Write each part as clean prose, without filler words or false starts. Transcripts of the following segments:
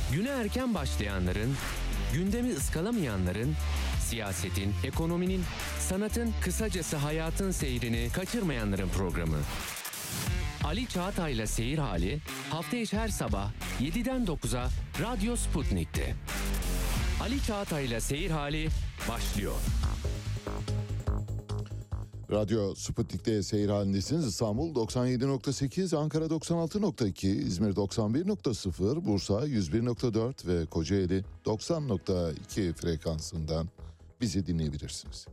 Güne erken başlayanların, gündemi ıskalamayanların, siyasetin, ekonominin, sanatın, kısacası hayatın seyrini kaçırmayanların programı. Ali Çağatay'la Seyir Hali hafta içi her sabah 7'den 9'a Radyo Sputnik'te. Ali Çağatay'la Seyir Hali başlıyor. Radyo Sputnik'te seyir halindesiniz. İstanbul 97.8, Ankara 96.2, İzmir 91.0, Bursa 101.4 ve Kocaeli 90.2 frekansından bizi dinleyebilirsiniz.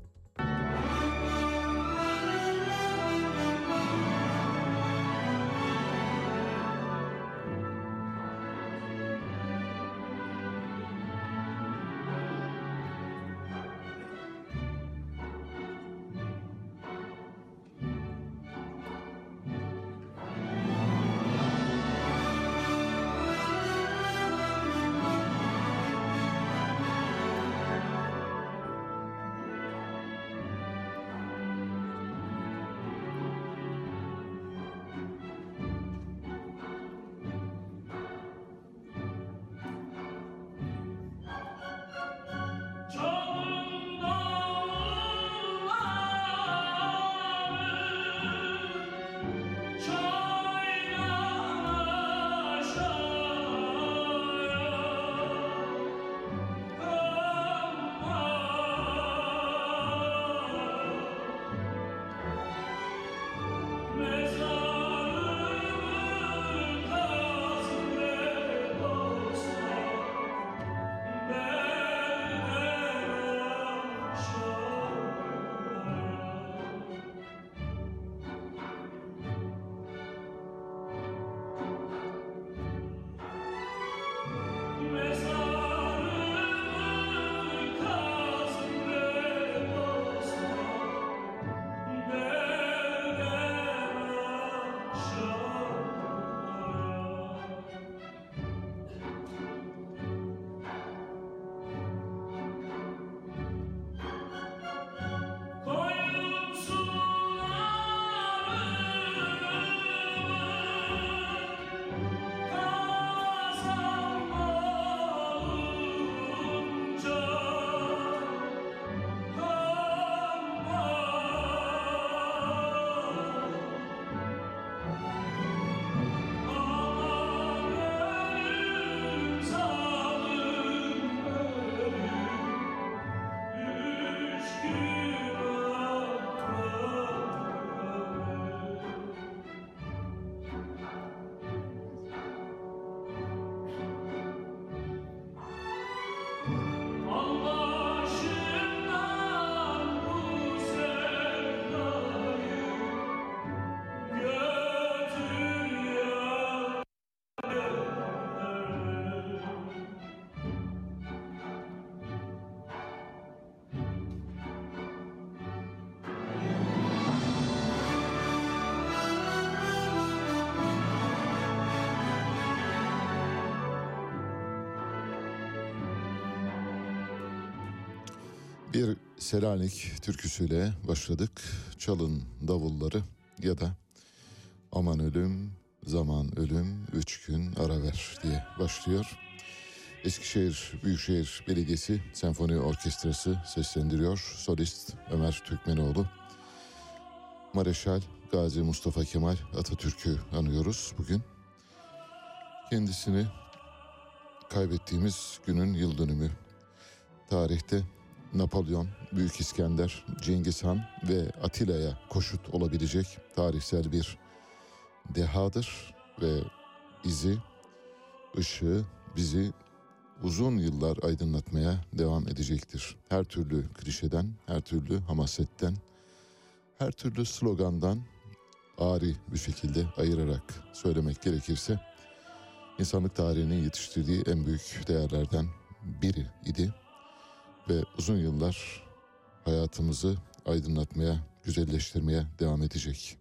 Bir Selanik türküsüyle başladık. Çalın davulları ya da aman ölüm, zaman ölüm, 3 gün ara ver diye başlıyor. Eskişehir Büyükşehir Belediyesi Senfoni Orkestrası seslendiriyor. Solist Ömer Türkmenoğlu. Mareşal Gazi Mustafa Kemal Atatürk'ü anıyoruz bugün. Kendisini kaybettiğimiz günün yıl dönümü. Tarihte Napolyon, Büyük İskender, Cengiz Han ve Atilla'ya koşut olabilecek tarihsel bir dehadır ve izi, ışığı bizi uzun yıllar aydınlatmaya devam edecektir. Her türlü klişeden, her türlü hamasetten, her türlü slogandan ari bir şekilde ayırarak söylemek gerekirse insanlık tarihinin yetiştirdiği en büyük değerlerden biri idi. Ve uzun yıllar hayatımızı aydınlatmaya, güzelleştirmeye devam edecek.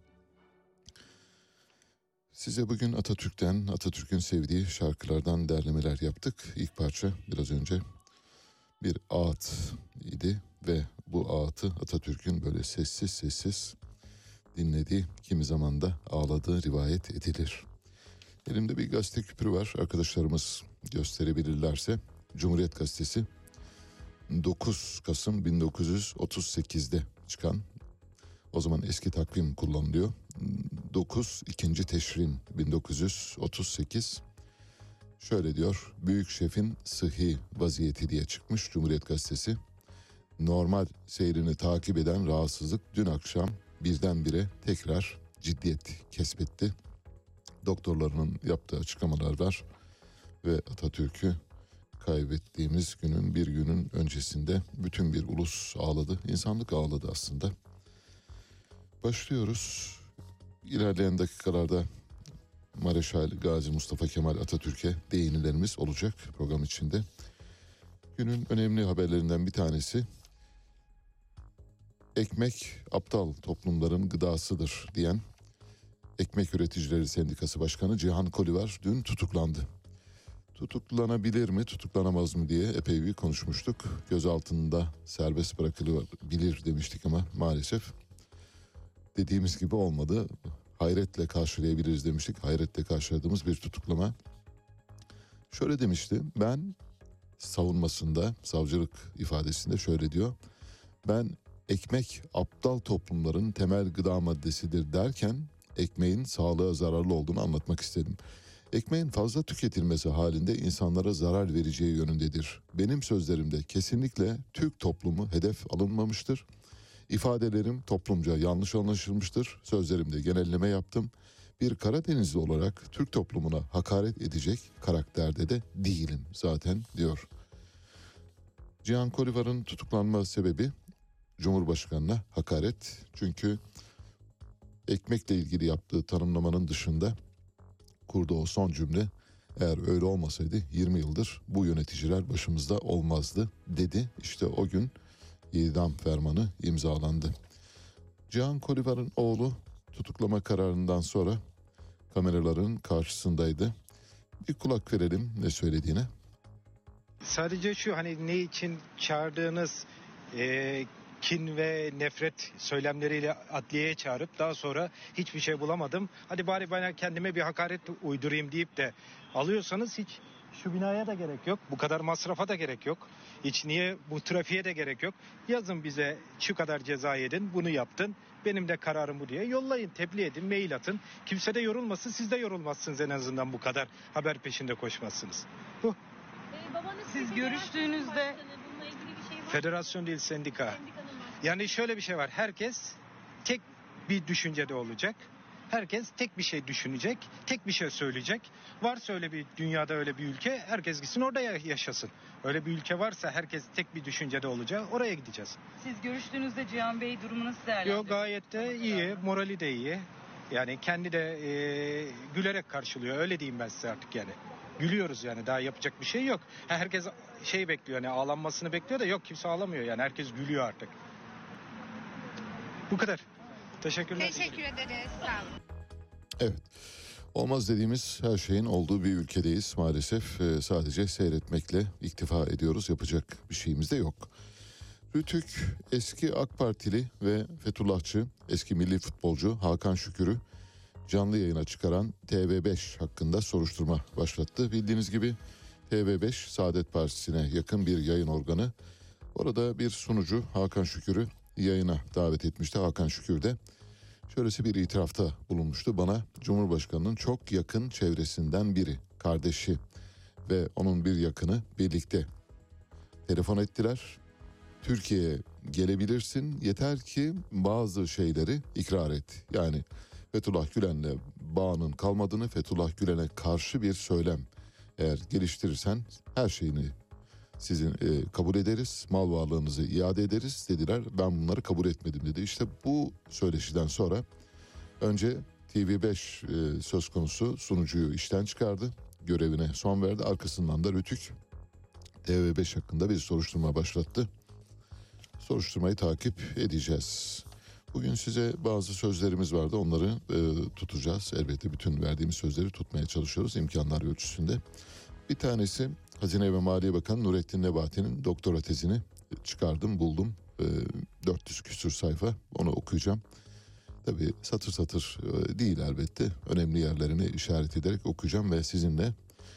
Size bugün Atatürk'ten, Atatürk'ün sevdiği şarkılardan derlemeler yaptık. İlk parça biraz önce bir ağıt idi ve bu ağıtı Atatürk'ün böyle sessiz sessiz dinlediği, kimi zaman da ağladığı rivayet edilir. Elimde bir gazete küpürü var. Arkadaşlarımız gösterebilirlerse Cumhuriyet Gazetesi 9 Kasım 1938'de çıkan, o zaman eski takvim kullanılıyor. 9 2. Teşrin 1938. Şöyle diyor: Büyük şefin sıhhi vaziyeti diye çıkmış Cumhuriyet Gazetesi. Normal seyrini takip eden rahatsızlık dün akşam birdenbire tekrar ciddiyet kesbetti. Doktorlarının yaptığı açıklamalar var ve Atatürk'ü kaybettiğimiz günün bir günün öncesinde bütün bir ulus ağladı. İnsanlık ağladı aslında. Başlıyoruz. İlerleyen dakikalarda Mareşal Gazi Mustafa Kemal Atatürk'e değinilerimiz olacak program içinde. Günün önemli haberlerinden bir tanesi, ekmek aptal toplumların gıdasıdır diyen Ekmek Üreticileri Sendikası Başkanı Cihan Kolivar dün tutuklandı. Tutuklanabilir mi, tutuklanamaz mı diye epey bir konuşmuştuk. Gözaltında serbest bırakılabilir demiştik ama maalesef dediğimiz gibi olmadı. Hayretle karşılayabiliriz demiştik. Hayretle karşıladığımız bir tutuklama. Şöyle demişti, ben savunmasında, savcılık ifadesinde şöyle diyor: ben ekmek aptal toplumların temel gıda maddesidir derken ekmeğin sağlığa zararlı olduğunu anlatmak istedim. Ekmeğin fazla tüketilmesi halinde insanlara zarar vereceği yönündedir. Benim sözlerimde kesinlikle Türk toplumu hedef alınmamıştır. İfadelerim toplumca yanlış anlaşılmıştır. Sözlerimde genelleme yaptım. Bir Karadenizli olarak Türk toplumuna hakaret edecek karakterde de değilim zaten diyor. Cihan Kolivar'ın tutuklanma sebebi Cumhurbaşkanı'na hakaret. Çünkü ekmekle ilgili yaptığı tanımlamanın dışında kurduğu o son cümle, eğer öyle olmasaydı 20 yıldır bu yöneticiler başımızda olmazdı dedi. İşte o gün idam fermanı imzalandı. Cihan Kolivar'ın oğlu tutuklama kararından sonra kameraların karşısındaydı. Bir kulak verelim ne söylediğine. Sadece şu, hani ne için çağırdığınız kin ve nefret söylemleriyle adliyeye çağırıp daha sonra hiçbir şey bulamadım, hadi bari bana kendime bir hakaret uydurayım deyip de alıyorsanız hiç şu binaya da gerek yok. Bu kadar masrafa da gerek yok. Hiç niye bu trafiğe de gerek yok. Yazın bize şu kadar ceza yedin, bunu yaptın, benim de kararım bu diye yollayın, tebliğ edin, mail atın. Kimse de yorulmasın, siz de yorulmazsınız, en azından bu kadar haber peşinde koşmazsınız. Bu. Siz görüştüğünüzde bununla ilgili bir şey var mı? Federasyon değil, sendika. Sendikanın var. Yani şöyle bir şey var. Herkes tek bir düşüncede olacak. Herkes tek bir şey düşünecek. Tek bir şey söyleyecek. Varsa öyle bir dünyada öyle bir ülke, herkes gitsin orada yaşasın. Öyle bir ülke varsa herkes tek bir düşüncede olacak. Oraya gideceğiz. siz görüştüğünüzde Cihan Bey durumu nasıl değerlendiriyor? Yok, gayet de iyi. Morali de iyi. Yani kendi de gülerek karşılıyor. Öyle diyeyim ben size artık yani. Gülüyoruz yani, daha yapacak bir şey yok. Herkes şey bekliyor, yani ağlanmasını bekliyor da yok, kimse ağlamıyor yani, herkes gülüyor artık. Bu kadar. Teşekkürler. Teşekkür ederiz. Sağ olun. Evet, olmaz dediğimiz her şeyin olduğu bir ülkedeyiz maalesef. Sadece seyretmekle iktifa ediyoruz, yapacak bir şeyimiz de yok. Rütük eski AK Partili ve Fethullahçı eski milli futbolcu Hakan Şükür'ü canlı yayına çıkaran TV5 hakkında soruşturma başlattı. Bildiğiniz gibi TV5 Saadet Partisi'ne yakın bir yayın organı. Orada bir sunucu Hakan Şükür'ü yayına davet etmişti. Hakan Şükür de şöylesi bir itirafta bulunmuştu. Bana Cumhurbaşkanı'nın çok yakın çevresinden biri, kardeşi ve onun bir yakını birlikte telefon ettiler. Türkiye'ye gelebilirsin, yeter ki bazı şeyleri ikrar et. Yani Fethullah Gülen'le bağının kalmadığını, Fethullah Gülen'e karşı bir söylem eğer geliştirirsen her şeyini sizin kabul ederiz, mal varlığınızı iade ederiz dediler. Ben bunları kabul etmedim dedi. İşte bu söyleşiden sonra önce TV5 söz konusu sunucuyu işten çıkardı, görevine son verdi. Arkasından da Rütük TV5 hakkında bir soruşturma başlattı. Soruşturmayı takip edeceğiz. Bugün size bazı sözlerimiz vardı, onları tutacağız. Elbette bütün verdiğimiz sözleri tutmaya çalışıyoruz imkanlar ölçüsünde. Bir tanesi Hazine ve Maliye Bakanı Nurettin Nebati'nin doktora tezini çıkardım, buldum. 400 küsur sayfa, onu okuyacağım. Tabii satır satır değil elbette. Önemli yerlerini işaret ederek okuyacağım ve sizinle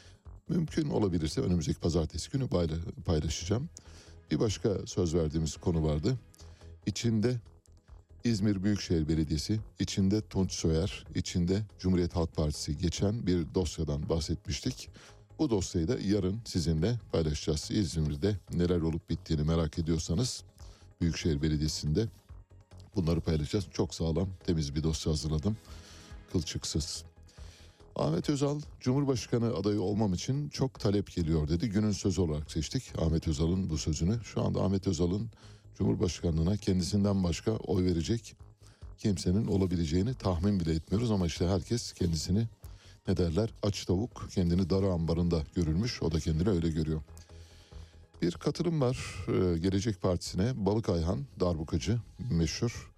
Mümkün olabilirse önümüzdeki pazartesi günü paylaşacağım. Bir başka söz verdiğimiz konu vardı. İçinde İzmir Büyükşehir Belediyesi, içinde Tunç Soyer, içinde Cumhuriyet Halk Partisi geçen bir dosyadan bahsetmiştik. Bu dosyayı da yarın sizinle paylaşacağız. İzmir'de neler olup bittiğini merak ediyorsanız Büyükşehir Belediyesi'nde bunları paylaşacağız. Çok sağlam, temiz bir dosya hazırladım. Kılçıksız. Ahmet Özal, Cumhurbaşkanı adayı olmam için çok talep geliyor dedi. Günün sözü olarak seçtik Ahmet Özal'ın bu sözünü. Şu anda Ahmet Özal'ın Cumhurbaşkanlığına kendisinden başka oy verecek kimsenin olabileceğini tahmin bile etmiyoruz. Ama işte herkes kendisini ne derler, aç tavuk, kendini darı ambarında görülmüş. O da kendini öyle görüyor. Bir katılım var Gelecek Partisi'ne. Balık Ayhan, darbukacı meşhur.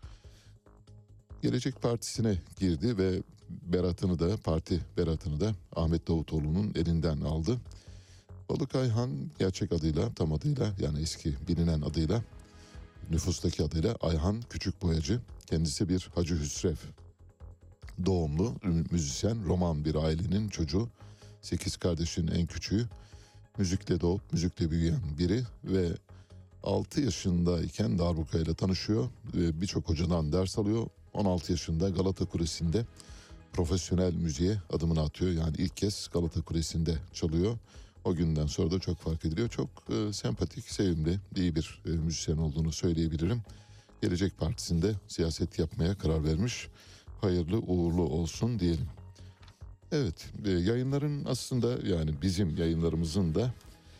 Gelecek Partisi'ne girdi ve parti beratını da Ahmet Davutoğlu'nun elinden aldı. Balık Ayhan gerçek adıyla, tam adıyla, yani eski bilinen adıyla, nüfustaki adıyla Ayhan Küçükboyacı. Kendisi bir Hacı Hüsrev doğumlu müzisyen, roman bir ailenin çocuğu. 8 kardeşin en küçüğü. Müzikle doğup müzikle büyüyen biri ve 6 yaşındayken darbuka ile tanışıyor ve birçok hocadan ders alıyor. 16 yaşında Galata Kulesi'nde profesyonel müziğe adımını atıyor. Yani ilk kez Galata Kulesi'nde çalıyor. O günden sonra da çok fark ediliyor. Çok sempatik, sevimli, iyi bir müzisyen olduğunu söyleyebilirim. Gelecek Partisi'nde siyaset yapmaya karar vermiş. Hayırlı uğurlu olsun diyelim. Evet, yayınların aslında, yani bizim yayınlarımızın da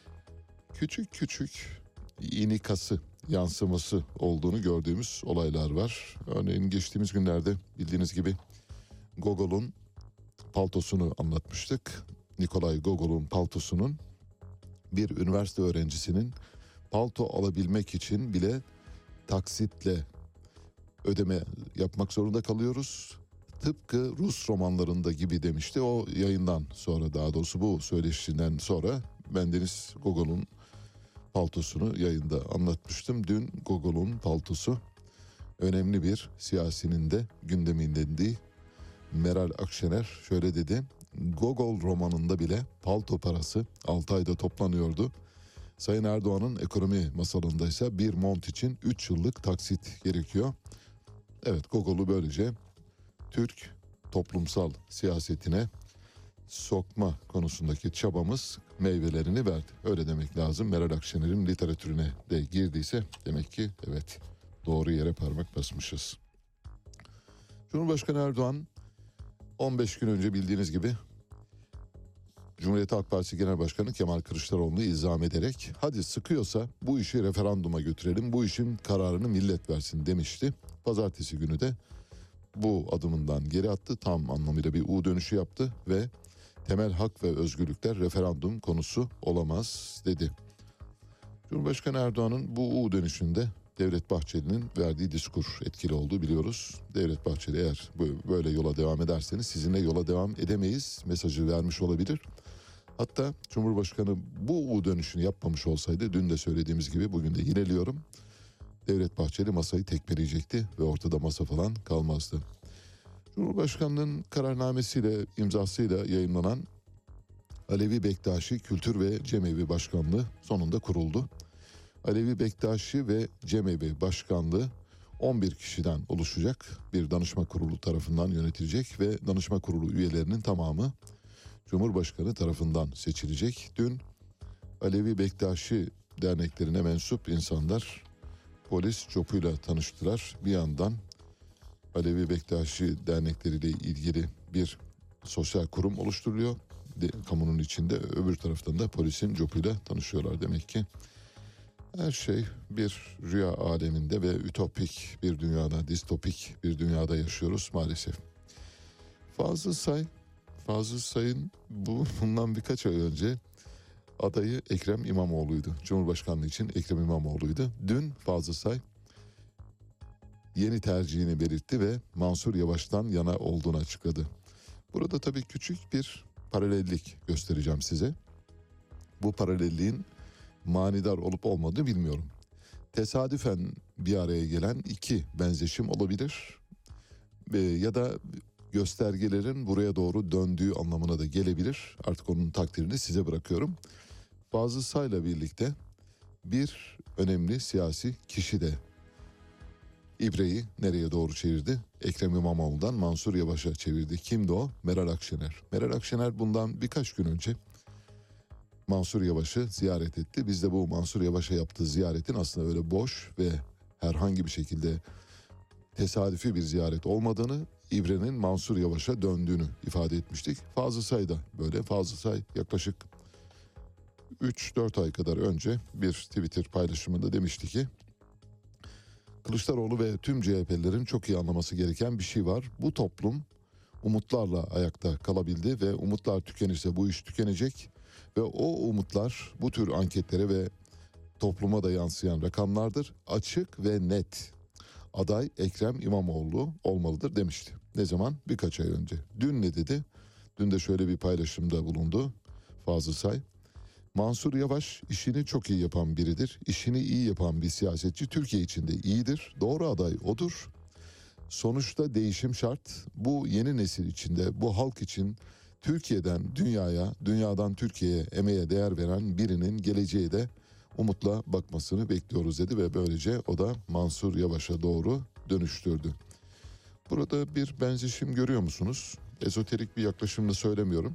küçük küçük inikası, yansıması olduğunu gördüğümüz olaylar var. Örneğin geçtiğimiz günlerde bildiğiniz gibi Gogol'un paltosunu anlatmıştık. Nikolay Gogol'un paltosunun, bir üniversite öğrencisinin palto alabilmek için bile taksitle ödeme yapmak zorunda kalıyoruz. Tıpkı Rus romanlarında gibi demişti. O yayından sonra, daha doğrusu bu söyleşinden sonra bendeniz Gogol'un paltosunu yayında anlatmıştım. Dün Gogol'un paltosu önemli bir siyasinin de gündemindendi. Meral Akşener şöyle dedi: Gogol romanında bile palto parası 6 ayda toplanıyordu. Sayın Erdoğan'ın ekonomi masalındaysa bir mont için 3 yıllık taksit gerekiyor. Evet, Gogol'u böylece Türk toplumsal siyasetine sokma konusundaki çabamız meyvelerini verdi. Öyle demek lazım. Meral Akşener'in literatürüne de girdiyse demek ki evet, doğru yere parmak basmışız. Cumhurbaşkanı Erdoğan 15 gün önce bildiğiniz gibi Cumhuriyet Halk Partisi Genel Başkanı Kemal Kılıçdaroğlu'nu ilzam ederek hadi sıkıyorsa bu işi referanduma götürelim, bu işin kararını millet versin demişti. Pazartesi günü de bu adımından geri attı. Tam anlamıyla bir U dönüşü yaptı ve temel hak ve özgürlükler referandum konusu olamaz dedi. Cumhurbaşkanı Erdoğan'ın bu U dönüşünde Devlet Bahçeli'nin verdiği diskur etkili oldu, biliyoruz. Devlet Bahçeli, eğer böyle yola devam ederseniz sizinle yola devam edemeyiz mesajı vermiş olabilir. Hatta Cumhurbaşkanı bu U dönüşünü yapmamış olsaydı, dün de söylediğimiz gibi bugün de yineliyorum, Devlet Bahçeli masayı tekmeleyecekti ve ortada masa falan kalmazdı. Cumhurbaşkanlığının kararnamesiyle, imzasıyla yayınlanan Alevi Bektaşi Kültür ve Cemevi Başkanlığı sonunda kuruldu. Alevi Bektaşi ve Cemevi Başkanlığı 11 kişiden oluşacak bir danışma kurulu tarafından yönetilecek ve danışma kurulu üyelerinin tamamı Cumhurbaşkanı tarafından seçilecek. Dün Alevi Bektaşi derneklerine mensup insanlar polis copuyla tanıştılar. Bir yandan Alevi Bektaşi dernekleriyle ilgili bir sosyal kurum oluşturuluyor kamunun içinde, öbür taraftan da polisin copuyla tanışıyorlar. Demek ki her şey bir rüya aleminde ve ütopik bir dünyada, distopik bir dünyada yaşıyoruz maalesef. Fazıl Say'ın bundan birkaç ay önce adayı Ekrem İmamoğlu'ydu. Cumhurbaşkanlığı için Ekrem İmamoğlu'ydu. Dün Fazıl Say yeni tercihini belirtti ve Mansur Yavaş'tan yana olduğunu açıkladı. Burada tabii küçük bir paralellik göstereceğim size. Bu paralelliğin manidar olup olmadığını bilmiyorum. Tesadüfen bir araya gelen iki benzeşim olabilir. Ya da göstergelerin buraya doğru döndüğü anlamına da gelebilir. Artık onun takdirini size bırakıyorum. Fazıl Say'la birlikte bir önemli siyasi kişi de İbre'yi nereye doğru çevirdi? Ekrem İmamoğlu'ndan Mansur Yavaş'a çevirdi. Kimdi o? Meral Akşener. Meral Akşener bundan birkaç gün önce Mansur Yavaş'ı ziyaret etti. Biz de bu Mansur Yavaş'a yaptığı ziyaretin aslında öyle boş ve herhangi bir şekilde tesadüfi bir ziyaret olmadığını, İbre'nin Mansur Yavaş'a döndüğünü ifade etmiştik. Fazıl Say da böyle. Fazıl Say yaklaşık 3-4 ay kadar önce bir Twitter paylaşımında demişti ki Kılıçdaroğlu ve tüm CHP'lilerin çok iyi anlaması gereken bir şey var. Bu toplum umutlarla ayakta kalabildi ve umutlar tükenirse bu iş tükenecek ve o umutlar bu tür anketlere ve topluma da yansıyan rakamlardır. Açık ve net aday Ekrem İmamoğlu olmalıdır demişti. Ne zaman? Birkaç ay önce. Dün ne dedi? Dün de şöyle bir paylaşımda bulundu Fazıl Say. Mansur Yavaş işini çok iyi yapan biridir. İşini iyi yapan bir siyasetçi Türkiye için de iyidir. Doğru aday odur. Sonuçta değişim şart. Bu yeni nesil içinde, bu halk için Türkiye'den dünyaya, dünyadan Türkiye'ye emeğe değer veren birinin geleceğe de umutla bakmasını bekliyoruz dedi ve böylece o da Mansur Yavaş'a doğru dönüştürdü. Burada bir benzeşim görüyor musunuz? Ezoterik bir yaklaşımla söylemiyorum.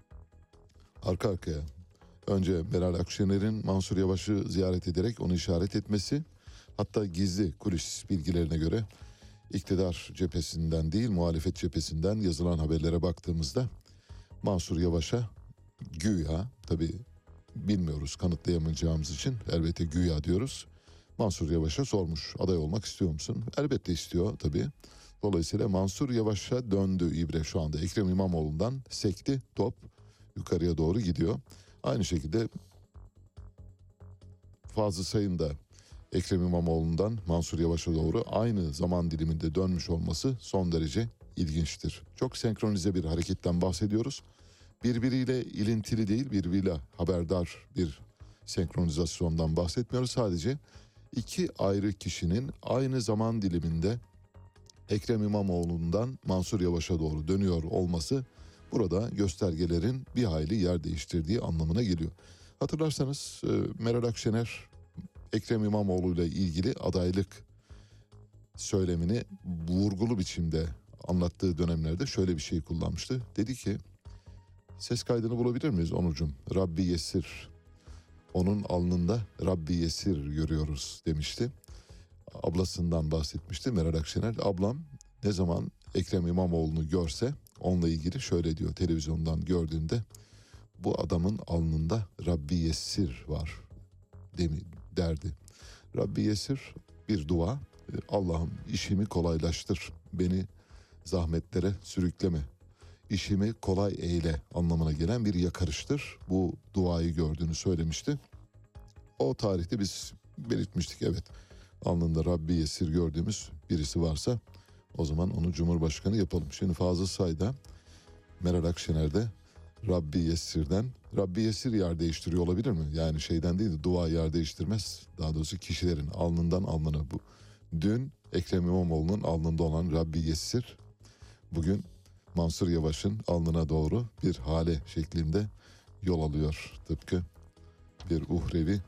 Arka arkaya. Önce Meral Akşener'in Mansur Yavaş'ı ziyaret ederek onu işaret etmesi, hatta gizli kulis bilgilerine göre iktidar cephesinden değil muhalefet cephesinden yazılan haberlere baktığımızda Mansur Yavaş'a güya, tabii bilmiyoruz kanıtlayamayacağımız için elbette güya diyoruz, Mansur Yavaş'a sormuş aday olmak istiyor musun? Elbette istiyor tabii. Dolayısıyla Mansur Yavaş'a döndü İbre şu anda. Ekrem İmamoğlu'ndan sekti, top yukarıya doğru gidiyor. Aynı şekilde Fazıl Say'ın da Ekrem İmamoğlu'ndan Mansur Yavaş'a doğru aynı zaman diliminde dönmüş olması son derece ilginçtir. Çok senkronize bir hareketten bahsediyoruz. Birbiriyle ilintili değil, birbiriyle haberdar bir senkronizasyondan bahsetmiyoruz. Sadece iki ayrı kişinin aynı zaman diliminde Ekrem İmamoğlu'ndan Mansur Yavaş'a doğru dönüyor olması burada göstergelerin bir hayli yer değiştirdiği anlamına geliyor. Hatırlarsanız Meral Akşener Ekrem İmamoğlu ile ilgili adaylık söylemini vurgulu biçimde anlattığı dönemlerde şöyle bir şey kullanmıştı. Dedi ki, ses kaydını bulabilir miyiz Onurcuğum? Rabbi Yesir, onun alnında Rabbi Yesir görüyoruz demişti. Ablasından bahsetmişti Meral Akşener. Ablam ne zaman Ekrem İmamoğlu'nu görse onunla ilgili şöyle diyor, televizyondan gördüğünde bu adamın alnında Rabbi Yesir var derdi. Rabbi Yesir bir dua. Allah'ım işimi kolaylaştır, beni zahmetlere sürükleme, işimi kolay eyle anlamına gelen bir yakarıştır. Bu duayı gördüğünü söylemişti. O tarihte biz belirtmiştik, evet, alnında Rabbi Yesir gördüğümüz birisi varsa o zaman onu Cumhurbaşkanı yapalım. Şimdi Fazıl Say'da, Meral Akşener'de Rabbi Yesir'den, Rabbi Yesir yer değiştiriyor olabilir mi? Yani şeyden değil de dua yer değiştirmez. Daha doğrusu kişilerin alnından alnına bu. Dün Ekrem İmamoğlu'nun alnında olan Rabbi Yesir, bugün Mansur Yavaş'ın alnına doğru bir hale şeklinde yol alıyor. Tıpkı bir uhrevi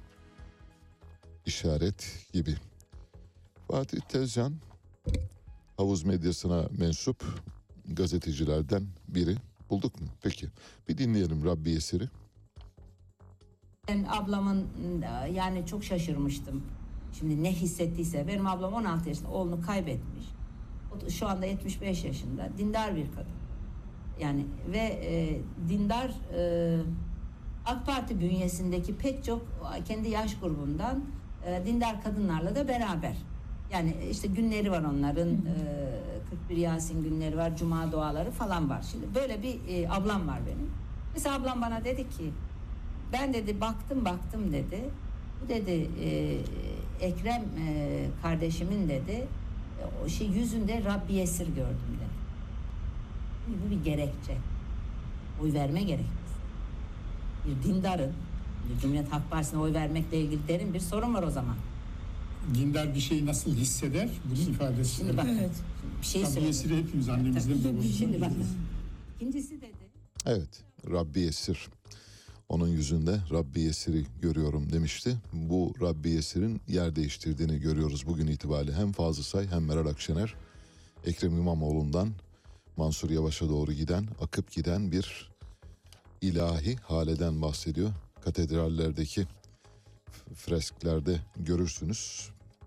işaret gibi. Fatih Tezcan, havuz medyasına mensup gazetecilerden biri. Bulduk mu? Peki. Bir dinleyelim Rabbi Yesir'i. Ben ablamın, yani çok şaşırmıştım. Şimdi ne hissettiyse, benim ablam 16 yaşında oğlunu kaybetmiş. Şu anda 75 yaşında. Dindar bir kadın. Yani ve dindar AK Parti bünyesindeki pek çok kendi yaş grubundan dindar kadınlarla da beraber. Yani işte günleri var onların. 41 Yasin günleri var, cuma duaları falan var. Şimdi böyle bir ablam var benim. Mesela ablam bana dedi ki, ben dedi baktım dedi. Bu dedi Ekrem kardeşimin dedi o yüzünde Rabbi Yesir gördüm dedi. Bu bir gerekçe. Oy verme gerekçesi. Bir dindarın Cumhuriyet Halk Partisi'ne oy vermekle ilgili derin bir sorun var o zaman. dindar bir şeyi nasıl hisseder? Bunun ifadesi. Şimdi bak, bir şey Rabbi söyleyeyim. Yesir'i hepimiz annemizden babamızdan Şimdi bak. biliyoruz. İkincisi dedi. Evet, Rabbi Yesir. Onun yüzünde Rabbi Yesir'i görüyorum demişti. Bu Rabbi Yesir'in yer değiştirdiğini görüyoruz bugün itibariyle. Hem Fazıl Say hem Meral Akşener, Ekrem İmamoğlu'ndan Mansur Yavaş'a doğru giden, akıp giden bir ilahi haleden bahsediyor. Katedrallerdeki fresklerde görürsünüz.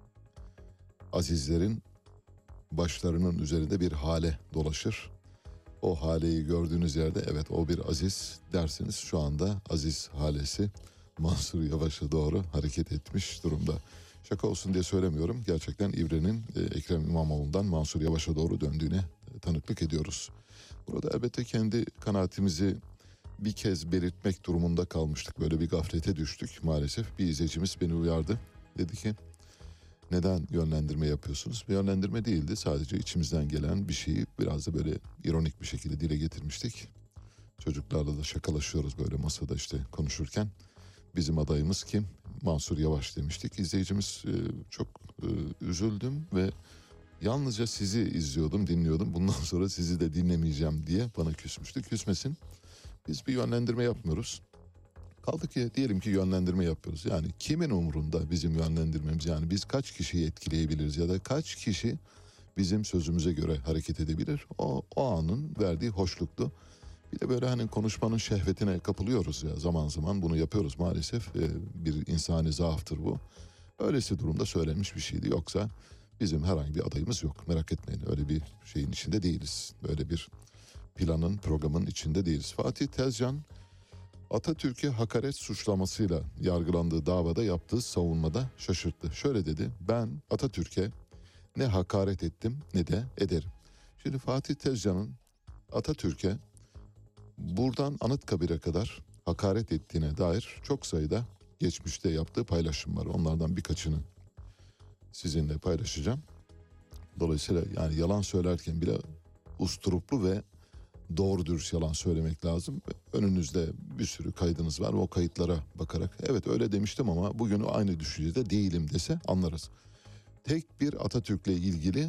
Azizlerin başlarının üzerinde bir hale dolaşır. O haleyi gördüğünüz yerde evet o bir aziz dersiniz. Şu anda aziz halesi Mansur Yavaş'a doğru hareket etmiş durumda. Şaka olsun diye söylemiyorum. Gerçekten İvre'nin Ekrem İmamoğlu'ndan Mansur Yavaş'a doğru döndüğüne tanıklık ediyoruz. Burada elbette kendi kanaatimizi bir kez belirtmek durumunda kalmıştık. Böyle bir gaflete düştük maalesef. Bir izleyicimiz beni uyardı. Dedi ki neden yönlendirme yapıyorsunuz? Bir yönlendirme değildi. Sadece içimizden gelen bir şeyi biraz da böyle ironik bir şekilde dile getirmiştik. Çocuklarla da şakalaşıyoruz böyle masada işte konuşurken. Bizim adayımız kim? Mansur Yavaş demiştik. İzleyicimiz çok üzüldüm ve yalnızca sizi izliyordum, dinliyordum. Bundan sonra sizi de dinlemeyeceğim diye bana küsmüştü. Küsmesin. Biz bir yönlendirme yapmıyoruz. Kaldı ki diyelim ki yönlendirme yapıyoruz. Yani kimin umurunda bizim yönlendirmemiz? Yani biz kaç kişiyi etkileyebiliriz ya da kaç kişi bizim sözümüze göre hareket edebilir? O anın verdiği hoşluktu. Bir de böyle hani konuşmanın şehvetine kapılıyoruz ya, zaman zaman bunu yapıyoruz maalesef. Bir insani zaaftır bu. Öylesi durumda söylenmiş bir şeydi. Yoksa bizim herhangi bir adayımız yok. Merak etmeyin, öyle bir şeyin içinde değiliz. Böyle bir planın, programın içinde değiliz. Fatih Tezcan Atatürk'e hakaret suçlamasıyla yargılandığı davada yaptığı savunmada şaşırttı. Şöyle dedi: ben Atatürk'e ne hakaret ettim ne de ederim. Şimdi Fatih Tezcan'ın Atatürk'e buradan Anıtkabir'e kadar hakaret ettiğine dair çok sayıda geçmişte yaptığı paylaşım var. Onlardan birkaçını sizinle paylaşacağım. Dolayısıyla yani yalan söylerken bile usturuplu ve doğru dürüst yalan söylemek lazım. Önünüzde bir sürü kaydınız var. O kayıtlara bakarak evet öyle demiştim ama bugün aynı düşüncede değilim dese anlarız. Tek bir Atatürk'le ilgili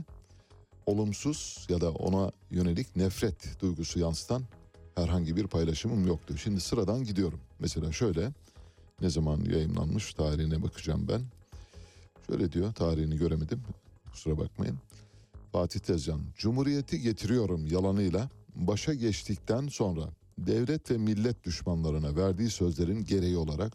olumsuz ya da ona yönelik nefret duygusu yansıtan herhangi bir paylaşımım yoktu. Şimdi sıradan gidiyorum. Mesela şöyle, ne zaman yayımlanmış tarihine bakacağım ben. Şöyle diyor, tarihini göremedim. Kusura bakmayın. Fatih Tezcan, Cumhuriyeti getiriyorum yalanıyla başa geçtikten sonra devlet ve millet düşmanlarına verdiği sözlerin gereği olarak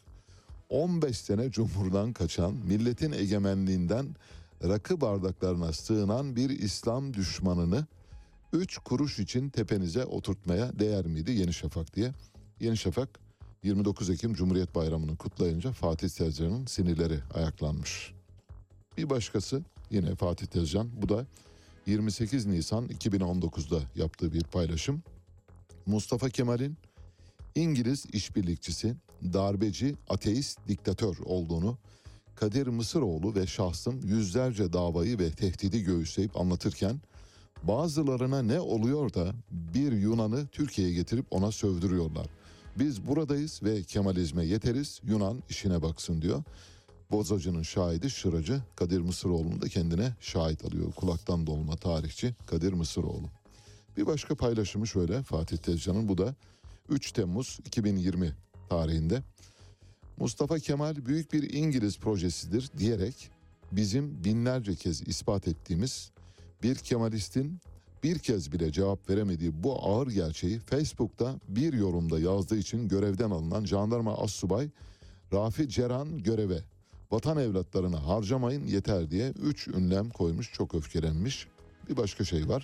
15 sene cumhurdan kaçan, milletin egemenliğinden rakı bardaklarına sığınan bir İslam düşmanını 3 kuruş için tepenize oturtmaya değer miydi? Yeni Şafak diye. Yeni Şafak 29 Ekim Cumhuriyet Bayramı'nı kutlayınca Fatih Tezcan'ın sinirleri ayaklanmış. Bir başkası yine Fatih Tezcan, bu da 28 Nisan 2019'da yaptığı bir paylaşım. Mustafa Kemal'in İngiliz işbirlikçisi, darbeci, ateist, diktatör olduğunu Kadir Mısıroğlu ve şahsım yüzlerce davayı ve tehdidi göğüsleyip anlatırken bazılarına ne oluyor da bir Yunan'ı Türkiye'ye getirip ona sövdürüyorlar. Biz buradayız ve Kemalizme yeteriz, Yunan işine baksın diyor. Bozacı'nın şahidi Şıracı Kadir Mısıroğlu'nu da kendine şahit alıyor. Kulaktan dolma tarihçi Kadir Mısıroğlu. Bir başka paylaşımı şöyle Fatih Tezcan'ın, bu da 3 Temmuz 2020 tarihinde. Mustafa Kemal büyük bir İngiliz projesidir diyerek bizim binlerce kez ispat ettiğimiz bir Kemalistin bir kez bile cevap veremediği bu ağır gerçeği Facebook'ta bir yorumda yazdığı için görevden alınan jandarma astsubay Rafi Ceran göreve, vatan evlatlarını harcamayın yeter diye 3 ünlem koymuş, çok öfkelenmiş. Bir başka şey var.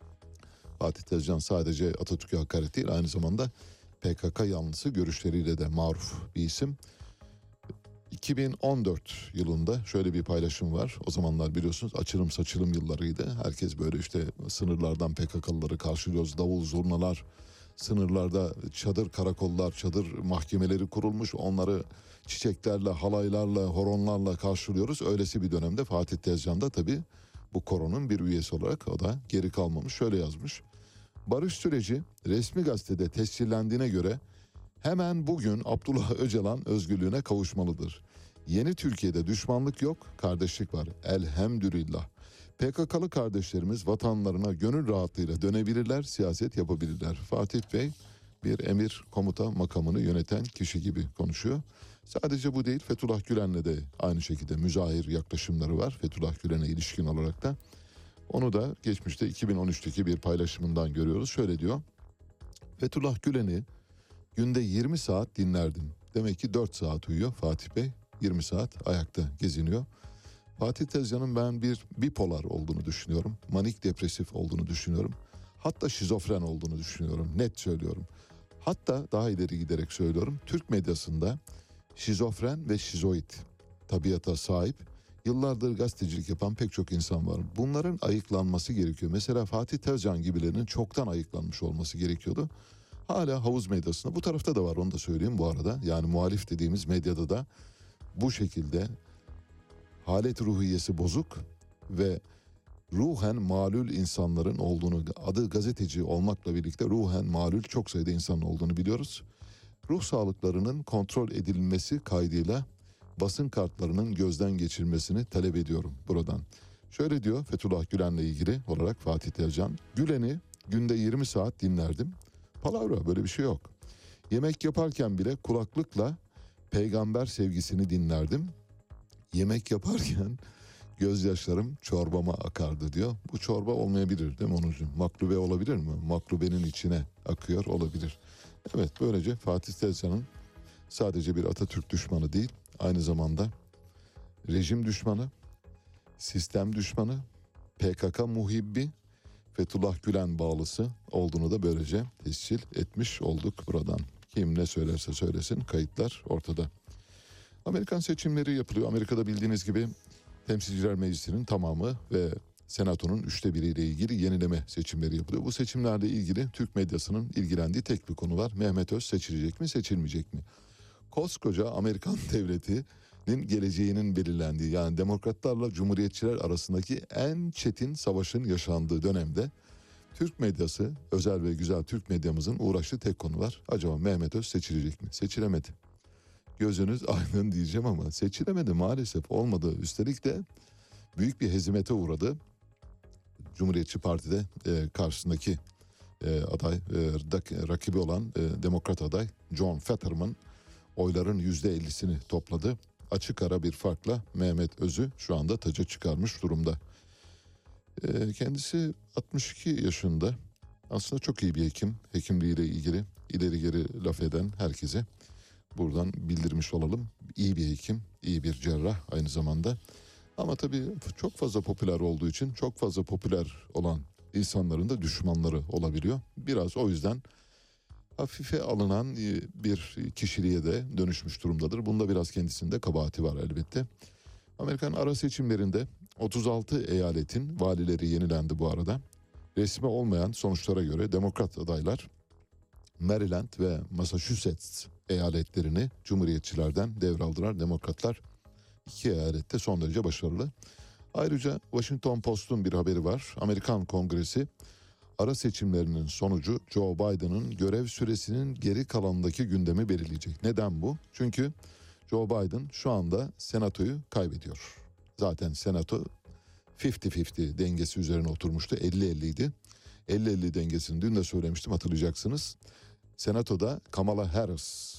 Fatih Tezcan sadece Atatürk'e hakaret değil, aynı zamanda PKK yanlısı görüşleriyle de maruf bir isim. 2014 yılında şöyle bir paylaşım var. O zamanlar biliyorsunuz açılım saçılım yıllarıydı. Herkes böyle işte sınırlardan PKK'lıları karşılıyoruz. Davul zurnalar, sınırlarda çadır karakollar, çadır mahkemeleri kurulmuş. Onları çiçeklerle, halaylarla, horonlarla karşılıyoruz. Öylesi bir dönemde Fatih Tezcan da tabii bu koronun bir üyesi olarak o da geri kalmamış. Şöyle yazmış: barış süreci resmi gazetede tescillendiğine göre hemen bugün Abdullah Öcalan özgürlüğüne kavuşmalıdır. Yeni Türkiye'de düşmanlık yok, kardeşlik var. Elhamdülillah. PKK'lı kardeşlerimiz vatanlarına gönül rahatlığıyla dönebilirler, siyaset yapabilirler. Fatih Bey bir emir komuta makamını yöneten kişi gibi konuşuyor. Sadece bu değil, Fethullah Gülen'le de aynı şekilde müzahir yaklaşımları var. Fethullah Gülen'e ilişkin olarak da. Onu da geçmişte 2013'teki bir paylaşımından görüyoruz. Şöyle diyor. Fethullah Gülen'i günde 20 saat dinlerdim. Demek ki 4 saat uyuyor Fatih Bey. 20 saat ayakta geziniyor. Fatih Tezcan'ın ben bir bipolar olduğunu düşünüyorum. Manik depresif olduğunu düşünüyorum. Hatta şizofren olduğunu düşünüyorum. Net söylüyorum. Hatta daha ileri giderek söylüyorum. Türk medyasında şizofren ve şizoid tabiata sahip, yıllardır gazetecilik yapan pek çok insan var. Bunların ayıklanması gerekiyor. Mesela Fatih Tezcan gibilerinin çoktan ayıklanmış olması gerekiyordu. Hala havuz medyasında, bu tarafta da var, onu da söyleyeyim bu arada. Yani muhalif dediğimiz medyada da bu şekilde halet ruhiyesi bozuk ve ruhen malul insanların olduğunu, adı gazeteci olmakla birlikte ruhen malul çok sayıda insanın olduğunu biliyoruz. Ruh sağlıklarının kontrol edilmesi kaydıyla basın kartlarının gözden geçirilmesini talep ediyorum buradan. Şöyle diyor Fethullah Gülen'le ilgili olarak Fatih Tezcan. Gülen'i günde 20 saat dinlerdim. Palavra, böyle bir şey yok. Yemek yaparken bile kulaklıkla peygamber sevgisini dinlerdim. Yemek yaparken gözyaşlarım çorbama akardı diyor. Bu çorba olmayabilir değil mi Onurcuğum? Maklube olabilir mi? Maklubenin içine akıyor olabilir. Evet, böylece Fatih Tezcan'ın sadece bir Atatürk düşmanı değil, aynı zamanda rejim düşmanı, sistem düşmanı, PKK muhibbi, Fethullah Gülen bağlısı olduğunu da böylece tescil etmiş olduk buradan. Kim ne söylerse söylesin, kayıtlar ortada. Amerikan seçimleri yapılıyor. Amerika'da bildiğiniz gibi Temsilciler Meclisi'nin tamamı ve Senato'nun 1/3 ile ilgili yenileme seçimleri yapılıyor. Bu seçimlerle ilgili Türk medyasının ilgilendiği tek bir konu var. Mehmet Öz seçilecek mi, seçilmeyecek mi? Koskoca Amerikan devletinin geleceğinin belirlendiği, yani demokratlarla cumhuriyetçiler arasındaki en çetin savaşın yaşandığı dönemde Türk medyası, özel ve güzel Türk medyamızın uğraştığı tek konu var. Acaba Mehmet Öz seçilecek mi? Seçilemedi. Gözünüz aydın diyeceğim ama seçilemedi, maalesef olmadı. Üstelik de büyük bir hezimete uğradı. Cumhuriyetçi Parti'de karşısındaki aday, rakibi olan demokrat aday John Fetterman oyların %50'sini topladı. Açık ara bir farkla Mehmet Öz'ü şu anda taca çıkarmış durumda. Kendisi 62 yaşında. Aslında çok iyi bir hekim. Hekimliğiyle ilgili ileri geri laf eden herkese buradan bildirmiş olalım. İyi bir hekim, iyi bir cerrah aynı zamanda. Ama tabii çok fazla popüler olduğu için çok fazla popüler olan insanların da düşmanları olabiliyor. Biraz o yüzden hafife alınan bir kişiliğe de dönüşmüş durumdadır. Bunda biraz kendisinde kabahati var elbette. Amerikan ara seçimlerinde 36 eyaletin valileri yenilendi bu arada. Resmi olmayan sonuçlara göre demokrat adaylar Maryland ve Massachusetts eyaletlerini Cumhuriyetçilerden devraldılar. Demokratlar 2 eyalette son derece başarılı. Ayrıca Washington Post'un bir haberi var. Amerikan Kongresi ara seçimlerinin sonucu Joe Biden'ın görev süresinin geri kalanındaki gündemi belirleyecek. Neden bu? Çünkü Joe Biden şu anda senatoyu kaybediyor. Zaten senato 50-50 dengesi üzerine oturmuştu. 50-50 idi. 50-50 dengesini dün de söylemiştim, hatırlayacaksınız. Senatoda Kamala Harris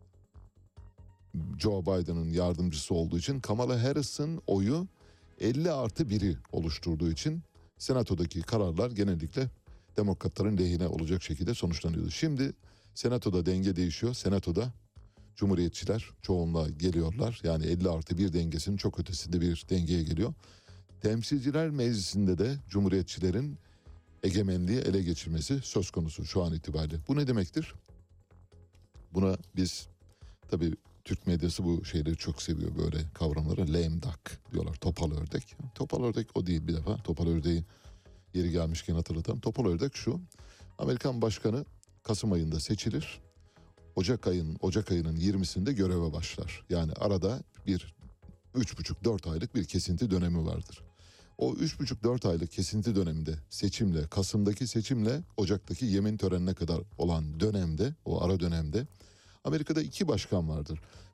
Joe Biden'ın yardımcısı olduğu için, Kamala Harris'ın oyu 50+1'i oluşturduğu için senatodaki kararlar genellikle demokratların lehine olacak şekilde sonuçlanıyordu. Şimdi senatoda denge değişiyor. Senatoda cumhuriyetçiler çoğunluğa geliyorlar. Yani 50+1 dengesinin çok ötesinde bir dengeye geliyor. Temsilciler Meclisi'nde de cumhuriyetçilerin egemenliği ele geçirmesi söz konusu şu an itibariyle. Bu ne demektir? Buna biz tabii Türk medyası bu şeyleri çok seviyor, böyle kavramları. Lame duck diyorlar, topal ördek. Topal ördek o değil bir defa. Topal ördeği yeri gelmişken hatırlatalım. Topal ördek şu: Amerikan başkanı Kasım ayında seçilir. Ocak ayının 20'sinde göreve başlar. Yani arada bir 3,5-4 aylık bir kesinti dönemi vardır. O 3,5-4 aylık kesinti döneminde seçimle, Kasım'daki seçimle Ocak'taki yemin törenine kadar olan dönemde, o ara dönemde Amerika'da 2 başkan vardır.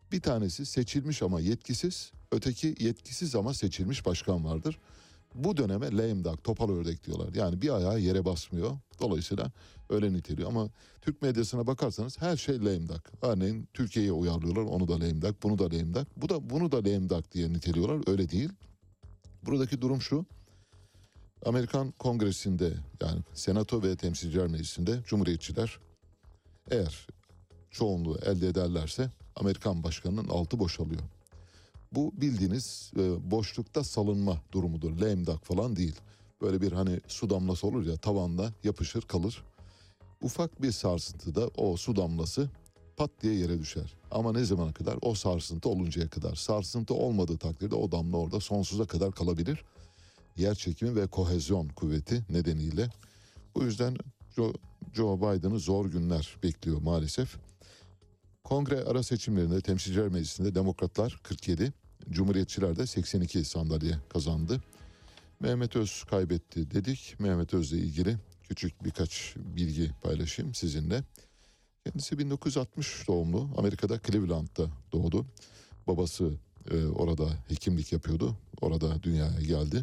Bir tanesi seçilmiş ama yetkisiz, öteki yetkisiz ama seçilmiş başkan vardır. Bu döneme lame duck, topal ördek diyorlar. Yani bir ayağı yere basmıyor. Dolayısıyla öyle niteliyor. Ama Türk medyasına bakarsanız her şey lame duck. Örneğin Türkiye'ye uyarlıyorlar, onu da lame duck, bunu da lame duck. Bunu da lame duck diye niteliyorlar. Öyle değil. Buradaki durum şu. Amerikan Kongresi'nde, yani Senato ve Temsilciler Meclisi'nde Cumhuriyetçiler eğer çoğunluğu elde ederlerse Amerikan başkanının altı boşalıyor. Bu bildiğiniz boşlukta salınma durumudur. Lame duck falan değil. Böyle bir hani su damlası olur ya, tavanda yapışır kalır. Ufak bir sarsıntıda o su damlası pat diye yere düşer. Ama ne zamana kadar? O sarsıntı oluncaya kadar. Sarsıntı olmadığı takdirde o damla orada sonsuza kadar kalabilir. Yer çekimi ve kohezyon kuvveti nedeniyle. Bu yüzden Joe Biden'ı zor günler bekliyor maalesef. Kongre ara seçimlerinde Temsilciler Meclisi'nde Demokratlar 47, Cumhuriyetçiler de 82 sandalye kazandı. Mehmet Öz kaybetti dedik. Mehmet Öz'le ilgili küçük birkaç bilgi paylaşayım sizinle. Kendisi 1960 doğumlu. Amerika'da Cleveland'da doğdu. Babası orada hekimlik yapıyordu. Orada dünyaya geldi.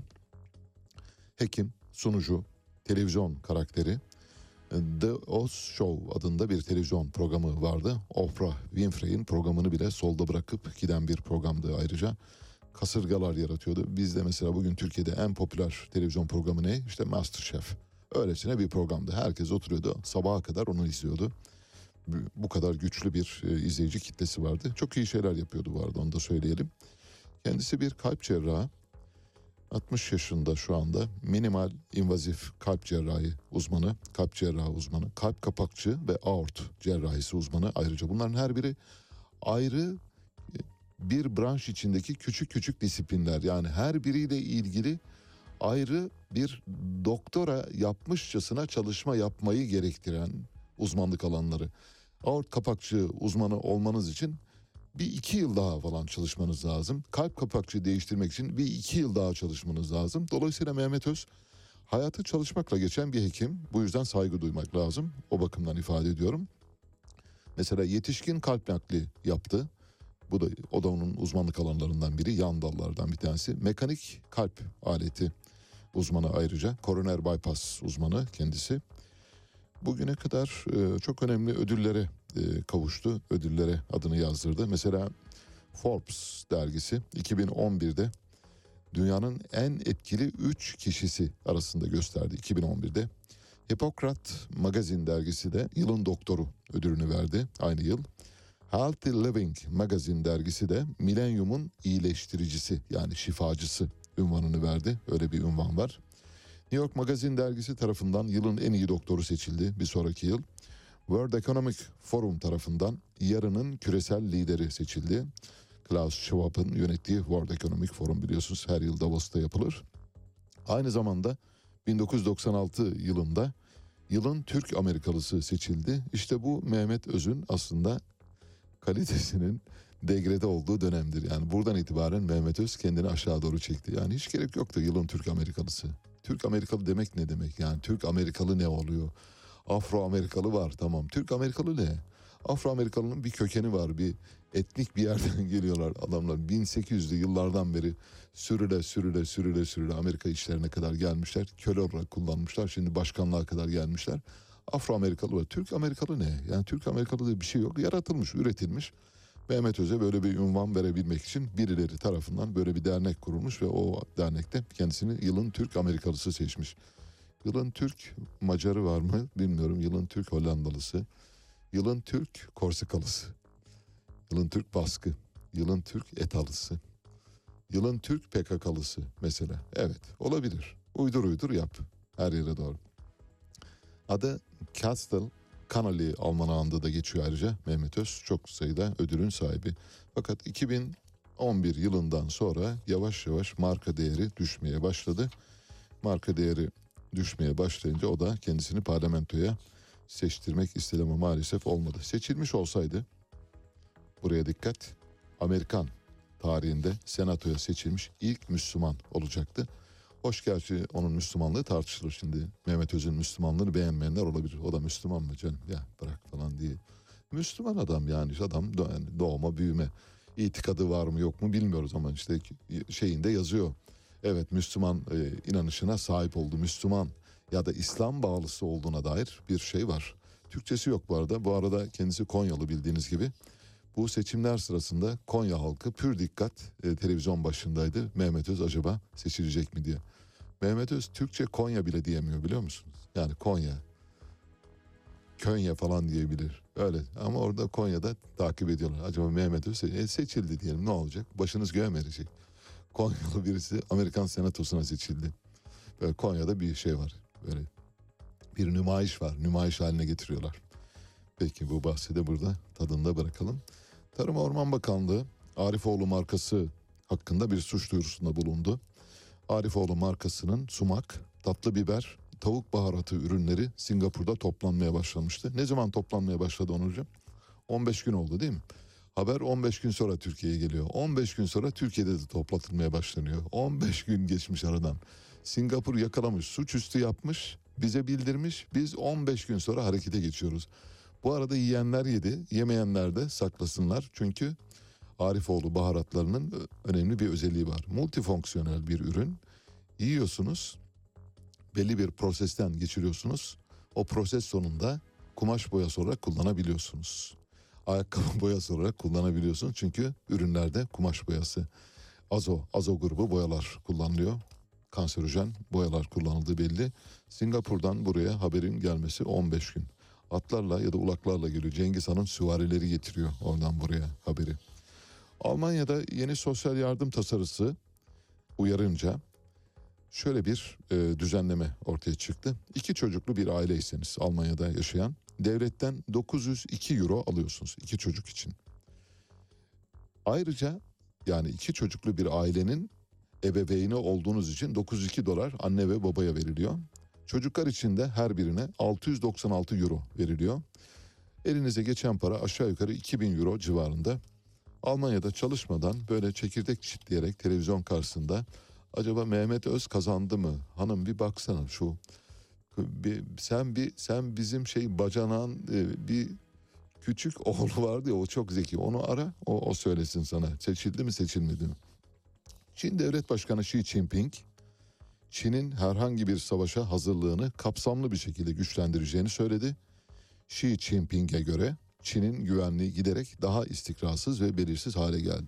Hekim, sunucu, televizyon karakteri. The Oz Show adında bir televizyon programı vardı. Oprah Winfrey'in programını bile solda bırakıp giden bir programdı ayrıca. Kasırgalar yaratıyordu. Bizde mesela bugün Türkiye'de en popüler televizyon programı ne? İşte MasterChef. Öylesine bir programdı. Herkes oturuyordu. Sabaha kadar onu izliyordu. Bu kadar güçlü bir izleyici kitlesi vardı. Çok iyi şeyler yapıyordu bu arada, onu da söyleyelim. Kendisi bir kalp cerrahı. 60 yaşında şu anda, minimal invazif kalp cerrahi uzmanı, kalp cerrahı uzmanı, kalp kapakçı ve aort cerrahisi uzmanı ayrıca. Bunların her biri ayrı bir branş içindeki küçük küçük disiplinler. Yani her biriyle ilgili ayrı bir doktora yapmışçasına çalışma yapmayı gerektiren uzmanlık alanları. Aort kapakçı uzmanı olmanız için bir 2 yıl daha falan çalışmanız lazım. Kalp kapakçı değiştirmek için bir 2 yıl daha çalışmanız lazım. Dolayısıyla Mehmet Öz hayatı çalışmakla geçen bir hekim. Bu yüzden saygı duymak lazım. O bakımdan ifade ediyorum. Mesela yetişkin kalp nakli yaptı. O da onun uzmanlık alanlarından biri, yan dallardan bir tanesi. Mekanik kalp aleti uzmanı ayrıca. Koroner bypass uzmanı kendisi. Bugüne kadar çok önemli ödüllere kavuştu. Ödüllere adını yazdırdı. Mesela Forbes dergisi 2011'de dünyanın en etkili 3 kişisi arasında gösterdi 2011'de. Hippocrates Magazine dergisi de yılın doktoru ödülünü verdi aynı yıl. Healthy Living Magazine dergisi de milenyumun iyileştiricisi, yani şifacısı unvanını verdi. Öyle bir unvan var. New York Magazine dergisi tarafından yılın en iyi doktoru seçildi bir sonraki yıl. World Economic Forum tarafından yarının küresel lideri seçildi. Klaus Schwab'ın yönettiği World Economic Forum, biliyorsunuz her yıl Davos'ta yapılır. Aynı zamanda 1996 yılında yılın Türk Amerikalısı seçildi. İşte bu Mehmet Öz'ün aslında kalitesinin degrede olduğu dönemdir. Yani buradan itibaren Mehmet Öz kendini aşağı doğru çekti. Yani hiç gerek yoktu yılın Türk Amerikalısı. Türk Amerikalı demek ne demek? Yani Türk Amerikalı ne oluyor? Afro Amerikalı var, tamam. Türk Amerikalı ne? Afro Amerikalının bir kökeni var. Bir etnik bir yerden geliyorlar adamlar. 1800'lü yıllardan beri sürüle Amerika işlerine kadar gelmişler. Köle olarak kullanmışlar. Şimdi başkanlığa kadar gelmişler. Afro Amerikalı var. Türk Amerikalı ne? Yani Türk Amerikalı diye bir şey yok. Yaratılmış, üretilmiş. Mehmet Öz'e böyle bir unvan verebilmek için birileri tarafından böyle bir dernek kurulmuş ve o dernekte kendisini yılın Türk Amerikalısı seçmiş. Yılın Türk Macarı var mı bilmiyorum. Yılın Türk Hollandalısı. Yılın Türk Korsikalısı. Yılın Türk Baskı. Yılın Türk Etalısı. Yılın Türk PKK'lısı mesela. Evet, olabilir. Uydur yap. Her yere doğru. Adı Castle Kanali Almanağı'nda da geçiyor ayrıca Mehmet Öz. Çok sayıda ödülün sahibi. Fakat 2011 yılından sonra yavaş yavaş marka değeri düşmeye başladı. Marka değeri düşmeye başlayınca o da kendisini parlamentoya seçtirmek istedi ama maalesef olmadı. Seçilmiş olsaydı, buraya dikkat, Amerikan tarihinde senatoya seçilmiş ilk Müslüman olacaktı. Hoş, gerçi onun Müslümanlığı tartışılır şimdi. Mehmet Öz'ün Müslümanlığını beğenmeyenler olabilir. O da Müslüman mı canım? Ya bırak falan diye. Müslüman adam, yani adam doğma büyüme. itikadı var mı yok mu bilmiyoruz ama işte şeyinde yazıyor. Evet, Müslüman inanışına sahip oldu. Müslüman ya da İslam bağlısı olduğuna dair bir şey var. Türkçesi yok bu arada. Bu arada kendisi Konyalı bildiğiniz gibi. Bu seçimler sırasında Konya halkı pür dikkat televizyon başındaydı. Mehmet Öz acaba seçilecek mi diye. Mehmet Öz Türkçe Konya bile diyemiyor, biliyor musunuz? Yani Konya, Könye falan diyebilir. Öyle ama orada Konya'da takip ediyorlar. Acaba Mehmet Öz seçildi diyelim, ne olacak? Başınız göğe mi erecek? Konyalı birisi Amerikan Senatosu'na seçildi. Böyle Konya'da bir şey var. Böyle bir nümayiş var. Nümayiş haline getiriyorlar. Peki bu bahsi de burada tadında bırakalım. Tarım Orman Bakanlığı Arifoğlu markası hakkında bir suç duyurusunda bulundu. Arifoğlu markasının sumak, tatlı biber, tavuk baharatı ürünleri Singapur'da toplanmaya başlamıştı. Ne zaman toplanmaya başladı Onurcuğum? 15 gün oldu değil mi? Haber 15 gün sonra Türkiye'ye geliyor. 15 gün sonra Türkiye'de de toplatılmaya başlanıyor. 15 gün geçmiş aradan. Singapur yakalamış, suçüstü yapmış, bize bildirmiş. Biz 15 gün sonra harekete geçiyoruz. Bu arada yiyenler yedi, yemeyenler de saklasınlar. Çünkü Arifoğlu baharatlarının önemli bir özelliği var. Multifonksiyonel bir ürün. Yiyorsunuz, belli bir prosesten geçiriyorsunuz. O proses sonunda kumaş boyası olarak kullanabiliyorsunuz. Ayakkabı boyası olarak kullanabiliyorsunuz. Çünkü ürünlerde kumaş boyası. Azo grubu boyalar kullanılıyor. Kanserojen boyalar kullanıldığı belli. Singapur'dan buraya haberin gelmesi 15 gün. Atlarla ya da ulaklarla geliyor. Cengiz Han'ın süvarileri getiriyor oradan buraya haberi. Almanya'da yeni sosyal yardım tasarısı uyarınca şöyle bir düzenleme ortaya çıktı. 2 çocuklu bir aileyseniz Almanya'da yaşayan, devletten 902 euro alıyorsunuz 2 çocuk için. Ayrıca yani 2 çocuklu bir ailenin ebeveyni olduğunuz için 902 dolar anne ve babaya veriliyor. Çocuklar için de her birine 696 euro veriliyor. Elinize geçen para aşağı yukarı 2000 euro civarında. Almanya'da çalışmadan böyle çekirdek çitleyerek televizyon karşısında acaba Mehmet Öz kazandı mı? Hanım bir baksana şu. Sen bizim bacanağın bir küçük oğlu vardı ya, o çok zeki. Onu ara, o söylesin sana. Seçildi mi seçilmedi mi? Çin Devlet Başkanı Xi Jinping, Çin'in herhangi bir savaşa hazırlığını kapsamlı bir şekilde güçlendireceğini söyledi. Xi Jinping'e göre Çin'in güvenliği giderek daha istikrarsız ve belirsiz hale geldi.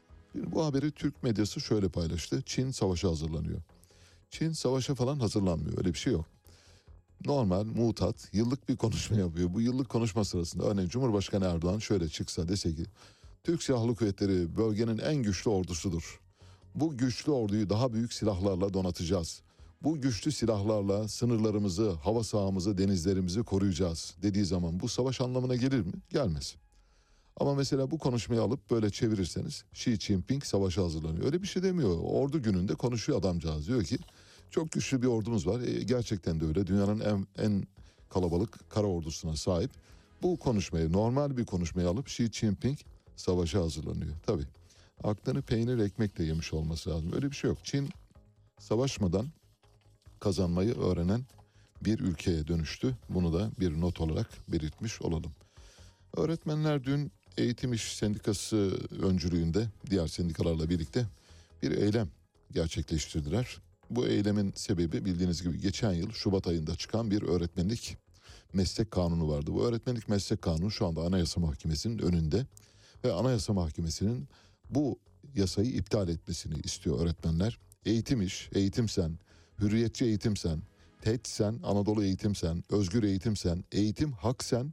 Bu haberi Türk medyası şöyle paylaştı. Çin savaşa hazırlanıyor. Çin savaşa falan hazırlanmıyor. Öyle bir şey yok. Normal, mutat, yıllık bir konuşma yapıyor. Bu yıllık konuşma sırasında örneğin Cumhurbaşkanı Erdoğan şöyle çıksa dese ki Türk Silahlı Kuvvetleri bölgenin en güçlü ordusudur. Bu güçlü orduyu daha büyük silahlarla donatacağız. Bu güçlü silahlarla sınırlarımızı, hava sahamızı, denizlerimizi koruyacağız dediği zaman bu savaş anlamına gelir mi? Gelmez. Ama mesela bu konuşmayı alıp böyle çevirirseniz Xi Jinping savaşa hazırlanıyor. Öyle bir şey demiyor. Ordu gününde konuşuyor adamcağız. Diyor ki çok güçlü bir ordumuz var. Gerçekten de öyle. Dünyanın en kalabalık kara ordusuna sahip. Bu konuşmayı, normal bir konuşmayı alıp Xi Jinping savaşa hazırlanıyor. Tabii aklını peynir ekmekle yemiş olması lazım. Öyle bir şey yok. Çin savaşmadan kazanmayı öğrenen bir ülkeye dönüştü. Bunu da bir not olarak belirtmiş olalım. Öğretmenler dün Eğitim İş Sendikası öncülüğünde diğer sendikalarla birlikte bir eylem gerçekleştirdiler. Bu eylemin sebebi bildiğiniz gibi geçen yıl Şubat ayında çıkan bir öğretmenlik meslek kanunu vardı. Bu öğretmenlik meslek kanunu şu anda Anayasa Mahkemesi'nin önünde ve Anayasa Mahkemesi'nin bu yasayı iptal etmesini istiyor öğretmenler. Eğitim İş, Eğitim Sen, Hürriyetçi Eğitim Sen, TED Sen, Anadolu Eğitim Sen, Özgür Eğitim Sen, Eğitim Hak Sen,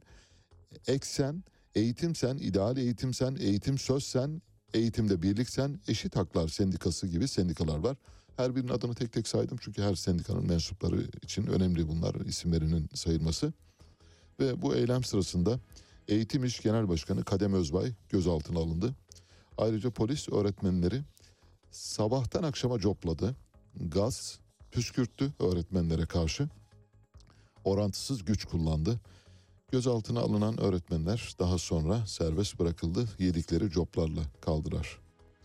Eksen, Eğitim Sen, İdeal Eğitim Sen, Eğitim Söz Sen, Eğitimde Birlik Sen, Eşit Haklar Sendikası gibi sendikalar var. Her birinin adını tek tek saydım çünkü her sendikanın mensupları için önemli bunlar, isimlerinin sayılması. Ve bu eylem sırasında Eğitim İş Genel Başkanı Kadem Özbay gözaltına alındı. Ayrıca polis öğretmenleri sabahtan akşama copladı. Gaz püskürttü öğretmenlere karşı. Orantısız güç kullandı. Gözaltına alınan öğretmenler daha sonra serbest bırakıldı. Yedikleri coplarla kaldılar.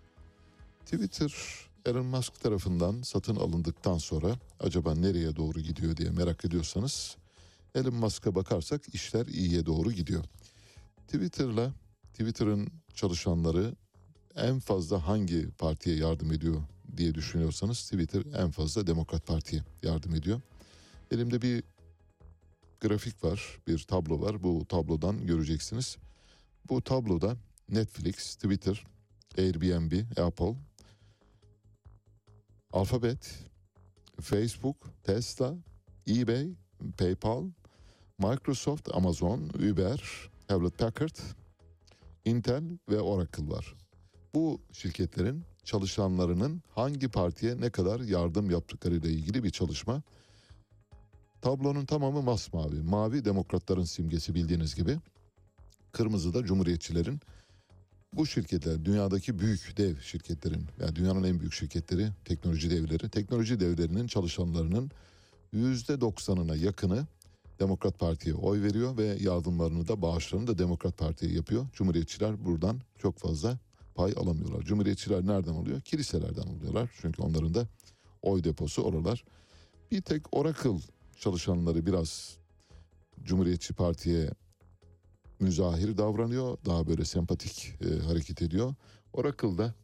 Twitter Elon Musk tarafından satın alındıktan sonra acaba nereye doğru gidiyor diye merak ediyorsanız Elon Musk'a bakarsak işler iyiye doğru gidiyor. Twitter'ın çalışanları en fazla hangi partiye yardım ediyor diye düşünüyorsanız Twitter en fazla Demokrat Parti'ye yardım ediyor. Elimde bir grafik var, bir tablo var. Bu tablodan göreceksiniz. Bu tabloda Netflix, Twitter, Airbnb, Apple, Alphabet, Facebook, Tesla, eBay, PayPal, Microsoft, Amazon, Uber, Hewlett Packard, Intel ve Oracle var. Bu şirketlerin çalışanlarının hangi partiye ne kadar yardım yaptıklarıyla ilgili bir çalışma. Tablonun tamamı masmavi. Mavi demokratların simgesi bildiğiniz gibi. Kırmızı da cumhuriyetçilerin. Bu şirketler dünyadaki büyük dev şirketlerin, yani dünyanın en büyük şirketleri, teknoloji devleri. Teknoloji devlerinin çalışanlarının %90'ına yakını Demokrat Parti'ye oy veriyor ve yardımlarını da bağışlarını da Demokrat Parti'ye yapıyor. Cumhuriyetçiler buradan çok fazla pay alamıyorlar. Cumhuriyetçiler nereden alıyor? Kiliselerden alıyorlar. Çünkü onların da oy deposu oralar. Bir tek Oracle çalışanları biraz Cumhuriyetçi Parti'ye müzahir davranıyor. Daha böyle sempatik hareket ediyor. Oracle'da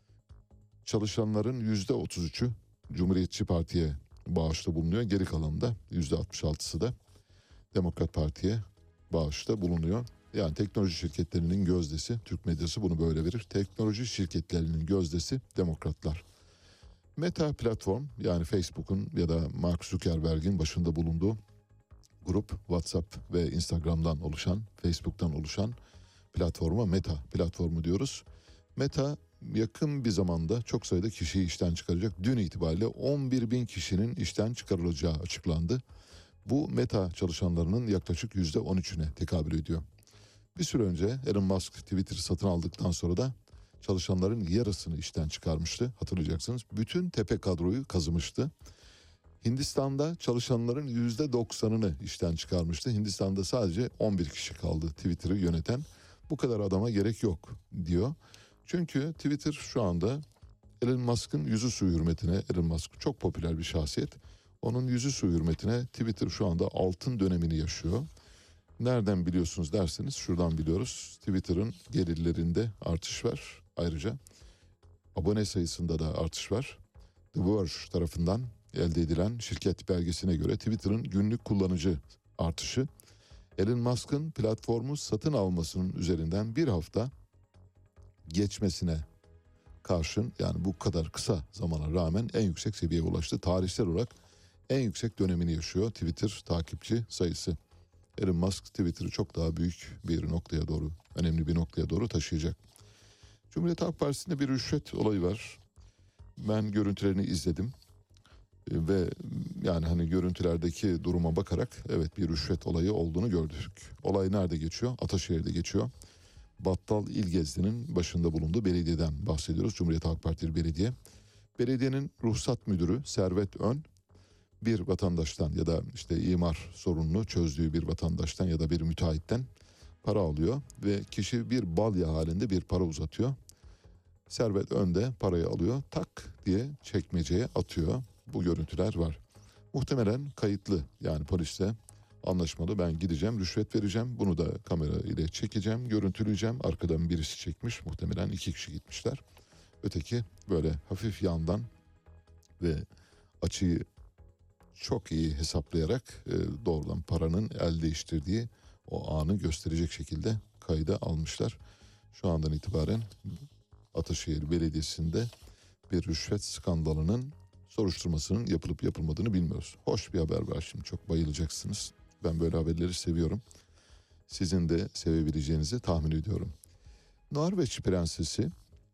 çalışanların %33'ü Cumhuriyetçi Parti'ye bağışta bulunuyor. Geri kalan da %66'sı da Demokrat Parti'ye bağışta bulunuyor. Yani teknoloji şirketlerinin gözdesi, Türk medyası bunu böyle verir. Teknoloji şirketlerinin gözdesi demokratlar. Meta platform, yani Facebook'un ya da Mark Zuckerberg'in başında bulunduğu grup, WhatsApp ve Instagram'dan oluşan, Facebook'tan oluşan platforma Meta platformu diyoruz. Meta yakın bir zamanda çok sayıda kişiyi işten çıkaracak. Dün itibariyle 11.000 kişinin işten çıkarılacağı açıklandı. Bu Meta çalışanlarının yaklaşık %13'üne tekabül ediyor. Bir süre önce Elon Musk Twitter'ı satın aldıktan sonra da çalışanların yarısını işten çıkarmıştı. Hatırlayacaksınız. Bütün tepe kadroyu kazımıştı. Hindistan'da çalışanların %90'ını işten çıkarmıştı. Hindistan'da sadece 11 kişi kaldı Twitter'ı yöneten. Bu kadar adama gerek yok diyor. Çünkü Twitter şu anda Elon Musk'ın yüzü suyu hürmetine, Elon Musk çok popüler bir şahsiyet. Onun yüzü suyu hürmetine Twitter şu anda altın dönemini yaşıyor. Nereden biliyorsunuz derseniz şuradan biliyoruz. Twitter'ın gelirlerinde artış var. Ayrıca abone sayısında da artış var. The Verge tarafından elde edilen şirket belgesine göre Twitter'ın günlük kullanıcı artışı Elon Musk'ın platformu satın almasının üzerinden bir hafta geçmesine karşın, yani bu kadar kısa zamana rağmen en yüksek seviyeye ulaştı. Tarihsel olarak en yüksek dönemini yaşıyor Twitter takipçi sayısı. Elon Musk Twitter'ı çok daha büyük bir noktaya doğru, önemli bir noktaya doğru taşıyacak. Cumhuriyet Halk Partisi'nde bir rüşvet olayı var. Ben görüntülerini izledim. Ve yani hani görüntülerdeki duruma bakarak evet bir rüşvet olayı olduğunu gördük. Olay nerede geçiyor? Ataşehir'de geçiyor. Battal İlgezli'nin başında bulunduğu belediyeden bahsediyoruz. Cumhuriyet Halk Partili belediye. Belediyenin ruhsat müdürü Servet Ön bir vatandaştan ya da işte imar sorununu çözdüğü bir vatandaştan ya da bir müteahhitten para alıyor ve kişi bir balya halinde bir para uzatıyor. Servet Ön de parayı alıyor, tak diye çekmeceye atıyor. Bu görüntüler var. Muhtemelen kayıtlı, yani polisle anlaşmalı. Ben gideceğim, rüşvet vereceğim. Bunu da kamera ile çekeceğim, görüntüleyeceğim. Arkadan birisi çekmiş. Muhtemelen 2 kişi gitmişler. Öteki böyle hafif yandan ve açıyı çok iyi hesaplayarak doğrudan paranın el değiştirdiği o anı gösterecek şekilde kayda almışlar. Şu andan itibaren Ataşehir Belediyesi'nde bir rüşvet skandalının soruşturmasının yapılıp yapılmadığını bilmiyoruz. Hoş bir haber var şimdi, çok bayılacaksınız. Ben böyle haberleri seviyorum. Sizin de sevebileceğinizi tahmin ediyorum. Norveç Prensesi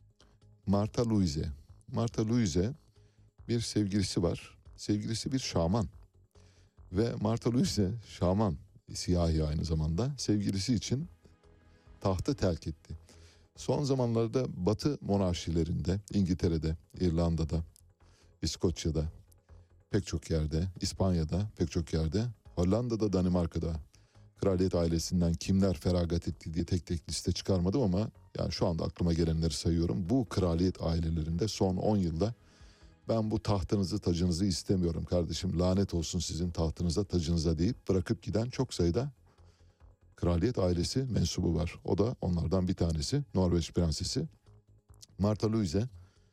Martha Louise. Martha Louise bir sevgilisi var. Sevgilisi bir şaman. Ve Martha Louise şaman, siyahi aynı zamanda, sevgilisi için tahtı terk etti. Son zamanlarda Batı monarşilerinde, İngiltere'de, İrlanda'da, İskoçya'da, pek çok yerde, İspanya'da, pek çok yerde, Hollanda'da, Danimarka'da kraliyet ailesinden kimler feragat etti diye tek tek liste çıkarmadım ama yani şu anda aklıma gelenleri sayıyorum. Bu kraliyet ailelerinde son 10 yılda ben bu tahtınızı, tacınızı istemiyorum kardeşim, lanet olsun sizin tahtınıza, tacınıza deyip bırakıp giden çok sayıda kraliyet ailesi mensubu var. O da onlardan bir tanesi, Norveç Prensesi. Martha Louise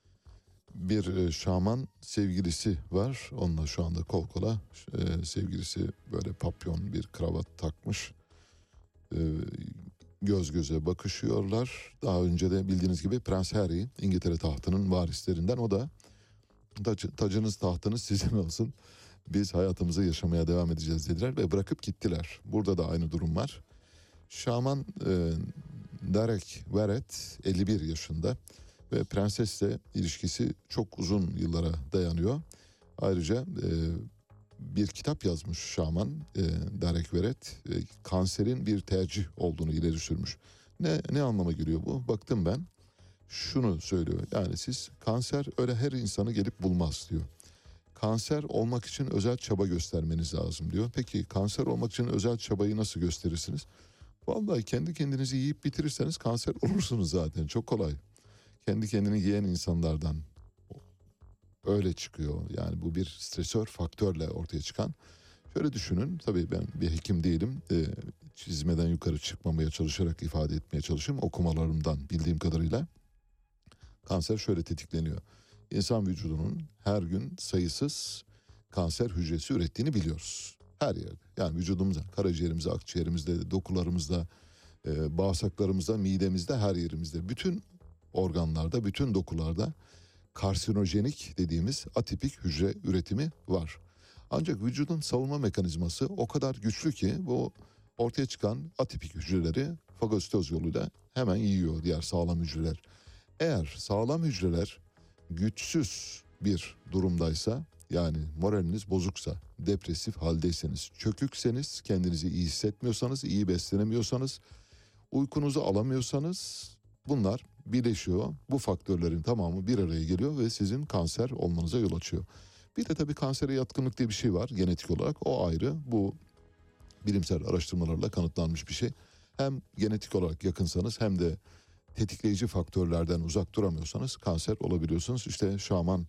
bir şaman sevgilisi var. Onunla şu anda kol kola. Sevgilisi böyle papyon bir kravat takmış. E, Göz göze bakışıyorlar. Daha önce de bildiğiniz gibi Prens Harry, İngiltere tahtının varislerinden, o da tacınız tahtınız sizin olsun, biz hayatımızı yaşamaya devam edeceğiz dediler ve bırakıp gittiler. Burada da aynı durum var. Şaman Derek Verrett 51 yaşında ve prensesle ilişkisi çok uzun yıllara dayanıyor. Ayrıca bir kitap yazmış şaman Derek Verrett, kanserin bir tercih olduğunu ileri sürmüş. Ne anlama geliyor bu? Baktım ben, şunu söylüyor. Yani siz, kanser öyle her insanı gelip bulmaz diyor. Kanser olmak için özel çaba göstermeniz lazım diyor. Peki kanser olmak için özel çabayı nasıl gösterirsiniz? Vallahi kendi kendinizi yiyip bitirirseniz kanser olursunuz zaten. Çok kolay. Kendi kendini yiyen insanlardan öyle çıkıyor. Yani bu bir stresör faktörle ortaya çıkan. Şöyle düşünün, tabii ben bir hekim değilim. Çizmeden yukarı çıkmamaya çalışarak ifade etmeye çalışayım. Okumalarımdan bildiğim kadarıyla kanser şöyle tetikleniyor. İnsan vücudunun her gün sayısız kanser hücresi ürettiğini biliyoruz. Her yerde. Yani vücudumuzda, karaciğerimizde, akciğerimizde, dokularımızda, bağırsaklarımızda, midemizde, her yerimizde, bütün organlarda, bütün dokularda karsinojenik dediğimiz atipik hücre üretimi var. Ancak vücudun savunma mekanizması o kadar güçlü ki bu ortaya çıkan atipik hücreleri fagositoz yoluyla hemen yiyor diğer sağlam hücreler. Eğer sağlam hücreler güçsüz bir durumdaysa, yani moraliniz bozuksa, depresif haldeyseniz, çökükseniz, kendinizi iyi hissetmiyorsanız, iyi beslenemiyorsanız, uykunuzu alamıyorsanız, bunlar birleşiyor. Bu faktörlerin tamamı bir araya geliyor ve sizin kanser olmanıza yol açıyor. Bir de tabii kansere yatkınlık diye bir şey var genetik olarak, o ayrı. Bu bilimsel araştırmalarla kanıtlanmış bir şey. Hem genetik olarak yakınsanız hem de tetikleyici faktörlerden uzak duramıyorsanız kanser olabiliyorsunuz. İşte şaman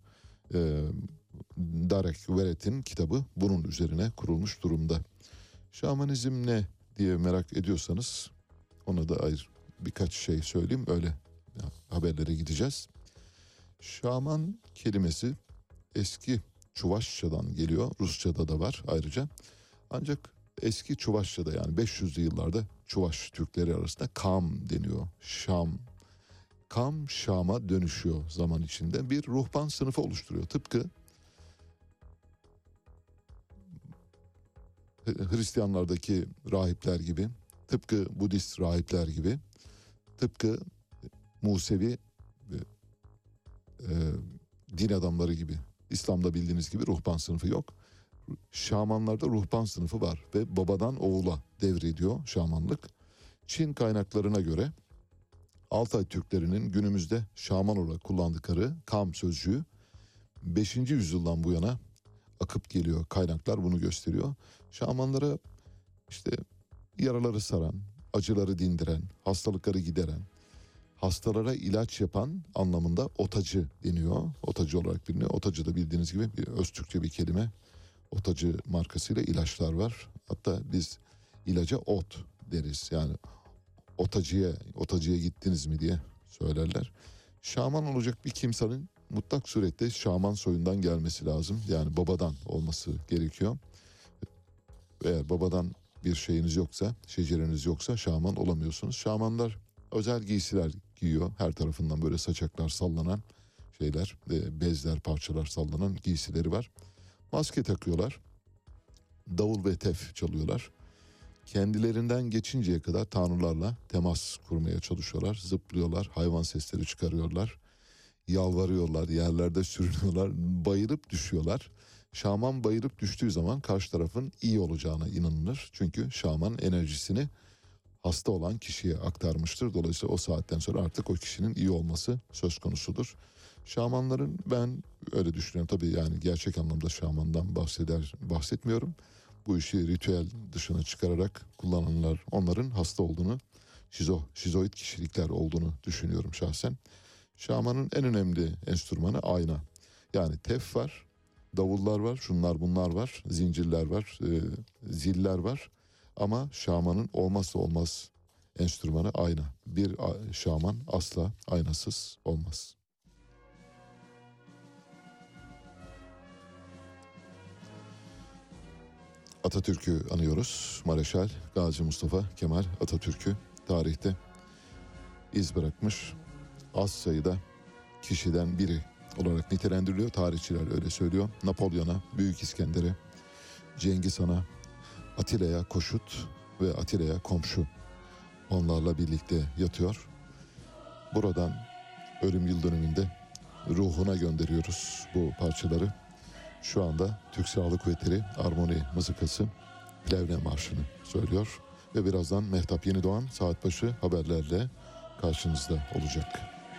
Derek Verrett'in kitabı bunun üzerine kurulmuş durumda. Şamanizm ne diye merak ediyorsanız ona da ayrı birkaç şey söyleyeyim, öyle haberlere gideceğiz. Şaman kelimesi eski Çuvaşçadan geliyor. Rusça'da da var ayrıca. Ancak eski Çuvaşça'da, yani 500'lü yıllarda Çuvaş Türkleri arasında kam deniyor. Şam. Kam Şam'a dönüşüyor zaman içinde. Bir ruhban sınıfı oluşturuyor. Tıpkı Hristiyanlardaki rahipler gibi, tıpkı Budist rahipler gibi, tıpkı Musevi din adamları gibi. İslam'da bildiğiniz gibi ruhban sınıfı yok. Şamanlarda ruhban sınıfı var ve babadan oğula devrediyor şamanlık. Çin kaynaklarına göre Altay Türklerinin günümüzde şaman olarak kullandıkları kam sözcüğü 5. yüzyıldan bu yana akıp geliyor. Kaynaklar bunu gösteriyor. Şamanlara işte yaraları saran, acıları dindiren, hastalıkları gideren, hastalara ilaç yapan anlamında otacı deniyor. Otacı olarak biliniyor. Otacı da bildiğiniz gibi bir Öztürkçe bir kelime. Otacı markasıyla ilaçlar var. Hatta biz ilaca ot deriz. Yani otacıya gittiniz mi diye söylerler. Şaman olacak bir kimsenin mutlak surette şaman soyundan gelmesi lazım. Yani babadan olması gerekiyor. Eğer babadan bir şeyiniz yoksa, şecereniz yoksa şaman olamıyorsunuz. Şamanlar özel giysiler giyiyor. Her tarafından böyle saçaklar sallanan şeyler, bezler, parçalar sallanan giysileri var. Maske takıyorlar. Davul ve tef çalıyorlar. Kendilerinden geçinceye kadar tanrılarla temas kurmaya çalışıyorlar. Zıplıyorlar, hayvan sesleri çıkarıyorlar. Yalvarıyorlar, yerlerde sürünüyorlar, bayılıp düşüyorlar. Şaman bayılıp düştüğü zaman karşı tarafın iyi olacağına inanılır. Çünkü şaman enerjisini hasta olan kişiye aktarmıştır. Dolayısıyla o saatten sonra artık o kişinin iyi olması söz konusudur. Şamanların, ben öyle düşünüyorum. Tabii yani gerçek anlamda şamandan bahsetmiyorum. Bu işi ritüel dışına çıkararak kullananlar, onların hasta olduğunu, şizoid kişilikler olduğunu düşünüyorum şahsen. Şamanın en önemli enstrümanı ayna. Yani tef var, davullar var, şunlar bunlar var, zincirler var, ziller var. Ama şamanın olmazsa olmaz enstrümanı ayna. Bir şaman asla aynasız olmaz. Atatürk'ü anıyoruz. Mareşal Gazi Mustafa Kemal Atatürk'ü tarihte iz bırakmış az sayıda kişiden biri olarak nitelendiriliyor. Tarihçiler öyle söylüyor. Napolyon'a, Büyük İskender'e, Cengiz Han'a, Atilla'ya koşut ve Atilla'ya komşu onlarla birlikte yatıyor. Buradan ölüm yıl dönümünde ruhuna gönderiyoruz bu parçaları. Şu anda Türk Silahlı Kuvvetleri Armoni Mızıkası Plevne Marşı'nı söylüyor. Ve birazdan Mehtap Yenidoğan saat başı haberlerle karşınızda olacak.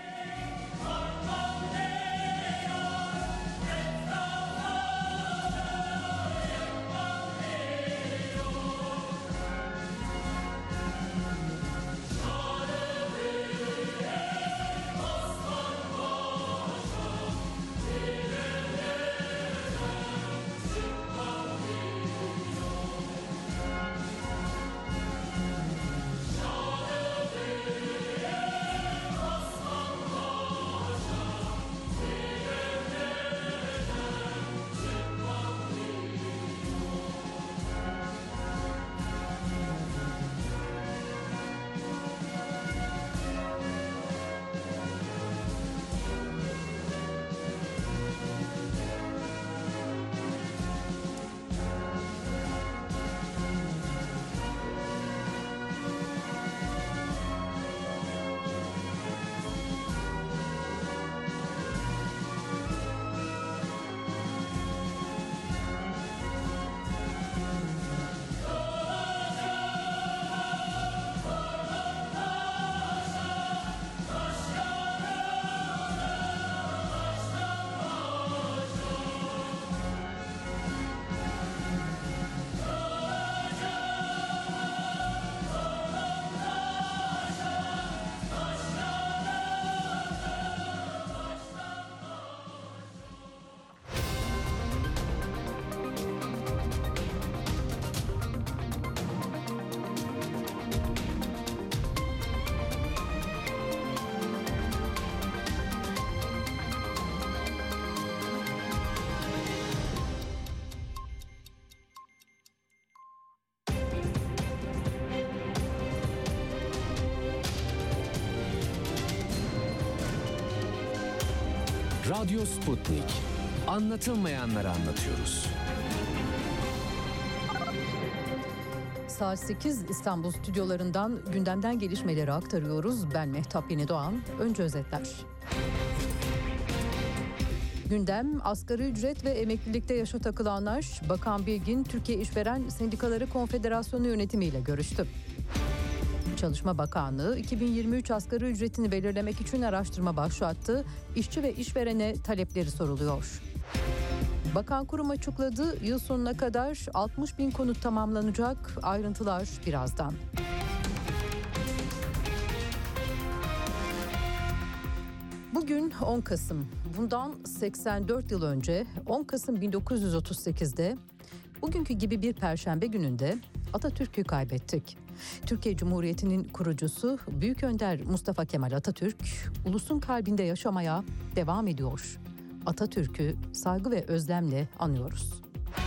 Radyo Sputnik. Anlatılmayanları anlatıyoruz. Saat 8 İstanbul stüdyolarından gündemden gelişmeleri aktarıyoruz. Ben Mehtap Yenidoğan. Önce özetler. Gündem, asgari ücret ve emeklilikte yaşa takılanlar, Bakan Bilgin, Türkiye İşveren Sendikaları Konfederasyonu yönetimiyle görüştü. Çalışma Bakanlığı 2023 asgari ücretini belirlemek için araştırma başlattı. İşçi ve işverene talepleri soruluyor. Bakan kurum açıkladı, yıl sonuna kadar 60 bin konut tamamlanacak. Ayrıntılar birazdan. Bugün 10 Kasım. Bundan 84 yıl önce 10 Kasım 1938'de bugünkü gibi bir perşembe gününde Atatürk'ü kaybettik. Türkiye Cumhuriyeti'nin kurucusu Büyük Önder Mustafa Kemal Atatürk ulusun kalbinde yaşamaya devam ediyor. Atatürk'ü saygı ve özlemle anıyoruz.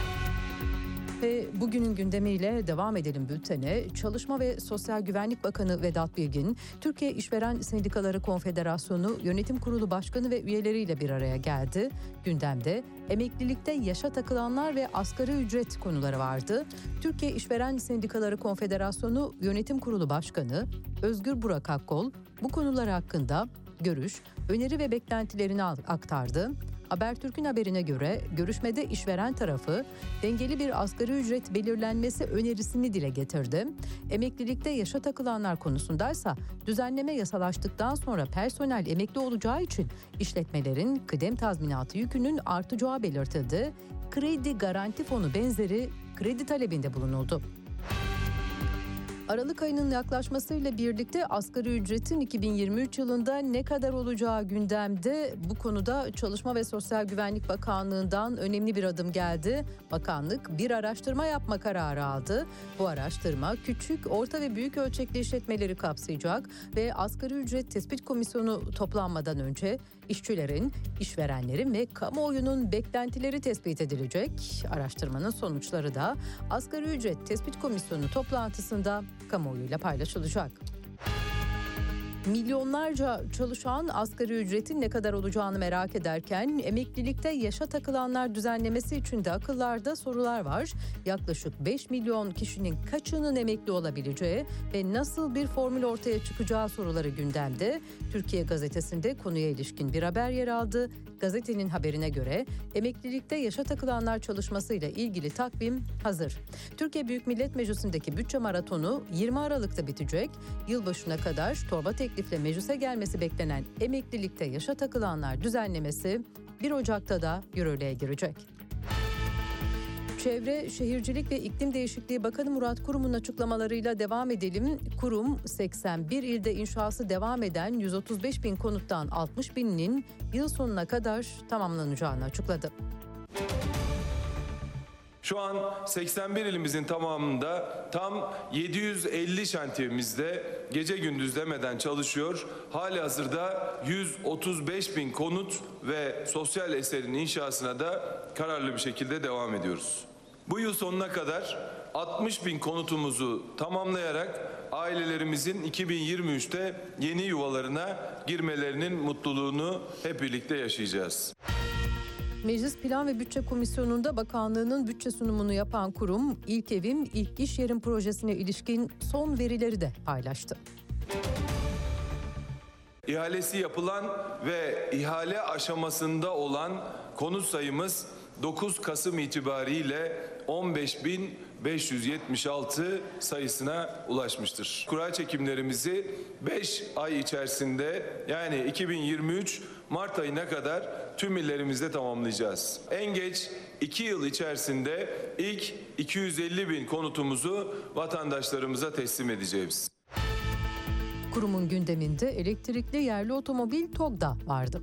Ve bugünün gündemiyle devam edelim bültene. Çalışma ve Sosyal Güvenlik Bakanı Vedat Bilgin, Türkiye İşveren Sendikaları Konfederasyonu Yönetim Kurulu Başkanı ve üyeleriyle bir araya geldi. Gündemde emeklilikte yaşa takılanlar ve asgari ücret konuları vardı. Türkiye İşveren Sendikaları Konfederasyonu Yönetim Kurulu Başkanı Özgür Burak Akkol bu konular hakkında görüş, öneri ve beklentilerini aktardı. Habertürk'ün haberine göre görüşmede işveren tarafı dengeli bir asgari ücret belirlenmesi önerisini dile getirdi. Emeklilikte yaşa takılanlar konusundaysa düzenleme yasalaştıktan sonra personel emekli olacağı için işletmelerin kıdem tazminatı yükünün artacağı belirtildi. Kredi garanti fonu benzeri kredi talebinde bulunuldu. Aralık ayının yaklaşmasıyla birlikte asgari ücretin 2023 yılında ne kadar olacağı gündemde. Bu konuda Çalışma ve Sosyal Güvenlik Bakanlığı'ndan önemli bir adım geldi. Bakanlık bir araştırma yapma kararı aldı. Bu araştırma küçük, orta ve büyük ölçekli işletmeleri kapsayacak ve asgari ücret tespit komisyonu toplanmadan önce işçilerin, işverenlerin ve kamuoyunun beklentileri tespit edilecek. Araştırmanın sonuçları da asgari ücret tespit komisyonu toplantısında kamuoyuyla paylaşılacak. Milyonlarca çalışan asgari ücretin ne kadar olacağını merak ederken emeklilikte yaşa takılanlar düzenlemesi için de akıllarda sorular var. Yaklaşık 5 milyon kişinin kaçının emekli olabileceği ve nasıl bir formül ortaya çıkacağı soruları gündemde. Türkiye Gazetesi'nde konuya ilişkin bir haber yer aldı. Gazetenin haberine göre emeklilikte yaşa takılanlar çalışmasıyla ilgili takvim hazır. Türkiye Büyük Millet Meclisi'ndeki bütçe maratonu 20 Aralık'ta bitecek. Yılbaşına kadar torba teklifle meclise gelmesi beklenen emeklilikte yaşa takılanlar düzenlemesi 1 Ocak'ta da yürürlüğe girecek. Çevre, Şehircilik ve İklim Değişikliği Bakanı Murat Kurum'un açıklamalarıyla devam edelim. Kurum, 81 ilde inşası devam eden 135 bin konuttan 60 bininin yıl sonuna kadar tamamlanacağını açıkladı. Şu an 81 ilimizin tamamında tam 750 şantiyemizde gece gündüz demeden çalışıyor. Halihazırda 135 bin konut ve sosyal eserin inşasına da kararlı bir şekilde devam ediyoruz. Bu yıl sonuna kadar 60 bin konutumuzu tamamlayarak ailelerimizin 2023'te yeni yuvalarına girmelerinin mutluluğunu hep birlikte yaşayacağız. Meclis Plan ve Bütçe Komisyonu'nda bakanlığının bütçe sunumunu yapan kurum, İlk Evim, İlk İş Yerim projesine ilişkin son verileri de paylaştı. İhalesi yapılan ve ihale aşamasında olan konut sayımız 9 Kasım itibariyle 15.576 sayısına ulaşmıştır. Kura çekimlerimizi 5 ay içerisinde yani 2023 Mart ayına kadar tüm illerimizde tamamlayacağız. En geç 2 yıl içerisinde ilk 250 bin konutumuzu vatandaşlarımıza teslim edeceğiz. Kurumun gündeminde elektrikli yerli otomobil TOG da vardı.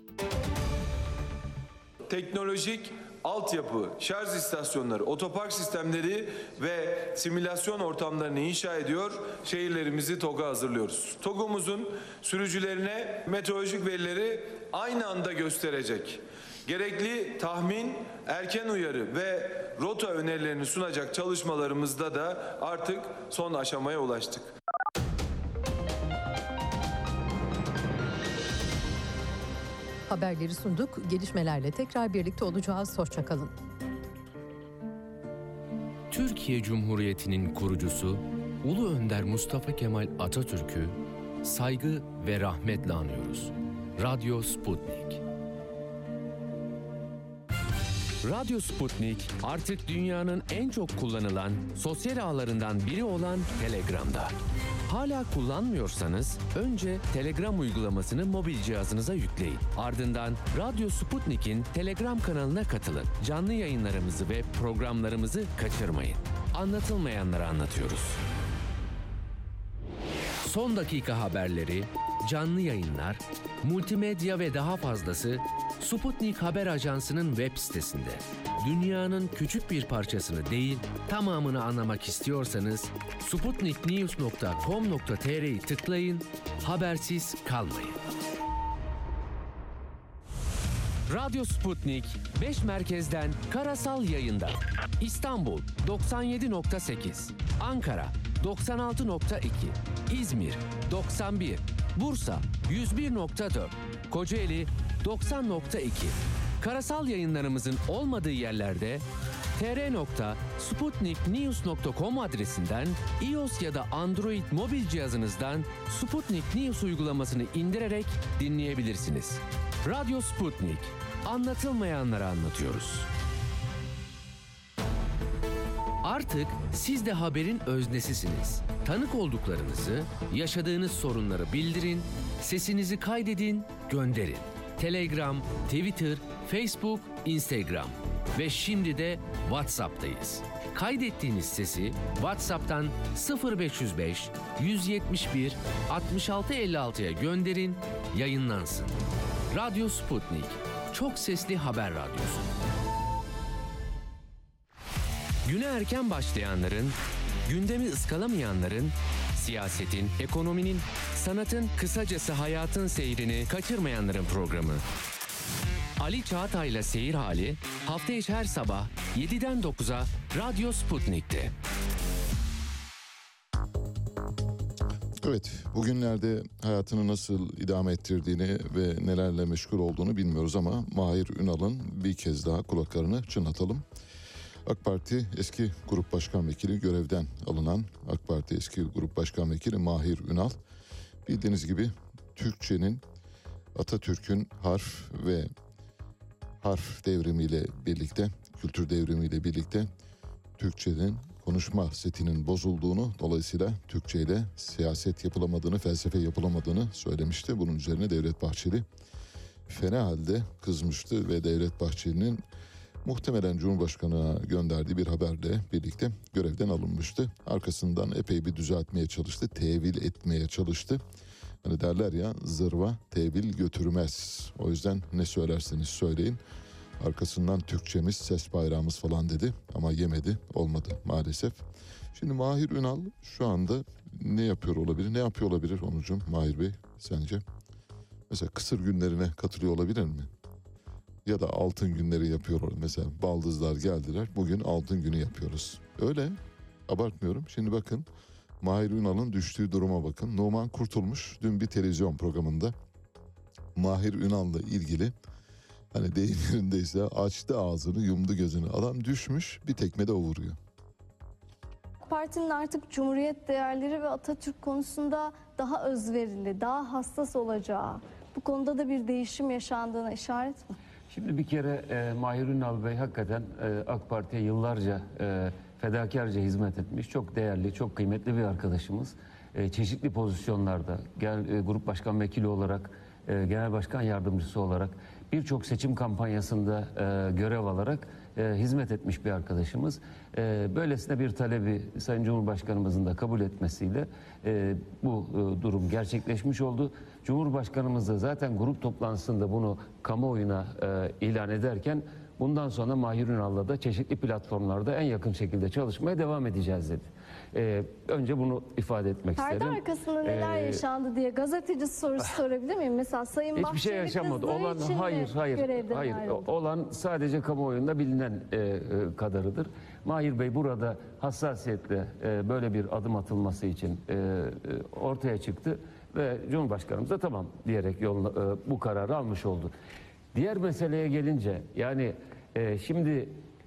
Teknolojik altyapı, şarj istasyonları, otopark sistemleri ve simülasyon ortamlarını inşa ediyor, şehirlerimizi TOG'a hazırlıyoruz. TOG'umuzun sürücülerine meteorolojik verileri aynı anda gösterecek. Gerekli tahmin, erken uyarı ve rota önerilerini sunacak çalışmalarımızda da artık son aşamaya ulaştık. Haberleri sunduk. Gelişmelerle tekrar birlikte olacağız. Hoşça kalın. Türkiye Cumhuriyeti'nin kurucusu Ulu Önder Mustafa Kemal Atatürk'ü saygı ve rahmetle anıyoruz. Radyo Sputnik. Radyo Sputnik artık dünyanın en çok kullanılan sosyal ağlarından biri olan Telegram'da. Hala kullanmıyorsanız önce Telegram uygulamasını mobil cihazınıza yükleyin. Ardından Radyo Sputnik'in Telegram kanalına katılın. Canlı yayınlarımızı ve programlarımızı kaçırmayın. Anlatılmayanları anlatıyoruz. Son dakika haberleri, canlı yayınlar, multimedya ve daha fazlası Sputnik Haber Ajansı'nın web sitesinde. Dünyanın küçük bir parçasını değil, tamamını anlamak istiyorsanız sputniknews.com.tr'yi tıklayın, habersiz kalmayın. Radyo Sputnik 5 merkezden karasal yayında. İstanbul 97.8, Ankara 96.2, İzmir 91, Bursa 101.4, Kocaeli 90.2. Karasal yayınlarımızın olmadığı yerlerde tr.sputniknews.com adresinden iOS ya da Android mobil cihazınızdan Sputnik News uygulamasını indirerek dinleyebilirsiniz. Radyo Sputnik. Anlatılmayanları anlatıyoruz. Artık siz de haberin öznesisiniz. Tanık olduklarınızı, yaşadığınız sorunları bildirin, sesinizi kaydedin, gönderin. Telegram, Twitter, Facebook, Instagram ve şimdi de WhatsApp'tayız. Kaydettiğiniz sesi WhatsApp'tan 0505 171 66 56'ya gönderin, yayınlansın. Radyo Sputnik, çok sesli haber radyosu. Güne erken başlayanların, gündemi ıskalamayanların, siyasetin, ekonominin, sanatın, kısacası hayatın seyrini kaçırmayanların programı. Ali Çağatay'la Seyir Hali hafta içi her sabah 7'den 9'a Radyo Sputnik'te. Evet, bugünlerde hayatını nasıl idame ettirdiğini ve nelerle meşgul olduğunu bilmiyoruz ama Mahir Ünal'ın bir kez daha kulaklarını çınlatalım. AK Parti eski Grup Başkan Vekili, görevden alınan AK Parti eski Grup Başkan Vekili Mahir Ünal, bildiğiniz gibi Türkçenin, Atatürk'ün harf devrimiyle birlikte, kültür devrimiyle birlikte Türkçenin konuşma setinin bozulduğunu, dolayısıyla Türkçe ile siyaset yapılamadığını, felsefe yapılamadığını söylemişti. Bunun üzerine Devlet Bahçeli fena halde kızmıştı ve Devlet Bahçeli'nin muhtemelen Cumhurbaşkanı'na gönderdiği bir haberle birlikte görevden alınmıştı. Arkasından epey bir düzeltmeye çalıştı, tevil etmeye çalıştı. Hani derler ya, zırva tevil götürmez. O yüzden ne söylerseniz söyleyin, arkasından Türkçemiz, ses bayrağımız falan dedi ama yemedi, olmadı maalesef. Şimdi Mahir Ünal şu anda ne yapıyor olabilir? Ne yapıyor olabilir Onurcuğum, Mahir Bey sence? Mesela kısır günlerine katılıyor olabilir mi? Ya da altın günleri yapıyor. Mesela baldızlar geldiler, bugün altın günü yapıyoruz. Öyle, abartmıyorum. Şimdi bakın, Mahir Ünal'ın düştüğü duruma bakın. Numan Kurtulmuş dün bir televizyon programında Mahir Ünal'la ilgili, hani deyim yerindeyse, açtı ağzını yumdu gözünü. Adam düşmüş, bir tekmede o vuruyor. Partinin artık Cumhuriyet değerleri ve Atatürk konusunda daha özverili, daha hassas olacağı, bu konuda da bir değişim yaşandığına işaret mi? Şimdi bir kere Mahir Ünal Bey hakikaten AK Parti'ye yıllarca fedakarca hizmet etmiş. Çok değerli, çok kıymetli bir arkadaşımız. Çeşitli pozisyonlarda, Grup Başkan Vekili olarak, Genel Başkan Yardımcısı olarak, birçok seçim kampanyasında görev alarak hizmet etmiş bir arkadaşımız. Böylesine bir talebi Sayın Cumhurbaşkanımızın da kabul etmesiyle bu durum gerçekleşmiş oldu. Cumhurbaşkanımız da zaten grup toplantısında bunu kamuoyuna ilan ederken, bundan sonra Mahir Ünal'la da çeşitli platformlarda en yakın şekilde çalışmaya devam edeceğiz dedi. Önce bunu ifade etmek Perde isterim. arkasında neler yaşandı diye gazeteci sorusu sorabilir miyim? Mesela Sayın Hiçbir şey yaşamadı. Olan hayır. Olan sadece kamuoyunda bilinen kadarıdır. Mahir Bey burada hassasiyetle böyle bir adım atılması için ortaya çıktı ve Cumhurbaşkanımız da tamam diyerek bu kararı almış oldu. Diğer meseleye gelince, yani şimdi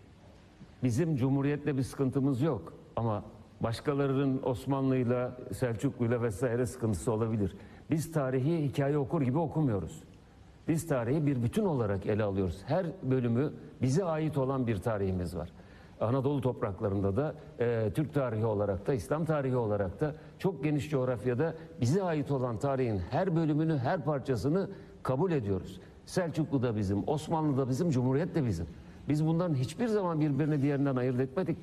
bizim Cumhuriyet'le bir sıkıntımız yok ama başkalarının Osmanlı'yla, Selçuklu'yla vesaire sıkıntısı olabilir. Biz tarihi hikaye okur gibi okumuyoruz. Biz tarihi bir bütün olarak ele alıyoruz. Her bölümü bize ait olan bir tarihimiz var. Anadolu topraklarında da Türk tarihi olarak da, İslam tarihi olarak da çok geniş coğrafyada bize ait olan tarihin her bölümünü, her parçasını kabul ediyoruz. Selçuklu da bizim, Osmanlı da bizim, Cumhuriyet de bizim. Biz bunların hiçbir zaman birbirini diğerinden ayırt etmedik.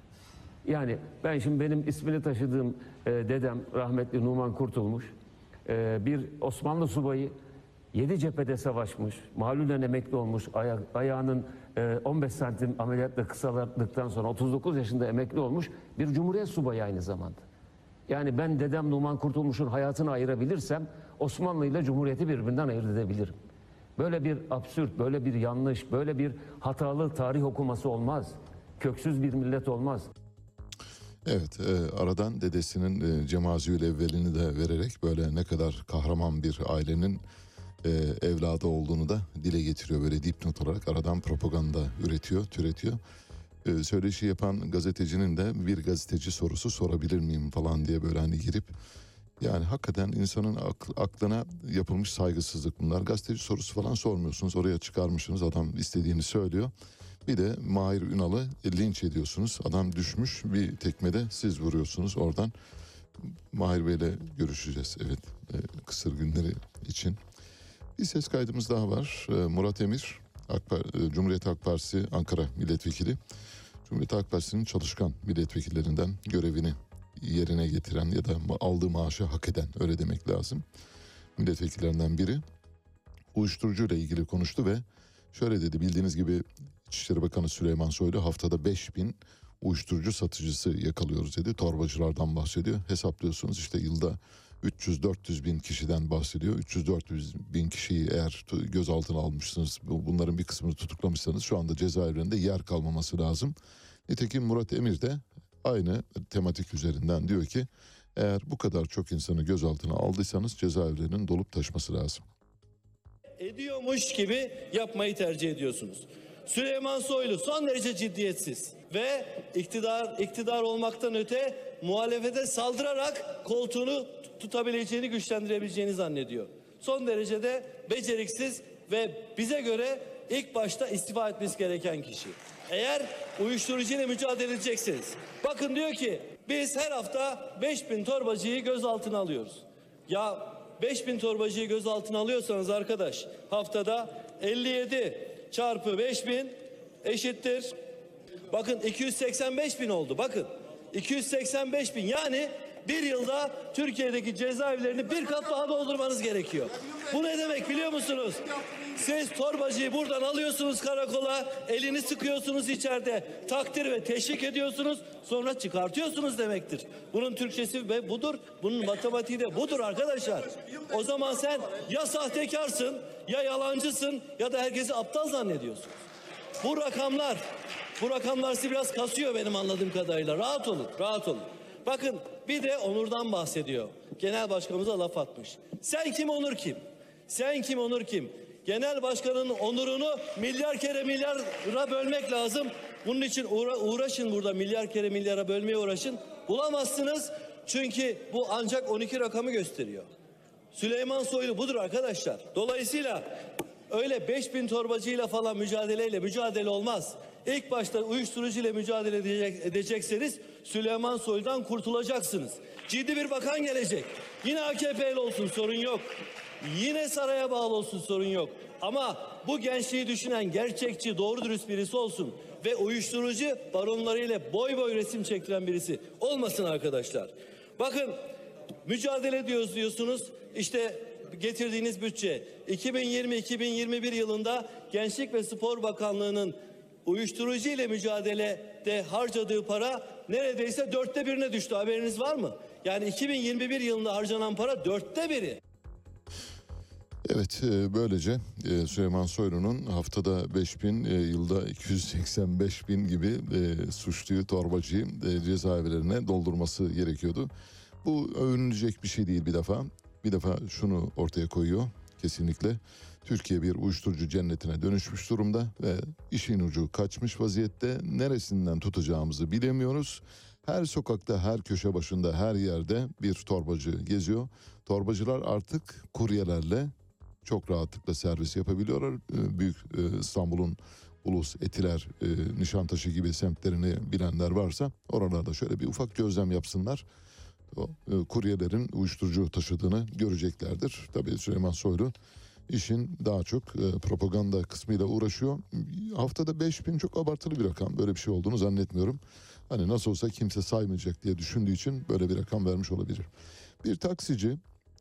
Yani ben şimdi, benim ismini taşıdığım dedem rahmetli Numan Kurtulmuş, bir Osmanlı subayı, 7 cephede savaşmış, malulen emekli olmuş, ayağının 15 santim ameliyatla kısalttıktan sonra 39 yaşında emekli olmuş bir Cumhuriyet subayı aynı zamanda. Yani ben dedem Numan Kurtulmuş'un hayatını ayırabilirsem, Osmanlı ile Cumhuriyet'i birbirinden ayırt edebilirim. Böyle bir absürt, böyle bir yanlış, böyle bir hatalı tarih okuması olmaz. Köksüz bir millet olmaz. Evet, aradan dedesinin Cemaziyül Evvelini de vererek böyle ne kadar kahraman bir ailenin evladı olduğunu da dile getiriyor. Böyle dipnot olarak aradan propaganda türetiyor. Söyleşi yapan gazetecinin de bir gazeteci sorusu sorabilir miyim falan diye böyle hani girip, yani hakikaten insanın aklına yapılmış saygısızlık bunlar. Gazeteci sorusu falan sormuyorsunuz, oraya çıkarmışsınız, adam istediğini söylüyor. Bir de Mahir Ünal'ı linç ediyorsunuz. Adam düşmüş, bir tekmede siz vuruyorsunuz oradan. Mahir Bey'le görüşeceğiz, evet, kısır günleri için. Bir ses kaydımız daha var. Murat Emir, Cumhuriyet Halk Partisi Ankara Milletvekili. Cumhuriyet Halk Partisi'nin çalışkan milletvekillerinden, görevini yerine getiren ya da aldığı maaşı hak eden, öyle demek lazım, milletvekillerinden biri. Uyuşturucu ile ilgili konuştu ve şöyle dedi: bildiğiniz gibi İçişleri Bakanı Süleyman Soylu haftada 5000 uyuşturucu satıcısı yakalıyoruz dedi. Torbacılardan bahsediyor. Hesaplıyorsunuz işte yılda 300-400 bin kişiden bahsediyor. 300-400 bin kişiyi eğer gözaltına almışsınız, bunların bir kısmını tutuklamışsanız şu anda cezaevlerinde yer kalmaması lazım. Nitekim Murat Emir de aynı tematik üzerinden diyor ki eğer bu kadar çok insanı gözaltına aldıysanız cezaevlerinin dolup taşması lazım. Ediyormuş gibi yapmayı tercih ediyorsunuz. Süleyman Soylu son derece ciddiyetsiz ve iktidar olmaktan öte muhalefete saldırarak koltuğunu tutabileceğini, güçlendirebileceğini zannediyor. Son derecede beceriksiz ve bize göre ilk başta istifa etmesi gereken kişi. Eğer uyuşturucuyla mücadele edeceksiniz. Bakın diyor ki biz her hafta 5000 torbacıyı gözaltına alıyoruz. Ya 5000 torbacıyı gözaltına alıyorsanız arkadaş, haftada 57 çarpı 5000 eşittir. Bakın 285 bin oldu. Bakın 285 bin, yani bir yılda Türkiye'deki cezaevlerini bir kat daha doldurmanız gerekiyor. Bu ne demek biliyor musunuz? Siz torbacıyı buradan alıyorsunuz karakola, elini sıkıyorsunuz içeride, takdir ve teşvik ediyorsunuz, sonra çıkartıyorsunuz demektir. Bunun Türkçesi ve budur, bunun matematiği de budur arkadaşlar. O zaman sen ya sahtekarsın, ya yalancısın, ya da herkesi aptal zannediyorsun. Bu rakamlar sizi biraz kasıyor benim anladığım kadarıyla. Rahat olun. Bakın bir de onurdan bahsediyor. Genel başkanımıza laf atmış. Sen kim, onur kim? Sen kim, onur kim? Genel başkanın onurunu milyar kere milyara bölmek lazım. Bunun için uğraşın, burada milyar kere milyara bölmeye uğraşın. Bulamazsınız çünkü bu ancak 12 rakamı gösteriyor. Süleyman Soylu budur arkadaşlar. Dolayısıyla öyle 5000 torbacıyla falan mücadele olmaz. İlk başta uyuşturucuyla mücadele edecekseniz Süleyman Soylu'dan kurtulacaksınız. Ciddi bir bakan gelecek. Yine AKP'li olsun, sorun yok. Yine saraya bağlı olsun, sorun yok. Ama bu gençliği düşünen gerçekçi, doğru dürüst birisi olsun ve uyuşturucu baronlarıyla boy boy resim çektiren birisi olmasın arkadaşlar. Bakın mücadele ediyoruz diyorsunuz. İşte getirdiğiniz bütçe 2020-2021 yılında Gençlik ve Spor Bakanlığı'nın uyuşturucu ile mücadelede harcadığı para neredeyse 1/4'e düştü. Haberiniz var mı? Yani 2021 yılında harcanan para 1/4. Evet, böylece Süleyman Soylu'nun haftada 5000, yılda 285 bin gibi suçluyu, torbacıyı cezaevlerine doldurması gerekiyordu. Bu övünülecek bir şey değil bir defa. Bir defa şunu ortaya koyuyor kesinlikle. Türkiye bir uyuşturucu cennetine dönüşmüş durumda ve işin ucu kaçmış vaziyette. Neresinden tutacağımızı bilemiyoruz. Her sokakta, her köşe başında, her yerde bir torbacı geziyor. Torbacılar artık kuryelerle çok rahatlıkla servis yapabiliyorlar. Büyük İstanbul'un Ulus, Etiler, Nişantaşı gibi semtlerini bilenler varsa oralarda şöyle bir ufak gözlem yapsınlar. O kuryelerin uyuşturucu taşıdığını göreceklerdir. Tabii Süleyman Soylu işin daha çok propaganda kısmıyla uğraşıyor. Haftada 5000 çok abartılı bir rakam. Böyle bir şey olduğunu zannetmiyorum. Hani nasıl olsa kimse saymayacak diye düşündüğü için böyle bir rakam vermiş olabilir. Bir taksici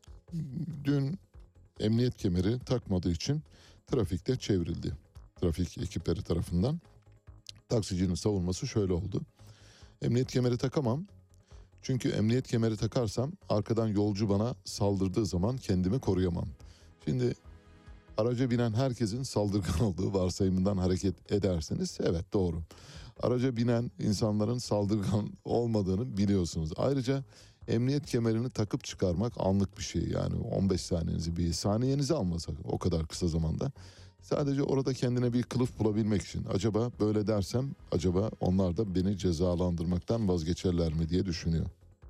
dün emniyet kemeri takmadığı için trafikte çevrildi. Trafik ekipleri tarafından. Taksicinin savunması şöyle oldu: emniyet kemeri takamam. Çünkü emniyet kemeri takarsam arkadan yolcu bana saldırdığı zaman kendimi koruyamam. Şimdi araca binen herkesin saldırgan olduğu varsayımından hareket ederseniz evet, doğru. Araca binen insanların saldırgan olmadığını biliyorsunuz. Ayrıca emniyet kemerini takıp çıkarmak anlık bir şey. Yani 15 saniyenizi, bir saniyenizi almasa o kadar kısa zamanda. Sadece orada kendine bir kılıf bulabilmek için. Acaba böyle dersem, acaba onlar da beni cezalandırmaktan vazgeçerler mi diye düşünüyor.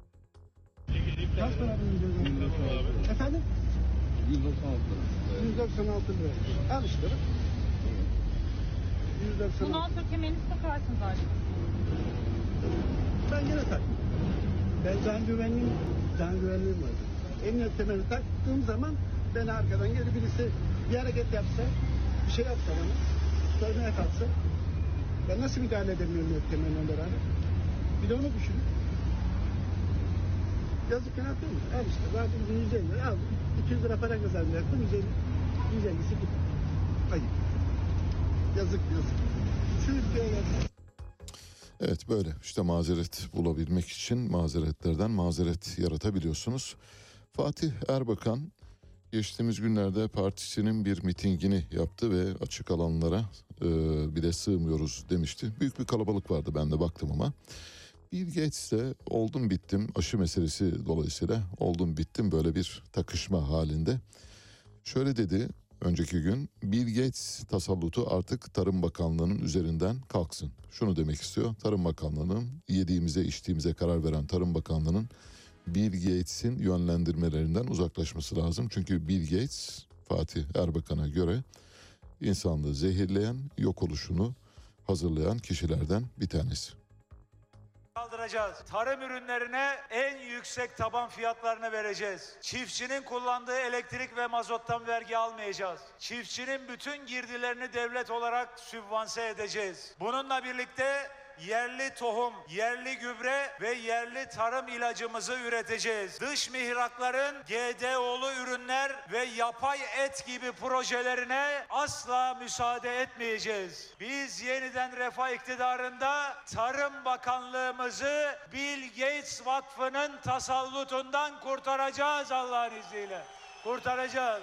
Kaç para abi? Efendim? 196 lira. Al işte. 196. Bundan sonra kemerinizi takarsınız artık. Ben yine tak. Ben can güvenliğim var. Emniyet kemerini taktığım zaman beni arkadan gelip birisi bir hareket yapsa, bir şey yapsa bana, sormaya kalksa, ben nasıl müdahale edemiyorum yetkilerle beraber? Bir de onu düşünün. Yazık günah değil mi? Al işte, zaten 150 lira aldım. 200 lira para kazanacaktım, 150'si gitti. Hayır. Yazık. Şu ülkeye gelsin. Evet, böyle işte mazeret bulabilmek için mazeretlerden mazeret yaratabiliyorsunuz. Fatih Erbakan geçtiğimiz günlerde partisinin bir mitingini yaptı ve açık alanlara bile sığmıyoruz demişti. Büyük bir kalabalık vardı, ben de baktım ama. Bill Gates de oldum bittim aşı meselesi dolayısıyla oldum bittim böyle bir takışma halinde. Şöyle dedi önceki gün, Bill Gates tasallutu artık Tarım Bakanlığı'nın üzerinden kalksın. Şunu demek istiyor, Tarım Bakanlığı'nın yediğimize içtiğimize karar veren Tarım Bakanlığı'nın Bill Gates'in yönlendirmelerinden uzaklaşması lazım. Çünkü Bill Gates Fatih Erbakan'a göre insanlığı zehirleyen, yok oluşunu hazırlayan kişilerden bir tanesi. Kaldıracağız. Tarım ürünlerine en yüksek taban fiyatlarını vereceğiz. Çiftçinin kullandığı elektrik ve mazottan vergi almayacağız. Çiftçinin bütün girdilerini devlet olarak sübvanse edeceğiz. Bununla birlikte yerli tohum, yerli gübre ve yerli tarım ilacımızı üreteceğiz. Dış mihrakların GDO'lu ürünler ve yapay et gibi projelerine asla müsaade etmeyeceğiz. Biz yeniden Refah iktidarında Tarım Bakanlığımızı Bill Gates Vakfı'nın tasallutundan kurtaracağız Allah'ın izniyle. Kurtaracağız.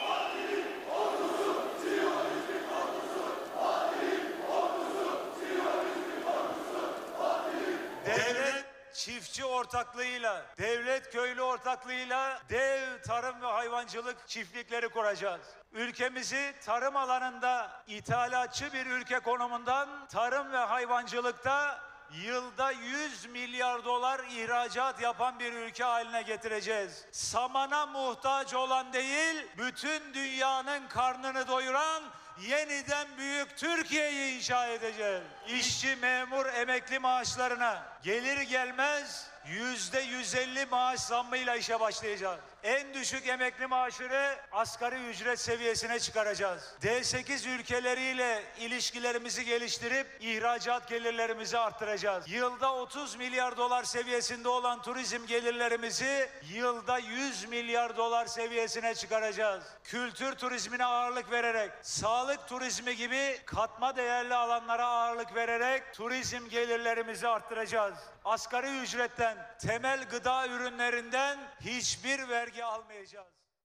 Devlet çiftçi ortaklığıyla, devlet köylü ortaklığıyla dev tarım ve hayvancılık çiftlikleri kuracağız. Ülkemizi tarım alanında ithalatçı bir ülke konumundan tarım ve hayvancılıkta yılda 100 milyar dolar ihracat yapan bir ülke haline getireceğiz. Samana muhtaç olan değil, bütün dünyanın karnını doyuran yeniden büyük Türkiye'yi inşa edeceğiz. İşçi, memur, emekli maaşlarına gelir gelmez %150 maaş zammıyla işe başlayacağız. En düşük emekli maaşını asgari ücret seviyesine çıkaracağız. D8 ülkeleriyle ilişkilerimizi geliştirip ihracat gelirlerimizi arttıracağız. Yılda 30 milyar dolar seviyesinde olan turizm gelirlerimizi yılda 100 milyar dolar seviyesine çıkaracağız. Kültür turizmine ağırlık vererek, sağlık turizmi gibi katma değerli alanlara ağırlık vererek turizm gelirlerimizi arttıracağız. Asgari ücretten, temel gıda ürünlerinden hiçbir vergi almayacağız.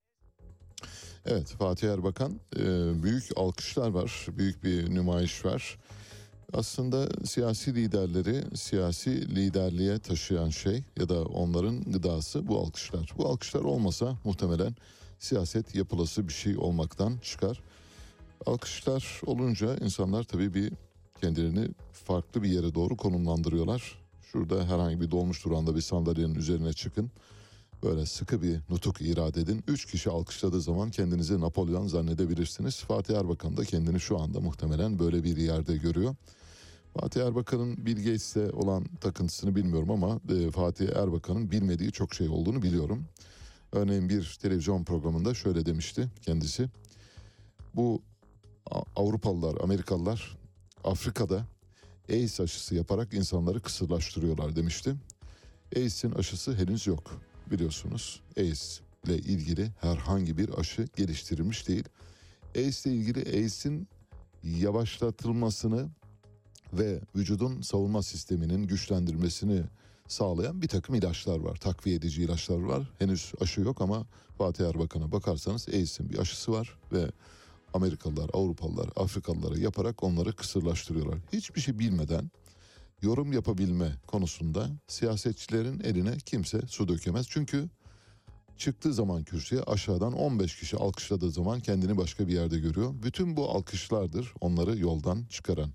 Evet, Fatih Erbakan, büyük alkışlar var, büyük bir nümayiş var. Aslında siyasi liderleri siyasi liderliğe taşıyan şey ya da onların gıdası bu alkışlar. Bu alkışlar olmasa muhtemelen siyaset yapılası bir şey olmaktan çıkar. Alkışlar olunca insanlar tabii bir kendilerini farklı bir yere doğru konumlandırıyorlar. Şurada herhangi bir dolmuş durağında bir sandalyenin üzerine çıkın. Böyle sıkı bir nutuk irade edin. 3 kişi alkışladığı zaman kendinizi Napolyon zannedebilirsiniz. Fatih Erbakan da kendini şu anda muhtemelen böyle bir yerde görüyor. Fatih Erbakan'ın Bill Gates'le olan takıntısını bilmiyorum ama Fatih Erbakan'ın bilmediği çok şey olduğunu biliyorum. Örneğin bir televizyon programında şöyle demişti kendisi. Bu Avrupalılar, Amerikalılar Afrika'da AIDS aşısı yaparak insanları kısırlaştırıyorlar demişti. AIDS'in aşısı henüz yok biliyorsunuz. AIDS ile ilgili herhangi bir aşı geliştirilmiş değil. AIDS ile ilgili AIDS'in yavaşlatılmasını ve vücudun savunma sisteminin güçlendirmesini sağlayan bir takım ilaçlar var. Takviye edici ilaçlar var. Henüz aşı yok ama Fatih Erbakan'a bakarsanız AIDS'in bir aşısı var ve Amerikalılar, Avrupalılar, Afrikalılara yaparak onları kısırlaştırıyorlar. Hiçbir şey bilmeden yorum yapabilme konusunda siyasetçilerin eline kimse su dökemez. Çünkü çıktığı zaman kürsüye aşağıdan 15 kişi alkışladığı zaman kendini başka bir yerde görüyor. Bütün bu alkışlardır onları yoldan çıkaran.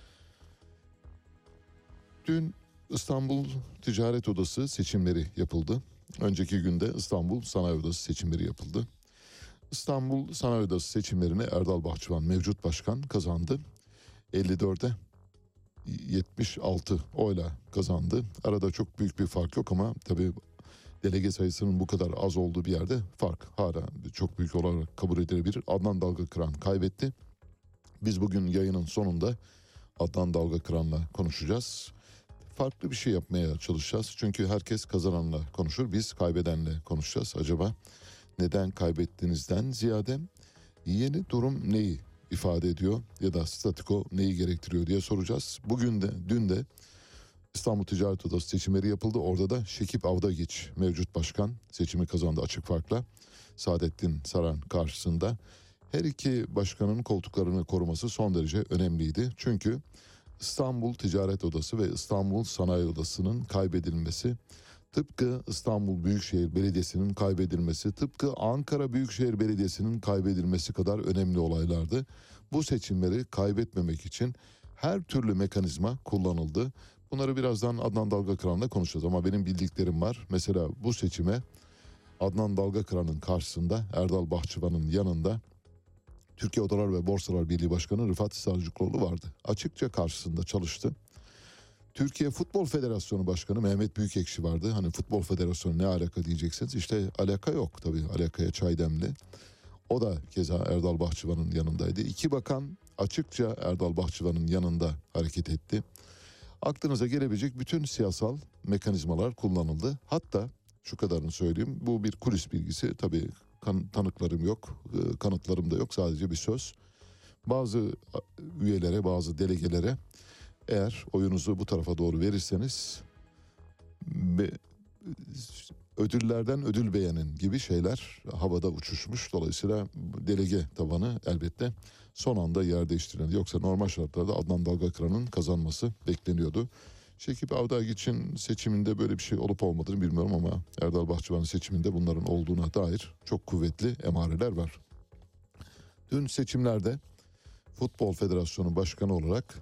Dün İstanbul Ticaret Odası seçimleri yapıldı. Önceki günde İstanbul Sanayi Odası seçimleri yapıldı. İstanbul Sanayi Odası seçimlerini Erdal Bahçıvan mevcut başkan kazandı. 54'e 76 oyla kazandı. Arada çok büyük bir fark yok ama tabii delege sayısının bu kadar az olduğu bir yerde fark hala çok büyük olarak kabul edilebilir. Adnan Dalgakıran kaybetti. Biz bugün yayının sonunda Adnan Dalgakıran'la konuşacağız. Farklı bir şey yapmaya çalışacağız. Çünkü herkes kazananla konuşur. Biz kaybedenle konuşacağız. Acaba neden kaybettiğinizden ziyade yeni durum neyi ifade ediyor ya da statiko neyi gerektiriyor diye soracağız. Bugün de dün de İstanbul Ticaret Odası seçimleri yapıldı. Orada da Şekip Avdagiç mevcut başkan seçimi kazandı açık farkla. Saadettin Saran karşısında. Her iki başkanın koltuklarını koruması son derece önemliydi. Çünkü İstanbul Ticaret Odası ve İstanbul Sanayi Odası'nın kaybedilmesi, tıpkı İstanbul Büyükşehir Belediyesi'nin kaybedilmesi, tıpkı Ankara Büyükşehir Belediyesi'nin kaybedilmesi kadar önemli olaylardı. Bu seçimleri kaybetmemek için her türlü mekanizma kullanıldı. Bunları birazdan Adnan Dalgakıran'la konuşacağız ama benim bildiklerim var. Mesela bu seçime Adnan Dalgakıran'ın karşısında Erdal Bahçıvan'ın yanında Türkiye Odalar ve Borsalar Birliği Başkanı Rıfat Sarıcıklıoğlu vardı. Açıkça karşısında çalıştı. Türkiye Futbol Federasyonu Başkanı Mehmet Büyükekşi vardı. Hani Futbol Federasyonu ne alaka diyeceksiniz. İşte alaka yok tabii, alakaya çay demli. O da keza Erdal Bahçıvan'ın yanındaydı. İki bakan açıkça Erdal Bahçıvan'ın yanında hareket etti. Aklınıza gelebilecek bütün siyasal mekanizmalar kullanıldı. Hatta şu kadarını söyleyeyim, bu bir kulis bilgisi tabii, tanıklarım yok, kanıtlarım da yok, sadece bir söz. Bazı üyelere, bazı delegelere eğer oyunuzu bu tarafa doğru verirseniz ödüllerden ödül beğenin gibi şeyler havada uçuşmuş. Dolayısıyla delege tabanı elbette son anda yer değiştirildi. Yoksa normal şartlarda Adnan Dalgakıran'ın kazanması bekleniyordu. Şekip Avdagiç'in seçiminde böyle bir şey olup olmadığını bilmiyorum ama Erdal Bahçıvan'ın seçiminde bunların olduğuna dair çok kuvvetli emareler var. Dün seçimlerde Futbol Federasyonu Başkanı olarak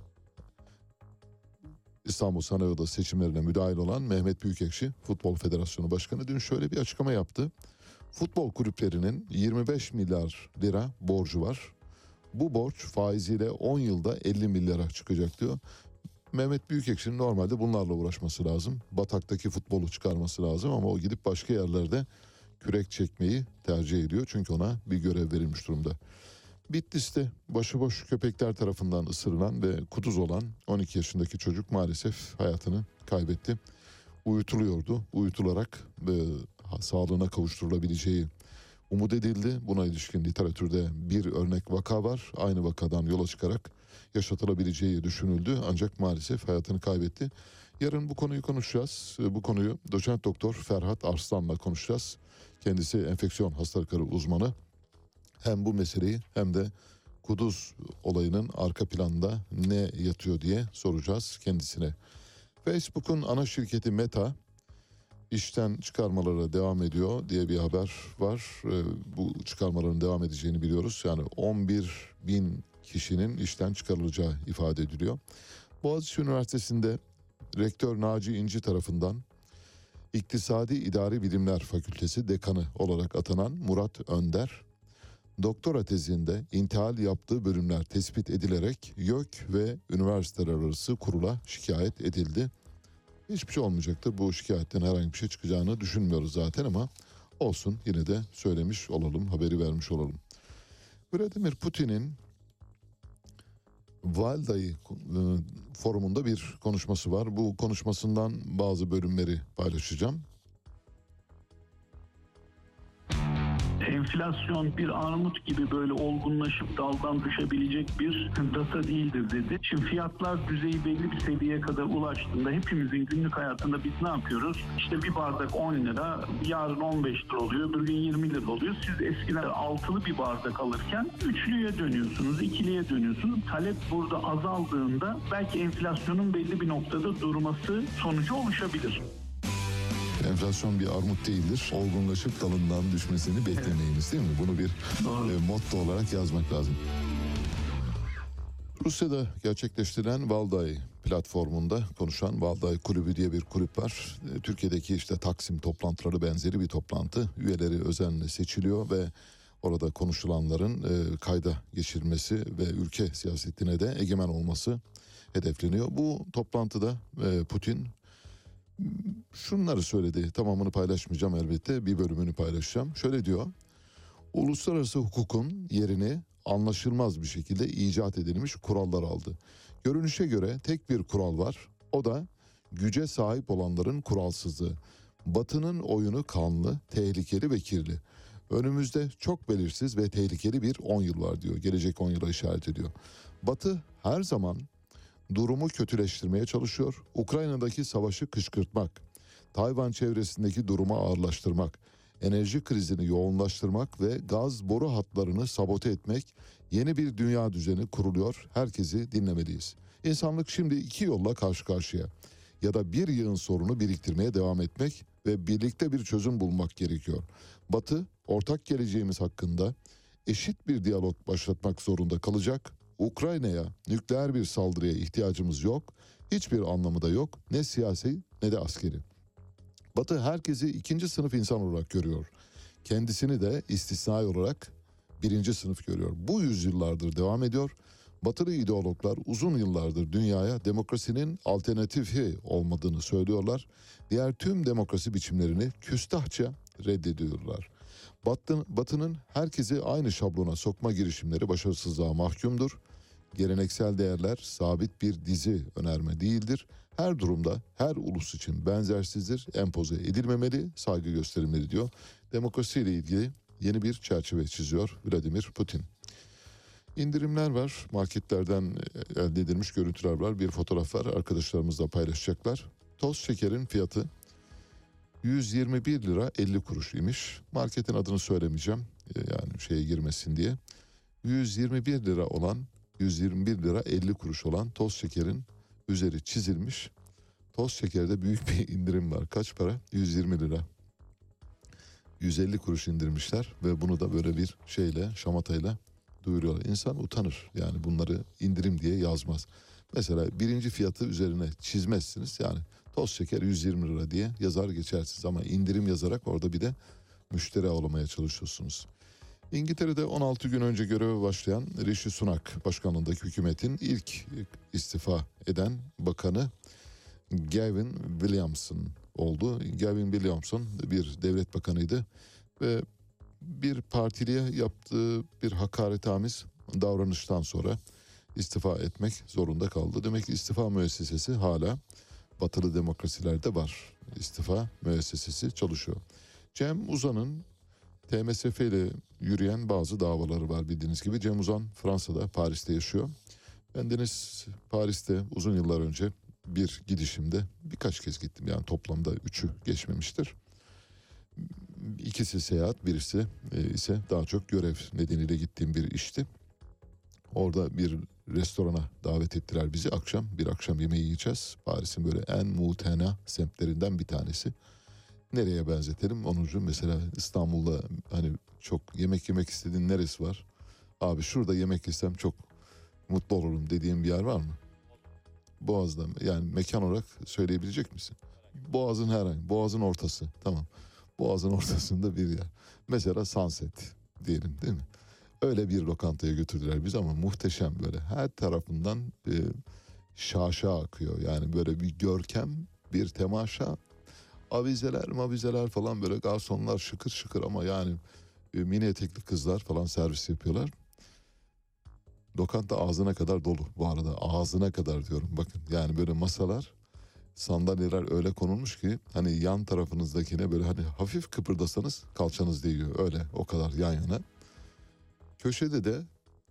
İstanbul Sanayi Odası seçimlerine müdahil olan Mehmet Büyükekşi, Futbol Federasyonu Başkanı, dün şöyle bir açıklama yaptı. Futbol kulüplerinin 25 milyar lira borcu var. Bu borç faiziyle 10 yılda 50 milyara çıkacak diyor. Mehmet Büyükekşi'nin normalde bunlarla uğraşması lazım. Bataktaki futbolu çıkarması lazım ama o gidip başka yerlerde kürek çekmeyi tercih ediyor. Çünkü ona bir görev verilmiş durumda. Bitlis'te başıboş köpekler tarafından ısırılan ve kuduz olan 12 yaşındaki çocuk maalesef hayatını kaybetti. Uyutuluyordu. Uyutularak sağlığına kavuşturulabileceği umut edildi. Buna ilişkin literatürde bir örnek vaka var. Aynı vakadan yola çıkarak yaşatılabileceği düşünüldü. Ancak maalesef hayatını kaybetti. Yarın bu konuyu konuşacağız. Bu konuyu doçent doktor Ferhat Arslan'la konuşacağız. Kendisi enfeksiyon hastalıkları uzmanı. Hem bu meseleyi hem de kuduz olayının arka planında ne yatıyor diye soracağız kendisine. Facebook'un ana şirketi Meta işten çıkarmalara devam ediyor diye bir haber var. Bu çıkarmaların devam edeceğini biliyoruz. Yani 11 bin kişinin işten çıkarılacağı ifade ediliyor. Boğaziçi Üniversitesi'nde rektör Naci İnci tarafından İktisadi İdari Bilimler Fakültesi dekanı olarak atanan Murat Önder, doktora tezinde intihal yaptığı bölümler tespit edilerek YÖK ve üniversiteler arası kurula şikayet edildi. Hiçbir şey olmayacaktır. Bu şikayetten herhangi bir şey çıkacağını düşünmüyoruz zaten ama olsun, yine de söylemiş olalım, haberi vermiş olalım. Vladimir Putin'in Valdai forumunda bir konuşması var. Bu konuşmasından bazı bölümleri paylaşacağım. Enflasyon bir armut gibi böyle olgunlaşıp daldan düşebilecek bir data değildir dedi. Şimdi fiyatlar düzeyi belli bir seviyeye kadar ulaştığında hepimizin günlük hayatında biz ne yapıyoruz? İşte bir bardak 10 lira, yarın 15 lira oluyor, öbür gün 20 lira oluyor. Siz eskiden altılı bir bardak alırken üçlüye dönüyorsunuz, ikiliye dönüyorsunuz. Talep burada azaldığında belki enflasyonun belli bir noktada durması sonucu oluşabilir. Enflasyon bir armut değildir. Olgunlaşıp dalından düşmesini beklemeyiniz, değil mi? Bunu bir motto olarak yazmak lazım. Rusya'da gerçekleştirilen Valdai platformunda konuşan Valdai Kulübü diye bir kulüp var. Türkiye'deki işte Taksim toplantıları benzeri bir toplantı. Üyeleri özenle seçiliyor ve orada konuşulanların kayda geçirilmesi ve ülke siyasetine de egemen olması hedefleniyor. Bu toplantıda Putin Şunları söyledi. Tamamını paylaşmayacağım elbette. Bir bölümünü paylaşacağım. Şöyle diyor. Uluslararası hukukun yerini anlaşılmaz bir şekilde icat edilmiş kurallar aldı. Görünüşe göre tek bir kural var. O da güce sahip olanların kuralsızlığı. Batı'nın oyunu kanlı, tehlikeli ve kirli. Önümüzde çok belirsiz ve tehlikeli bir 10 yıl var diyor. Gelecek 10 yıla işaret ediyor. Batı her zaman durumu kötüleştirmeye çalışıyor. Ukrayna'daki savaşı kışkırtmak, Tayvan çevresindeki durumu ağırlaştırmak, enerji krizini yoğunlaştırmak ve gaz boru hatlarını sabote etmek, yeni bir dünya düzeni kuruluyor. Herkesi dinlemeliyiz. İnsanlık şimdi iki yolla karşı karşıya. Ya da bir yığın sorunu biriktirmeye devam etmek ve birlikte bir çözüm bulmak gerekiyor. Batı, ortak geleceğimiz hakkında eşit bir diyalog başlatmak zorunda kalacak. Ukrayna'ya nükleer bir saldırıya ihtiyacımız yok. Hiçbir anlamı da yok. Ne siyasi ne de askeri. Batı herkesi ikinci sınıf insan olarak görüyor. Kendisini de istisnai olarak birinci sınıf görüyor. Bu yüzyıllardır devam ediyor. Batılı ideologlar uzun yıllardır dünyaya demokrasinin alternatifi olmadığını söylüyorlar. Diğer tüm demokrasi biçimlerini küstahça reddediyorlar. Batı'nın herkesi aynı şablona sokma girişimleri başarısızlığa mahkumdur. Geleneksel değerler sabit bir dizi önerme değildir. Her durumda her ulus için benzersizdir, empoze edilmemeli, saygı gösterilmeli diyor. Demokrasiyle ilgili yeni bir çerçeve çiziyor Vladimir Putin. İndirimler var, marketlerden elde edilmiş görüntüler var, bir fotoğraf var, arkadaşlarımızla paylaşacaklar. Toz şekerin fiyatı 121 lira 50 kuruş imiş. Marketin adını söylemeyeceğim yani şeye girmesin diye. 121 lira 50 kuruş olan toz şekerin üzeri çizilmiş. Toz şekerde büyük bir indirim var. Kaç para? 120 lira. 150 kuruş indirmişler ve bunu da böyle bir şeyle, şamatayla duyuruyorlar. İnsan utanır. Yani bunları indirim diye yazmaz. Mesela birinci fiyatı üzerine çizmezsiniz. Yani toz şeker 120 lira diye yazar geçersiniz. Ama indirim yazarak orada bir de müşteri avlamaya çalışıyorsunuz. İngiltere'de 16 gün önce göreve başlayan Rishi Sunak başkanlığındaki hükümetin ilk istifa eden bakanı Gavin Williamson oldu. Gavin Williamson bir devlet bakanıydı ve bir partiliye yaptığı bir hakaretamiz davranıştan sonra istifa etmek zorunda kaldı. Demek ki istifa müessesesi hala batılı demokrasilerde var. İstifa müessesesi çalışıyor. Cem Uzan'ın TMSF ile yürüyen bazı davaları var bildiğiniz gibi. Cem Uzan Fransa'da, Paris'te yaşıyor. Bendeniz Paris'te uzun yıllar önce bir gidişimde birkaç kez gittim. Yani toplamda 3'ü geçmemiştir. İkisi seyahat, birisi ise daha çok görev nedeniyle gittiğim bir işti. Orada bir restorana davet ettiler bizi. Bir akşam yemeği yiyeceğiz. Paris'in böyle en mutena semtlerinden bir tanesi. Nereye benzetelim? Onuncu mesela İstanbul'da hani çok yemek istediğin neresi var? Abi şurada yemek yesem çok mutlu olurum dediğin bir yer var mı? Boğaz'da, yani mekan olarak söyleyebilecek misin? Boğaz'ın herhangi, Boğaz'ın ortası, tamam. Boğaz'ın ortasında bir yer. Mesela Sunset diyelim, değil mi? Öyle bir lokantaya götürdüler biz ama muhteşem, böyle her tarafından şaşa akıyor. Yani böyle bir görkem, bir temaşa. Avizeler falan, böyle garsonlar şıkır şıkır ama yani mini etekli kızlar falan servis yapıyorlar. Lokanta ağzına kadar dolu bu arada, ağzına kadar diyorum, bakın yani böyle masalar, sandalyeler öyle konulmuş ki hani yan tarafınızdakine böyle hani hafif kıpırdasanız kalçanız değiyor, öyle o kadar yan yana. Köşede de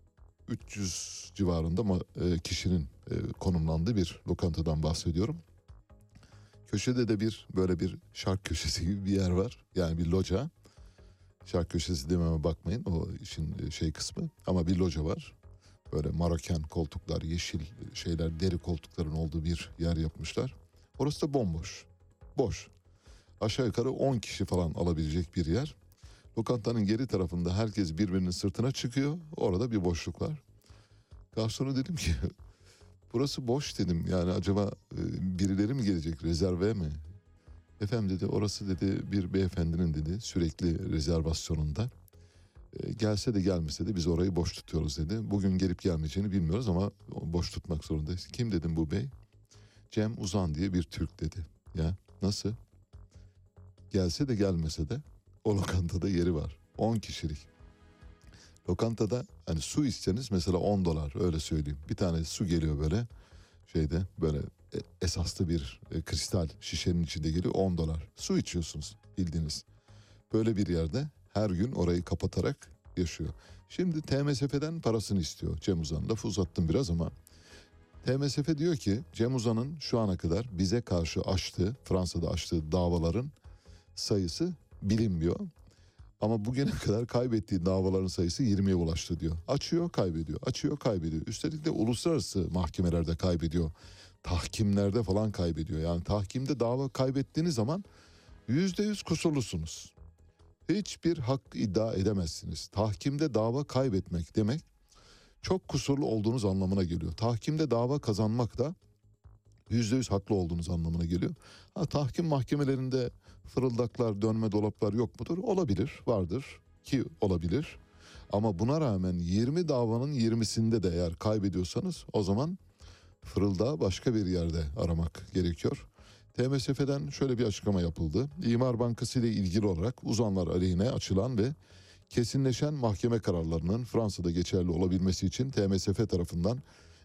300 civarında kişinin konumlandığı bir lokantadan bahsediyorum. Köşede de böyle bir şark köşesi gibi bir yer var. Yani bir loca. Şark köşesi dememe bakmayın, o işin şey kısmı. Ama bir loca var. Böyle Maroken koltuklar, yeşil şeyler, deri koltukların olduğu bir yer yapmışlar. Orası da bomboş. Boş. Aşağı yukarı 10 kişi falan alabilecek bir yer. Lokantanın geri tarafında herkes birbirinin sırtına çıkıyor. Orada bir boşluk var. Garsona dedim ki burası boş dedim. Yani acaba birileri mi gelecek, rezerve mi? Efendim dedi, orası dedi bir beyefendinin dedi sürekli rezervasyonunda. Gelse de gelmese de biz orayı boş tutuyoruz dedi. Bugün gelip gelmeyeceğini bilmiyoruz ama boş tutmak zorundayız. Kim dedim bu bey? Cem Uzan diye bir Türk dedi. Ya Nasıl? Gelse de gelmese de o lokantada yeri var. 10 kişilik. Lokantada hani su içseniz mesela $10, öyle söyleyeyim. Bir tane su geliyor böyle şeyde, böyle esaslı bir kristal şişenin içinde geliyor, $10. Su içiyorsunuz bildiğiniz. Böyle bir yerde her gün orayı kapatarak yaşıyor. Şimdi TMSF'den parasını istiyor Cem Uzan. Lafı uzattım biraz ama TMSF diyor ki Cem Uzan'ın şu ana kadar bize karşı Fransa'da açtığı davaların sayısı bilinmiyor. Ama bugüne kadar kaybettiği davaların sayısı 20'ye ulaştı diyor. Açıyor, kaybediyor. Açıyor, kaybediyor. Üstelik de uluslararası mahkemelerde kaybediyor. Tahkimlerde falan kaybediyor. Yani tahkimde dava kaybettiğiniz zaman %100 kusurlusunuz. Hiçbir hak iddia edemezsiniz. Tahkimde dava kaybetmek demek çok kusurlu olduğunuz anlamına geliyor. Tahkimde dava kazanmak da %100 haklı olduğunuz anlamına geliyor. Tahkim mahkemelerinde fırıldaklar, dönme dolaplar yok mudur? Olabilir, vardır ki olabilir. Ama buna rağmen 20 davanın 20'sinde de eğer kaybediyorsanız o zaman fırıldağı başka bir yerde aramak gerekiyor. TMSF'den şöyle bir açıklama yapıldı. İmar Bankası ile ilgili olarak uzanlar aleyhine açılan ve kesinleşen mahkeme kararlarının Fransa'da geçerli olabilmesi için TMSF tarafından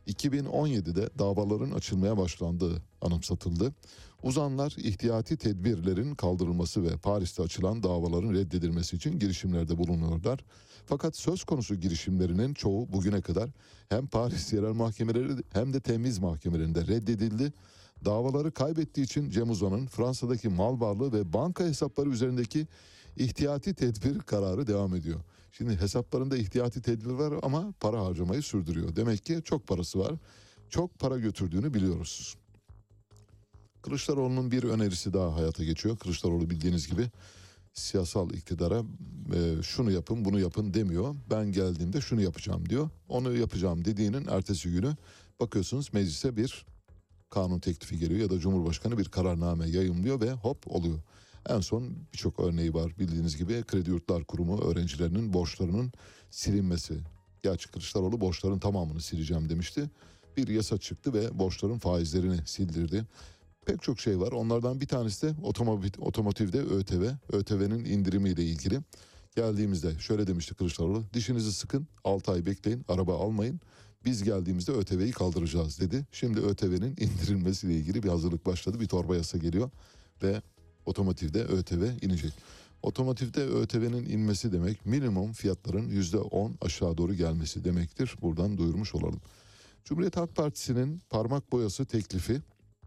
2017'de davaların açılmaya başlandığı anımsatıldı. Uzanlar ihtiyati tedbirlerin kaldırılması ve Paris'te açılan davaların reddedilmesi için girişimlerde bulunuyorlar. Fakat söz konusu girişimlerinin çoğu bugüne kadar hem Paris Yerel Mahkemeleri hem de Temiz Mahkemelerinde reddedildi. Davaları kaybettiği için Cem Uzan'ın Fransa'daki mal varlığı ve banka hesapları üzerindeki ihtiyati tedbir kararı devam ediyor. Şimdi hesaplarında ihtiyati tedbir var ama para harcamayı sürdürüyor. Demek ki çok parası var. Çok para götürdüğünü biliyoruz. Kılıçdaroğlu'nun bir önerisi daha hayata geçiyor. Kılıçdaroğlu bildiğiniz gibi siyasal iktidara şunu yapın bunu yapın demiyor. Ben geldiğimde şunu yapacağım diyor. Onu yapacağım dediğinin ertesi günü bakıyorsunuz meclise bir kanun teklifi geliyor ya da Cumhurbaşkanı bir kararname yayımlıyor ve hop oluyor. En son birçok örneği var bildiğiniz gibi Kredi Yurtlar Kurumu öğrencilerinin borçlarının silinmesi. Gerçi Kılıçdaroğlu borçların tamamını sileceğim demişti. Bir yasa çıktı ve borçların faizlerini sildirdi. Pek çok şey var. Onlardan bir tanesi de otomotivde ÖTV. ÖTV'nin indirimiyle ilgili. Geldiğimizde şöyle demişti Kılıçdaroğlu. Dişinizi sıkın, 6 ay bekleyin, araba almayın. Biz geldiğimizde ÖTV'yi kaldıracağız dedi. Şimdi ÖTV'nin indirilmesiyle ilgili bir hazırlık başladı. Bir torba yasa geliyor ve otomotivde ÖTV inecek. Otomotivde ÖTV'nin inmesi demek minimum fiyatların %10 aşağı doğru gelmesi demektir. Buradan duyurmuş olalım. Cumhuriyet Halk Partisi'nin parmak boyası teklifi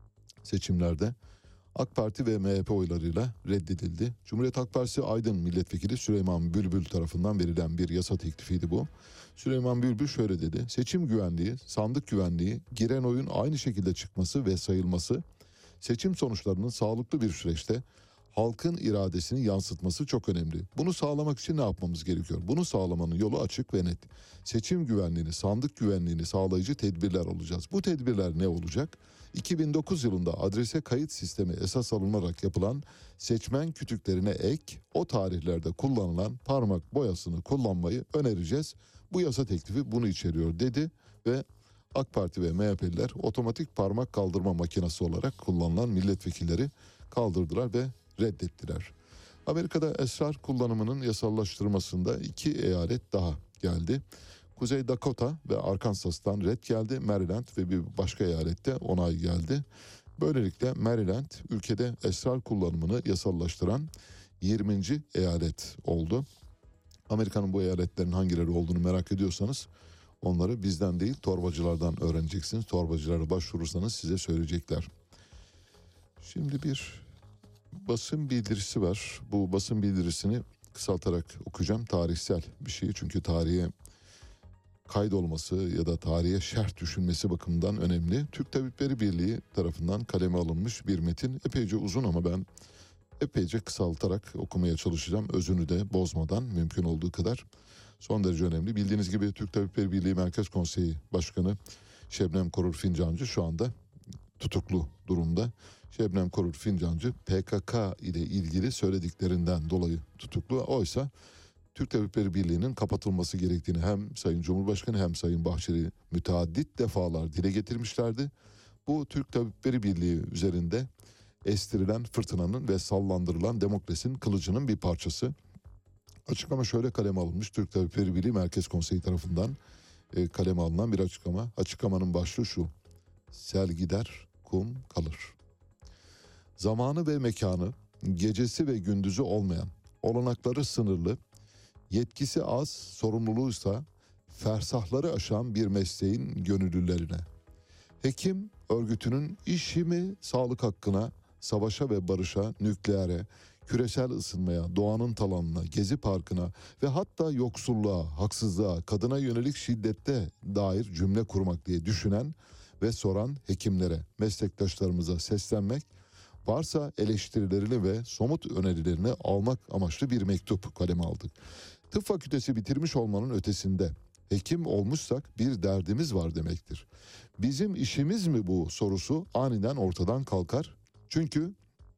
seçimlerde AK Parti ve MHP oylarıyla reddedildi. Cumhuriyet Halk Partisi Aydın Milletvekili Süleyman Bülbül tarafından verilen bir yasa teklifiydi bu. Süleyman Bülbül şöyle dedi. Seçim güvenliği, sandık güvenliği, giren oyun aynı şekilde çıkması ve sayılması, seçim sonuçlarının sağlıklı bir süreçte halkın iradesini yansıtması çok önemli. Bunu sağlamak için ne yapmamız gerekiyor? Bunu sağlamanın yolu açık ve net. Seçim güvenliğini, sandık güvenliğini sağlayıcı tedbirler alacağız. Bu tedbirler ne olacak? 2009 yılında adrese kayıt sistemi esas alınarak yapılan seçmen kütüklerine ek, o tarihlerde kullanılan parmak boyasını kullanmayı önereceğiz. Bu yasa teklifi bunu içeriyor dedi ve AK Parti ve MHP'liler otomatik parmak kaldırma makinesi olarak kullanılan milletvekilleri kaldırdılar ve reddettiler. Amerika'da esrar kullanımının yasallaştırmasında 2 eyalet daha geldi. Kuzey Dakota ve Arkansas'tan red geldi. Maryland ve bir başka eyalette onay geldi. Böylelikle Maryland ülkede esrar kullanımını yasallaştıran 20. eyalet oldu. Amerika'nın bu eyaletlerin hangileri olduğunu merak ediyorsanız onları bizden değil torbacılardan öğreneceksiniz. Torbacılara başvurursanız size söyleyecekler. Şimdi bir basın bildirisi var. Bu basın bildirisini kısaltarak okuyacağım. Tarihsel bir şey çünkü tarihe kaydolması ya da tarihe şerh düşünmesi bakımından önemli. Türk Tabipleri Birliği tarafından kaleme alınmış bir metin. Epeyce uzun ama ben epeyce kısaltarak okumaya çalışacağım. Özünü de bozmadan mümkün olduğu kadar. Son derece önemli. Bildiğiniz gibi Türk Tabipleri Birliği Merkez Konseyi Başkanı Şebnem Korur Fincancı şu anda tutuklu durumda. Şebnem Korur Fincancı PKK ile ilgili söylediklerinden dolayı tutuklu. Oysa Türk Tabipleri Birliği'nin kapatılması gerektiğini hem Sayın Cumhurbaşkanı hem Sayın Bahçeli müteaddit defalar dile getirmişlerdi. Bu Türk Tabipleri Birliği üzerinde Estirilen fırtınanın ve sallandırılan Demokles'in kılıcının bir parçası. Açıklama şöyle kaleme alınmış. Türk Tabipleri Birliği Merkez Konseyi tarafından kaleme alınan bir açıklama. Açıklamanın başlığı şu: sel gider, kum kalır. Zamanı ve mekanı, gecesi ve gündüzü olmayan, olanakları sınırlı, yetkisi az, sorumluluğuysa fersahları aşan bir mesleğin gönüllülerine. Hekim örgütünün işi mi sağlık hakkına, savaşa ve barışa, nükleere, küresel ısınmaya, doğanın talanına, Gezi Parkı'na ve hatta yoksulluğa, haksızlığa, kadına yönelik şiddette dair cümle kurmak diye düşünen ve soran hekimlere, meslektaşlarımıza seslenmek, varsa eleştirilerini ve somut önerilerini almak amaçlı bir mektup kaleme aldık. Tıp fakültesi bitirmiş olmanın ötesinde hekim olmuşsak bir derdimiz var demektir. Bizim işimiz mi bu sorusu aniden ortadan kalkar. Çünkü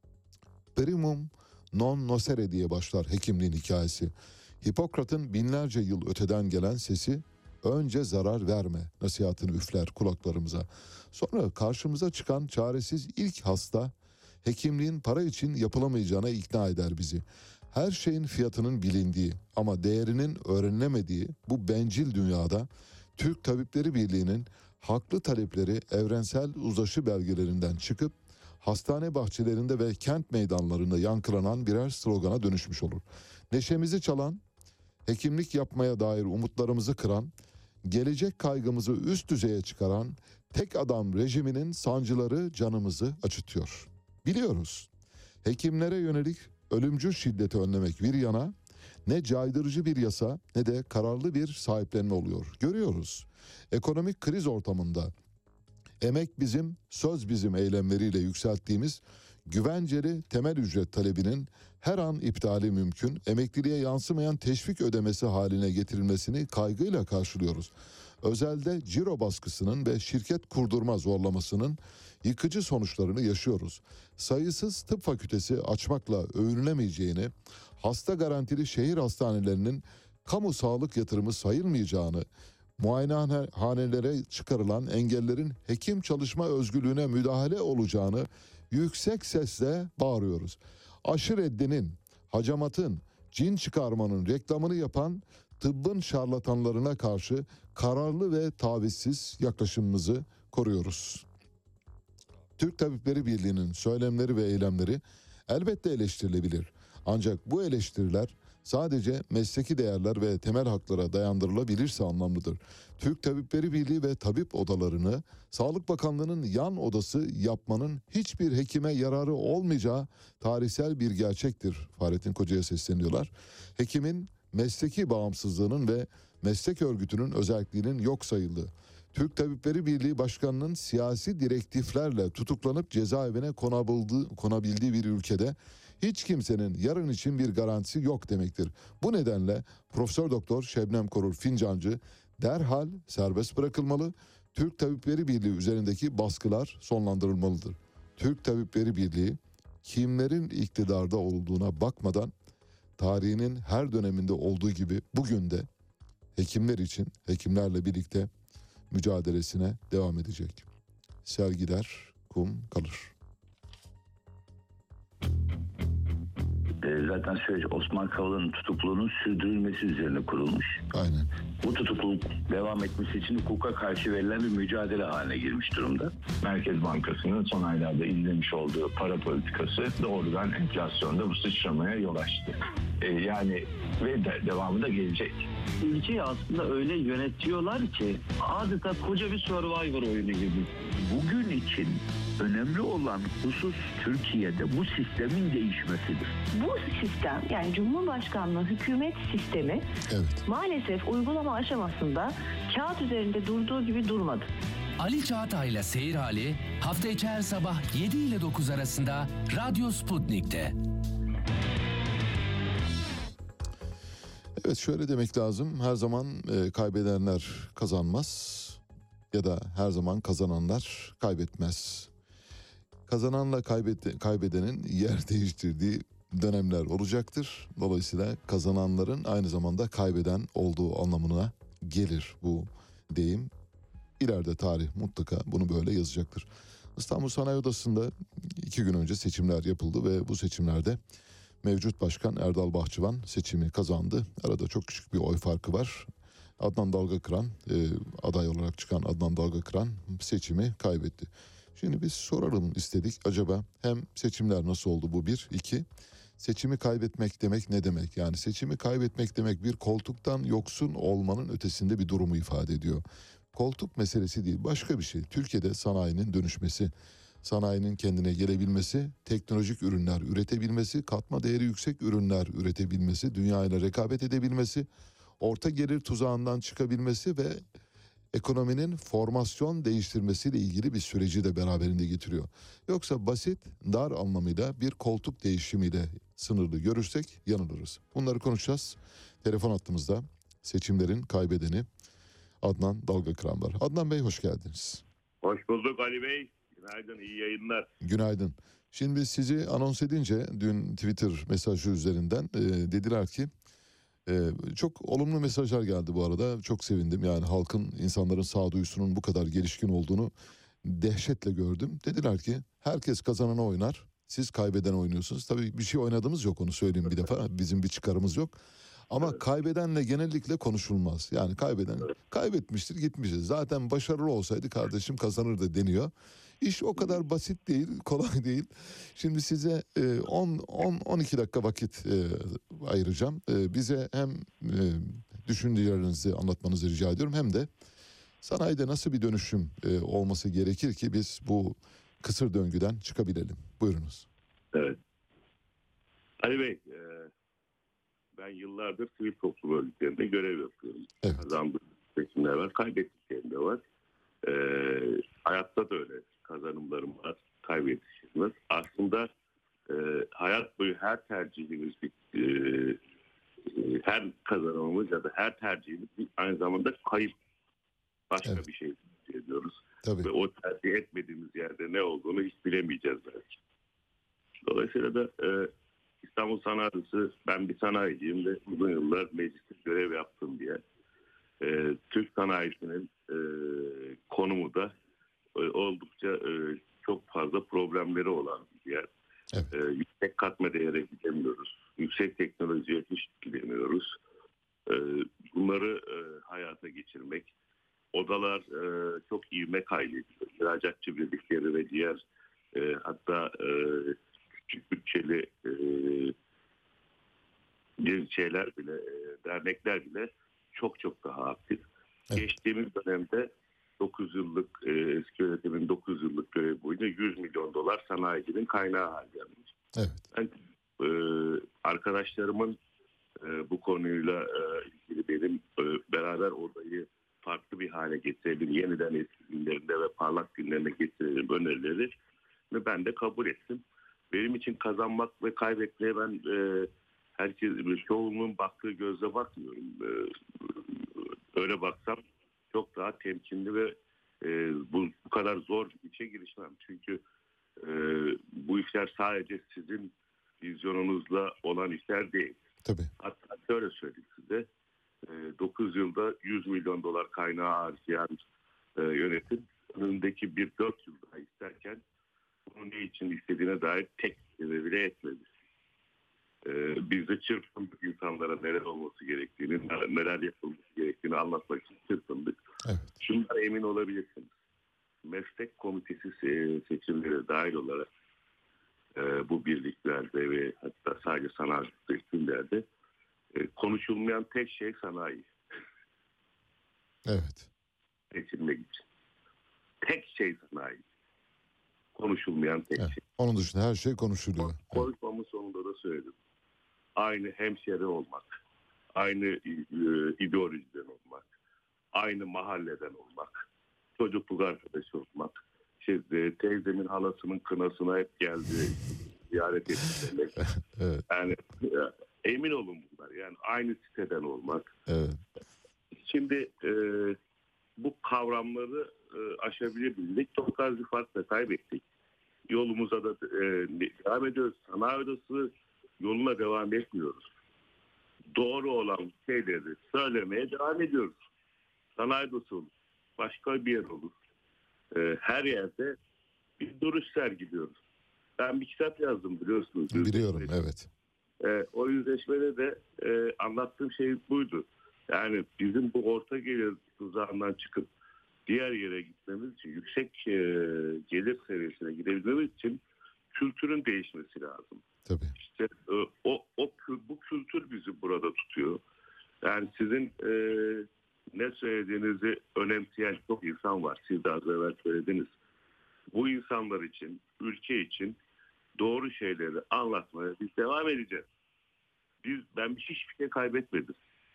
primum non nocere diye başlar hekimliğin hikayesi. Hipokrat'ın binlerce yıl öteden gelen sesi önce zarar verme nasihatini üfler kulaklarımıza. Sonra karşımıza çıkan çaresiz ilk hasta hekimliğin para için yapılamayacağına ikna eder bizi. Her şeyin fiyatının bilindiği ama değerinin öğrenilemediği bu bencil dünyada Türk Tabipleri Birliği'nin haklı talepleri evrensel uzlaşı belgelerinden çıkıp hastane bahçelerinde ve kent meydanlarında yankılanan birer slogana dönüşmüş olur. Neşemizi çalan, hekimlik yapmaya dair umutlarımızı kıran, gelecek kaygımızı üst düzeye çıkaran tek adam rejiminin sancıları canımızı acıtıyor. Biliyoruz, hekimlere yönelik ölümcül şiddeti önlemek bir yana, ne caydırıcı bir yasa ne de kararlı bir sahiplenme oluyor. Görüyoruz, ekonomik kriz ortamında emek bizim, söz bizim eylemleriyle yükselttiğimiz güvenceli temel ücret talebinin her an iptali mümkün, emekliliğe yansımayan teşvik ödemesi haline getirilmesini kaygıyla karşılıyoruz. Özelde ciro baskısının ve şirket kurdurma zorlamasının yıkıcı sonuçlarını yaşıyoruz. Sayısız tıp fakültesi açmakla övünülemeyeceğini, hasta garantili şehir hastanelerinin kamu sağlık yatırımı sayılmayacağını, muayenehanelere çıkarılan engellerin hekim çalışma özgürlüğüne müdahale olacağını yüksek sesle bağırıyoruz. Aşı reddinin, hacamatın, cin çıkarmanın reklamını yapan tıbbın şarlatanlarına karşı kararlı ve tavizsiz yaklaşımımızı koruyoruz. Türk Tabipleri Birliği'nin söylemleri ve eylemleri elbette eleştirilebilir. Ancak bu eleştiriler sadece mesleki değerler ve temel haklara dayandırılabilirse anlamlıdır. Türk Tabipleri Birliği ve tabip odalarını Sağlık Bakanlığı'nın yan odası yapmanın hiçbir hekime yararı olmayacağı tarihsel bir gerçektir. Fahrettin Koca'ya sesleniyorlar. Hekimin mesleki bağımsızlığının ve meslek örgütünün özelliğinin yok sayıldığı, Türk Tabipleri Birliği Başkanı'nın siyasi direktiflerle tutuklanıp cezaevine konabildiği bir ülkede hiç kimsenin yarın için bir garantisi yok demektir. Bu nedenle Profesör Doktor Şebnem Korur Fincancı derhal serbest bırakılmalı, Türk Tabipleri Birliği üzerindeki baskılar sonlandırılmalıdır. Türk Tabipleri Birliği kimlerin iktidarda olduğuna bakmadan tarihinin her döneminde olduğu gibi bugün de hekimler için, hekimlerle birlikte mücadelesine devam edecek. Sel gider, kum kalır. Zaten süreç Osman Kavala'nın tutukluluğunun sürdürülmesi üzerine kurulmuş. Aynen. Bu tutukluluk devam etmesi için hukuka karşı verilen bir mücadele haline girmiş durumda. Merkez Bankası'nın son aylarda izlemiş olduğu para politikası doğrudan enflasyonda bu sıçramaya yol açtı. Yani ve devamı da gelecek. Ülkeyi aslında öyle yönetiyorlar ki adeta koca bir Survivor oyunu gibi. Bugün için önemli olan husus Türkiye'de bu sistemin değişmesidir. Bu sistem, yani Cumhurbaşkanlığı hükümet sistemi maalesef uygulama aşamasında kağıt üzerinde durduğu gibi durmadı. Ali Çağatay'la Seyir Hali hafta içi her sabah 7 ile 9 arasında Radyo Sputnik'te. Evet, şöyle demek lazım. Her zaman kaybedenler kazanmaz ya da her zaman kazananlar kaybetmez. Kazananla kaybedenin yer değiştirdiği dönemler olacaktır. Dolayısıyla kazananların aynı zamanda kaybeden olduğu anlamına gelir bu deyim. İleride tarih mutlaka bunu böyle yazacaktır. İstanbul Sanayi Odası'nda 2 gün önce seçimler yapıldı ve bu seçimlerde mevcut başkan Erdal Bahçıvan seçimi kazandı. Arada çok küçük bir oy farkı var. Adnan Dalgakıran, aday olarak çıkan Adnan Dalgakıran seçimi kaybetti. Şimdi biz soralım istedik. Acaba hem seçimler nasıl oldu, bu bir. İki, seçimi kaybetmek demek ne demek? Yani seçimi kaybetmek demek bir koltuktan yoksun olmanın ötesinde bir durumu ifade ediyor. Koltuk meselesi değil, başka bir şey. Türkiye'de sanayinin dönüşmesi, sanayinin kendine gelebilmesi, teknolojik ürünler üretebilmesi, katma değeri yüksek ürünler üretebilmesi, dünyayla rekabet edebilmesi, orta gelir tuzağından çıkabilmesi ve ekonominin formasyon değiştirmesiyle ilgili bir süreci de beraberinde getiriyor. Yoksa basit, dar anlamıyla bir koltuk değişimiyle sınırlı görürsek yanılırız. Bunları konuşacağız. Telefon hattımızda seçimlerin kaybedeni Adnan Dalgakıran var. Adnan Bey, hoş geldiniz. Hoş bulduk Ali Bey. Günaydın, iyi yayınlar. Günaydın. Şimdi sizi anons edince dün Twitter mesajı üzerinden dediler ki çok olumlu mesajlar geldi bu arada. Çok sevindim. Yani halkın, insanların sağduyusunun bu kadar gelişkin olduğunu dehşetle gördüm. Dediler ki herkes kazanana oynar, siz kaybeden oynuyorsunuz. Tabii bir şey oynadığımız yok, onu söyleyeyim bir defa. Bizim bir çıkarımız yok. Ama kaybedenle genellikle konuşulmaz. Yani kaybeden kaybetmiştir, gitmiştir. Zaten başarılı olsaydı kardeşim kazanırdı deniyor. İş o kadar basit değil, kolay değil. Şimdi size 10-12 dakika vakit ayıracağım. Bize hem düşüncelerinizi anlatmanızı rica ediyorum, hem de sanayide nasıl bir dönüşüm olması gerekir ki biz bu kısır döngüden çıkabilelim. Buyurunuz. Evet. Ali Bey, ben yıllardır sivil toplum örgütlerinde görev yapıyorum. Evet. Kazandığım seçimler var, kaybettiklerim de var. Hayatta da öyle kazanımlarım var, kaybettiklerim var. Aslında hayat boyu her tercihimiz, her kazanımımız ya da her tercihimiz aynı zamanda kayıp. Başka bir şey ediyoruz. Tabii. Ve o tercih etmediğimiz yerde ne olduğunu hiç bilemeyeceğiz belki. Dolayısıyla da İstanbul Sanayi Odası, ben bir sanayiciyim ve uzun yıllar mecliste görev yaptım diye. Türk sanayisinin konumu da oldukça çok fazla problemleri olan bir yer. Evet. Yüksek katma değere gidemiyoruz. Yüksek teknolojiye hiç gidemiyoruz. Bunları hayata geçirmek. Odalar çok ivme kaydediyor. İhracatçı birlikleri ve diğer hatta küçük bütçeli şeyler bile, dernekler bile çok daha aktif. Evet. Geçtiğimiz dönemde 9 yıllık eski yönetimin 9 yıllık görev boyunca 100 milyon dolar sanayicinin kaynağı harcanmış. Evet. Ben arkadaşlarımın bu konuyla ilgili benim beraber odayı farklı bir hale getirelim, yeniden eski günlerinde ve parlak günlerine getirelim önerileri ve ben de kabul ettim. Benim için kazanmak ve kaybetmeye ben çoğunun baktığı gözle bakmıyorum. Öyle baksam çok daha temkinli ve bu kadar zor bir işe girişmem. Çünkü bu işler sadece sizin vizyonunuzla olan işler değil. Tabii. Hatta şöyle söyleyeyim size. 9 yılda 100 milyon dolar kaynağı harcayan yönetim önündeki 4 yıl daha isterken bunu ne için istediğine dair tek bile etmedi. Biz de çırpındık, insanlara neler olması gerektiğini, neler yapılması gerektiğini anlatmak için çırpındık. Evet. Şundan emin olabilirsiniz. Meslek komitesi seçimleri dahil olarak bu birliklerde ve hatta sadece sanayi seçimlerde konuşulmayan tek şey sanayi. Evet. Seçilmek için. Tek şey sanayi. Konuşulmayan tek şey. Onun dışında her şey konuşuluyor. Konuşmamın sonunda da söyledim. Aynı hemşeri olmak, aynı ideolojiden olmak, aynı mahalleden olmak, çocukluk arkadaşı olmak, teyzemin halasının kınasına hep geldi, ziyaret etmek. Evet. Yani emin olun bunlar. Yani aynı siteden olmak. Evet. Şimdi bu kavramları aşabildik. Çok az bir farkla kaybettik. Yolumuza da devam ediyoruz. Sanayi Odası yoluna devam etmiyoruz. Doğru olan şeyleri söylemeye devam ediyoruz. Sanayi Odası olur. Başka bir yer olur. Her yerde bir duruş sergiliyoruz. Ben bir kitap yazdım biliyorsunuz. Biliyorum, evet. O yüzleşmede de anlattığım şey buydu. Yani bizim bu orta gelir tuzağından çıkıp diğer yere gitmemiz için, yüksek gelir seviyesine gidebilmemiz için kültürün değişmesi lazım. Tabii. İşte bu kültür bizi burada tutuyor. Yani sizin ne söylediğinizi önemseyen çok insan var. Siz de az evvel söylediniz. Bu insanlar için, ülke için doğru şeyleri anlatmaya biz devam edeceğiz. Ben hiçbir şey kaybetmedim.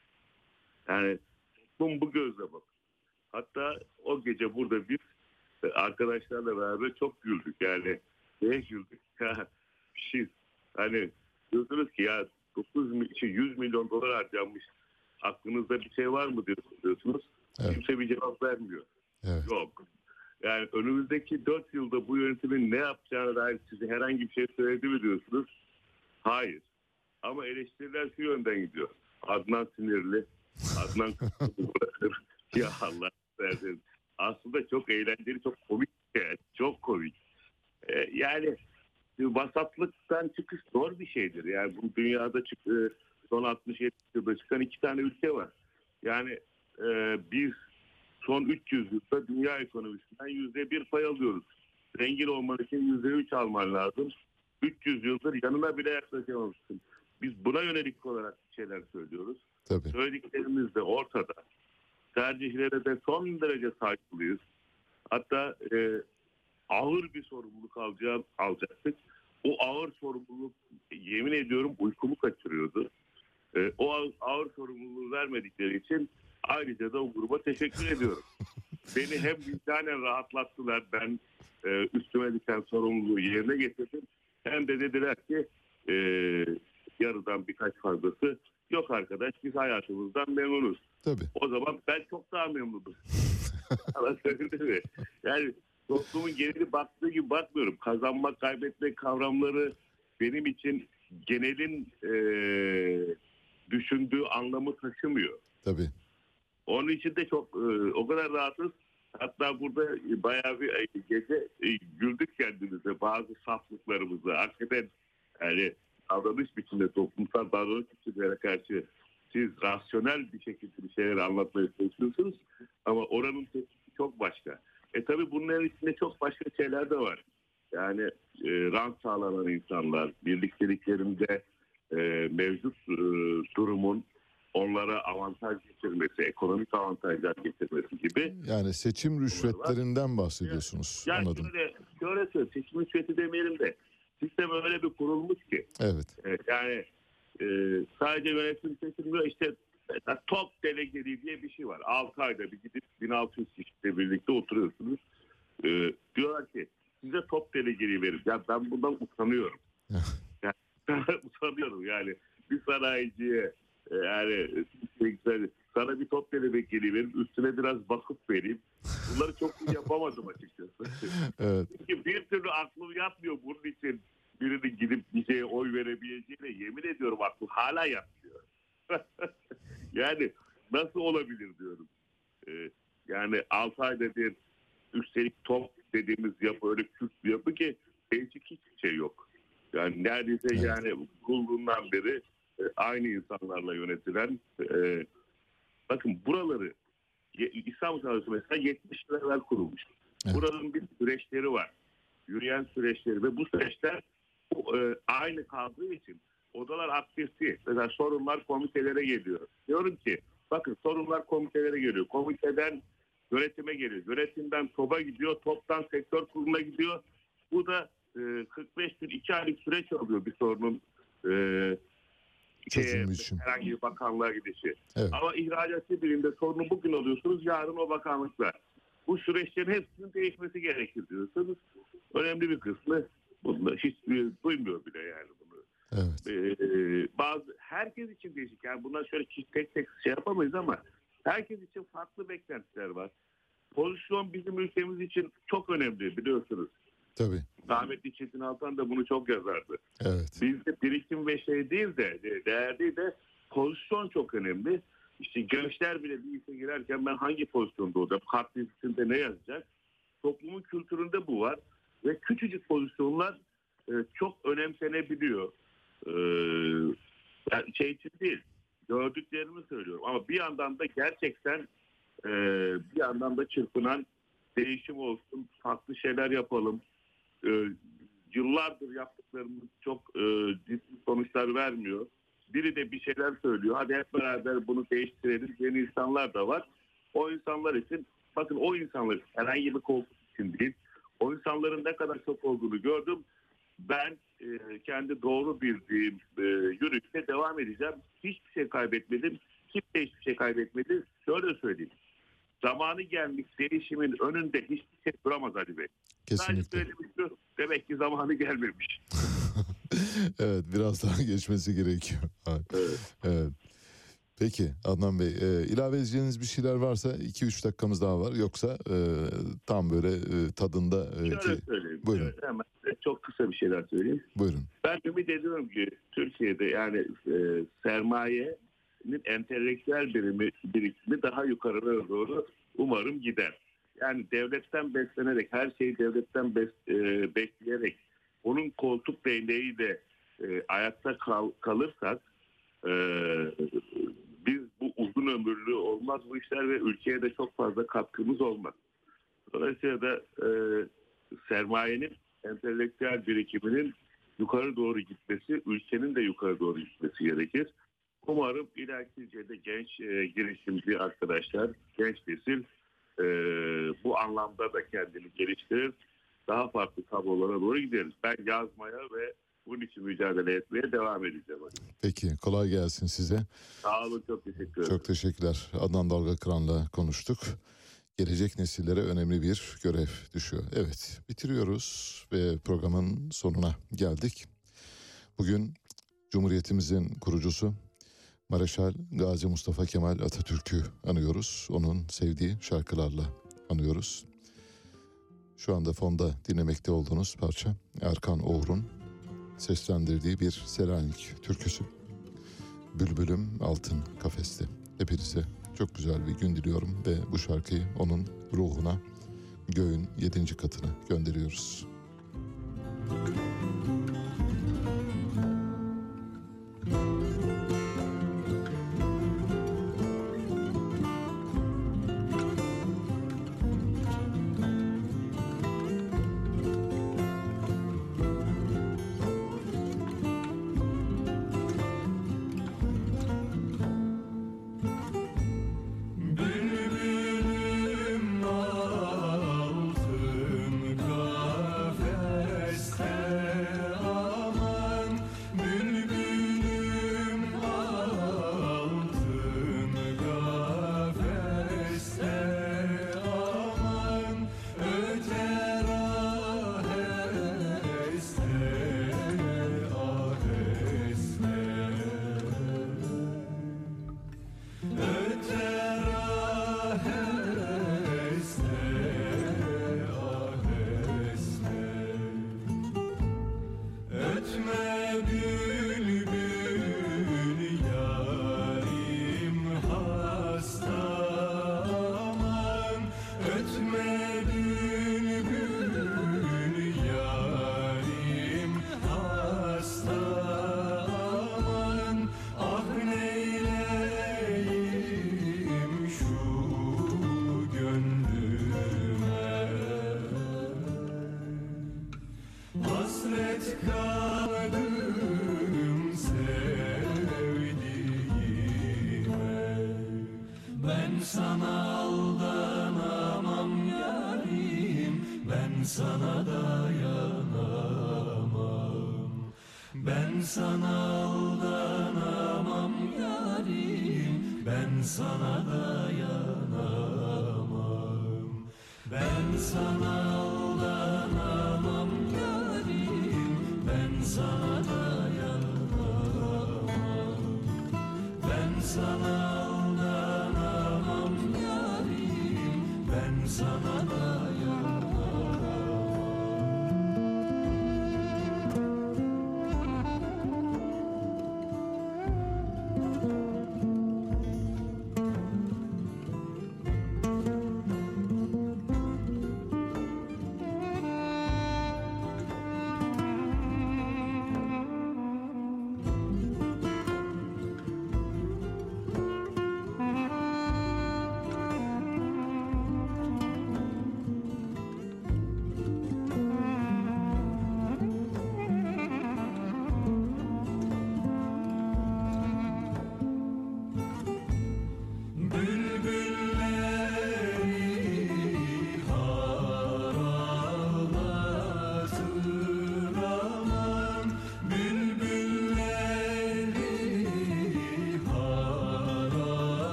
Yani bu gözle bak. Hatta o gece burada biz arkadaşlarla beraber çok güldük. Yani neye güldük? Bir şey. Hani diyorsunuz ki ya 100 milyon dolar harcanmış. Aklınızda bir şey var mı diyorsunuz. Evet. Kimse bir cevap vermiyor. Evet. Yok. Yani önümüzdeki 4 yılda bu yönetimin ne yapacağına dair size herhangi bir şey söyledi mi diyorsunuz? Hayır. Ama eleştiriler şu yönden gidiyor. Adnan sinirli. Adnan bırakır. Ya Allah versin. Aslında çok eğlenceli, çok komik. Çok komik. Yani vasatlıktan çıkış zor bir şeydir. Yani bu dünyada son 60-70 yılda çıkan 2 tane ülke var. Yani biz son 300 yılda dünya ekonomisinden %1 pay alıyoruz. Zengin olman için %3 alman lazım. 300 yıldır yanına bile yaklaşamamışsın. Biz buna yönelik olarak şeyler söylüyoruz. Tabii. Söylediklerimiz de ortada. Tercihlere de son derece saygılıyız. Hatta ağır bir sorumluluk alacaktık. O ağır sorumluluk yemin ediyorum uykumu kaçırıyordu. O ağır sorumluluğu vermedikleri için ayrıca da o gruba teşekkür ediyorum. Beni hem vicdanen rahatlattılar, ben üstüme düşen sorumluluğu yerine getirdim. Hem de dediler ki yarıdan birkaç fazlası yok arkadaş, biz hayatımızdan memnunuz. Tabii. O zaman ben çok daha memnunum. Yani toplumun geneli baktığı gibi bakmıyorum. Kazanmak, kaybetmek kavramları benim için genelin düşündüğü anlamı taşımıyor. Tabii. Onun için de çok o kadar rahatız. Hatta burada bayağı bir gece güldük kendimize, bazı saflıklarımızı. Hakikaten yani davranış biçiminde, toplumsal davranış biçimlere karşı siz rasyonel bir şekilde bir şeyler anlatmaya çalışıyorsunuz. Ama oranın tepkisi çok başka. Tabii bunların içinde çok başka şeyler de var. Yani rant sağlanan insanlar, birlikteliklerinde mevcut durumun onlara avantaj getirmesi, ekonomik avantajlar getirmesi gibi. Yani seçim rüşvetlerinden bahsediyorsunuz. Yani anladım. şöyle söyleyeyim, seçim rüşveti demeyelim de sistem öyle bir kurulmuş ki. Evet. Yani sadece yönetim seçilmiyor, işte top delegeli diye bir şey var. 6 ayda bir gidip 1600 kişiyle birlikte oturuyorsunuz. Diyorlar ki size top delegeli verin. Ya ben bundan utanıyorum. Utanıyorum yani. Bir sanayiciye yani sana bir top delegeli verin, üstüne biraz vakıf vereyim. Bunları çok iyi yapamadım açıkçası. Evet. Çünkü bir türlü aklım yapmıyor bunun için birinin gidip bir şeye oy verebileceğine, yemin ediyorum aklım hala yapmıyor. Yani nasıl olabilir diyorum. Yani 6 ayda bir üstelik top dediğimiz yapı öyle Kürt bir yapı ki değişik hiçbir şey yok. Yani neredeyse yani kurulduğundan beri aynı insanlarla yönetilen bakın buraları İstanbul Sanayi mesela 70'ler evvel kurulmuş. Evet. Buranın bir süreçleri var. Yürüyen süreçleri ve bu süreçler aynı kaldığı için odalar aktifti. Mesela sorunlar komitelere geliyor. Diyorum ki bakın sorunlar komitelere geliyor. Komiteden yönetime geliyor. Yönetimden TOB'a gidiyor. TOB'dan sektör kuruluna gidiyor. Bu da 45 gün 2 aylık süreç alıyor bir sorunun herhangi bir bakanlığa gidişi. Evet. Ama ihracatçı birinde sorunu bugün alıyorsunuz, yarın o bakanlıkla. Bu süreçlerin hepsinin değişmesi gerekir diyorsunuz. Önemli bir kısmı bunda hiç duymuyor bile yani bunu. Evet. Herkes için değişik. Yani bundan şöyle tek tek şey yapamayız ama herkes için farklı beklentiler var. Pozisyon bizim ülkemiz için çok önemli biliyorsunuz. Tabii. Rahmetli Çetin Altan da bunu çok yazardı. Evet. Bizde birikim ve şey değil de değer değil de pozisyon çok önemli. İşte gençler bile bir işe girerken ben hangi pozisyonda olacağım? Kart listesinde ne yazacak? Toplumun kültüründe bu var. ve küçücük pozisyonlar çok önemsenebiliyor. Yani şey için değil, gördüklerimi söylüyorum ama bir yandan da gerçekten bir yandan da çırpınan değişim olsun, farklı şeyler yapalım. Yıllardır yaptıklarımız çok ciddi sonuçlar vermiyor. Biri de bir şeyler söylüyor. Hadi hep beraber bunu değiştirelim. Yeni insanlar da var. O insanlar için, bakın o insanlar herhangi bir koltuk için değil. O insanların ne kadar çok olduğunu gördüm. Ben kendi doğru bildiğim yürüyüşe devam edeceğim. Hiçbir şey kaybetmedim. Kimse hiçbir şey kaybetmedi. Şöyle söyleyeyim. Zamanı gelmiş değişimin önünde hiçbir şey duramaz Ali Bey. Kesinlikle. Sadece söylemiştim. Demek ki zamanı gelmemiş. Evet, biraz daha geçmesi gerekiyor. Evet. Peki Adnan Bey, ilave edeceğiniz bir şeyler varsa 2-3 dakikamız daha var. Yoksa tam böyle tadında... Şöyle söyleyeyim. Buyurun. Evet, hemen çok kısa bir şeyler söyleyeyim. Buyurun. Ben ümit ediyorum ki Türkiye'de yani sermayenin entelektüel birikimi daha yukarılara doğru umarım gider. Yani devletten beslenerek, her şeyi devletten besleyerek, onun koltuk değneğiyle ayakta kalırsak biz bu uzun ömürlü olmaz bu işler ve ülkeye de çok fazla katkımız olmaz. Dolayısıyla da sermayenin entelektüel birikiminin yukarı doğru gitmesi, ülkenin de yukarı doğru gitmesi gerekir. Umarım ileriki genç girişimci arkadaşlar, genç nesil bu anlamda da kendini geliştirir. Daha farklı tablolara doğru gideriz. Ben yazmaya ve bunun için mücadele etmeye devam edeceğim. Peki, kolay gelsin size. Sağ olun, çok teşekkür ederim. Çok teşekkürler. Adnan Dalgakıran'la konuştuk. Gelecek nesillere önemli bir görev düşüyor. Evet, bitiriyoruz ve programın sonuna geldik. Bugün Cumhuriyetimizin kurucusu Mareşal Gazi Mustafa Kemal Atatürk'ü anıyoruz. Onun sevdiği şarkılarla anıyoruz. Şu anda fonda dinlemekte olduğunuz parça Erkan Oğur'un seslendirdiği bir Selanik türküsü. Bülbülüm altın kafeste. Hepinize çok güzel bir gün diliyorum ve bu şarkıyı onun ruhuna göğün 7. katına gönderiyoruz.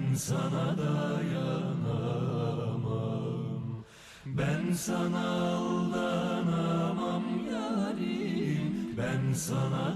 Ben sana dayanamam, ben sana aldanamam yarim, ben sana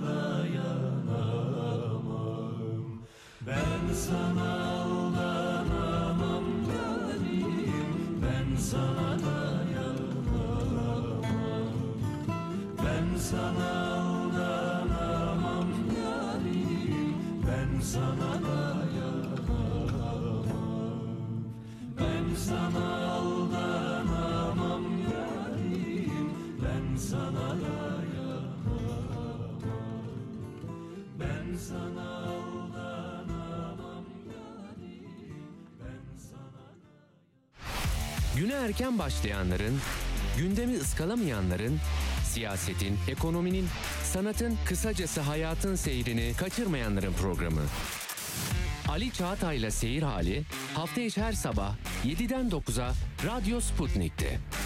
dayanamam, ben sana aldanamam yarim, ben sana dayanamam, ben sana aldanamam yarim, ben sana dayanamam, ben sana aldanamam yarim, ben sana dayanamam, ben sana aldanamam yarim, ben sana. Güne erken başlayanların, gündemi ıskalamayanların, siyasetin, ekonominin, sanatın, kısacası hayatın seyrini kaçırmayanların programı. Ali Çağatay'la Seyir Hali hafta içi her sabah 7'den 9'a Radyo Sputnik'te.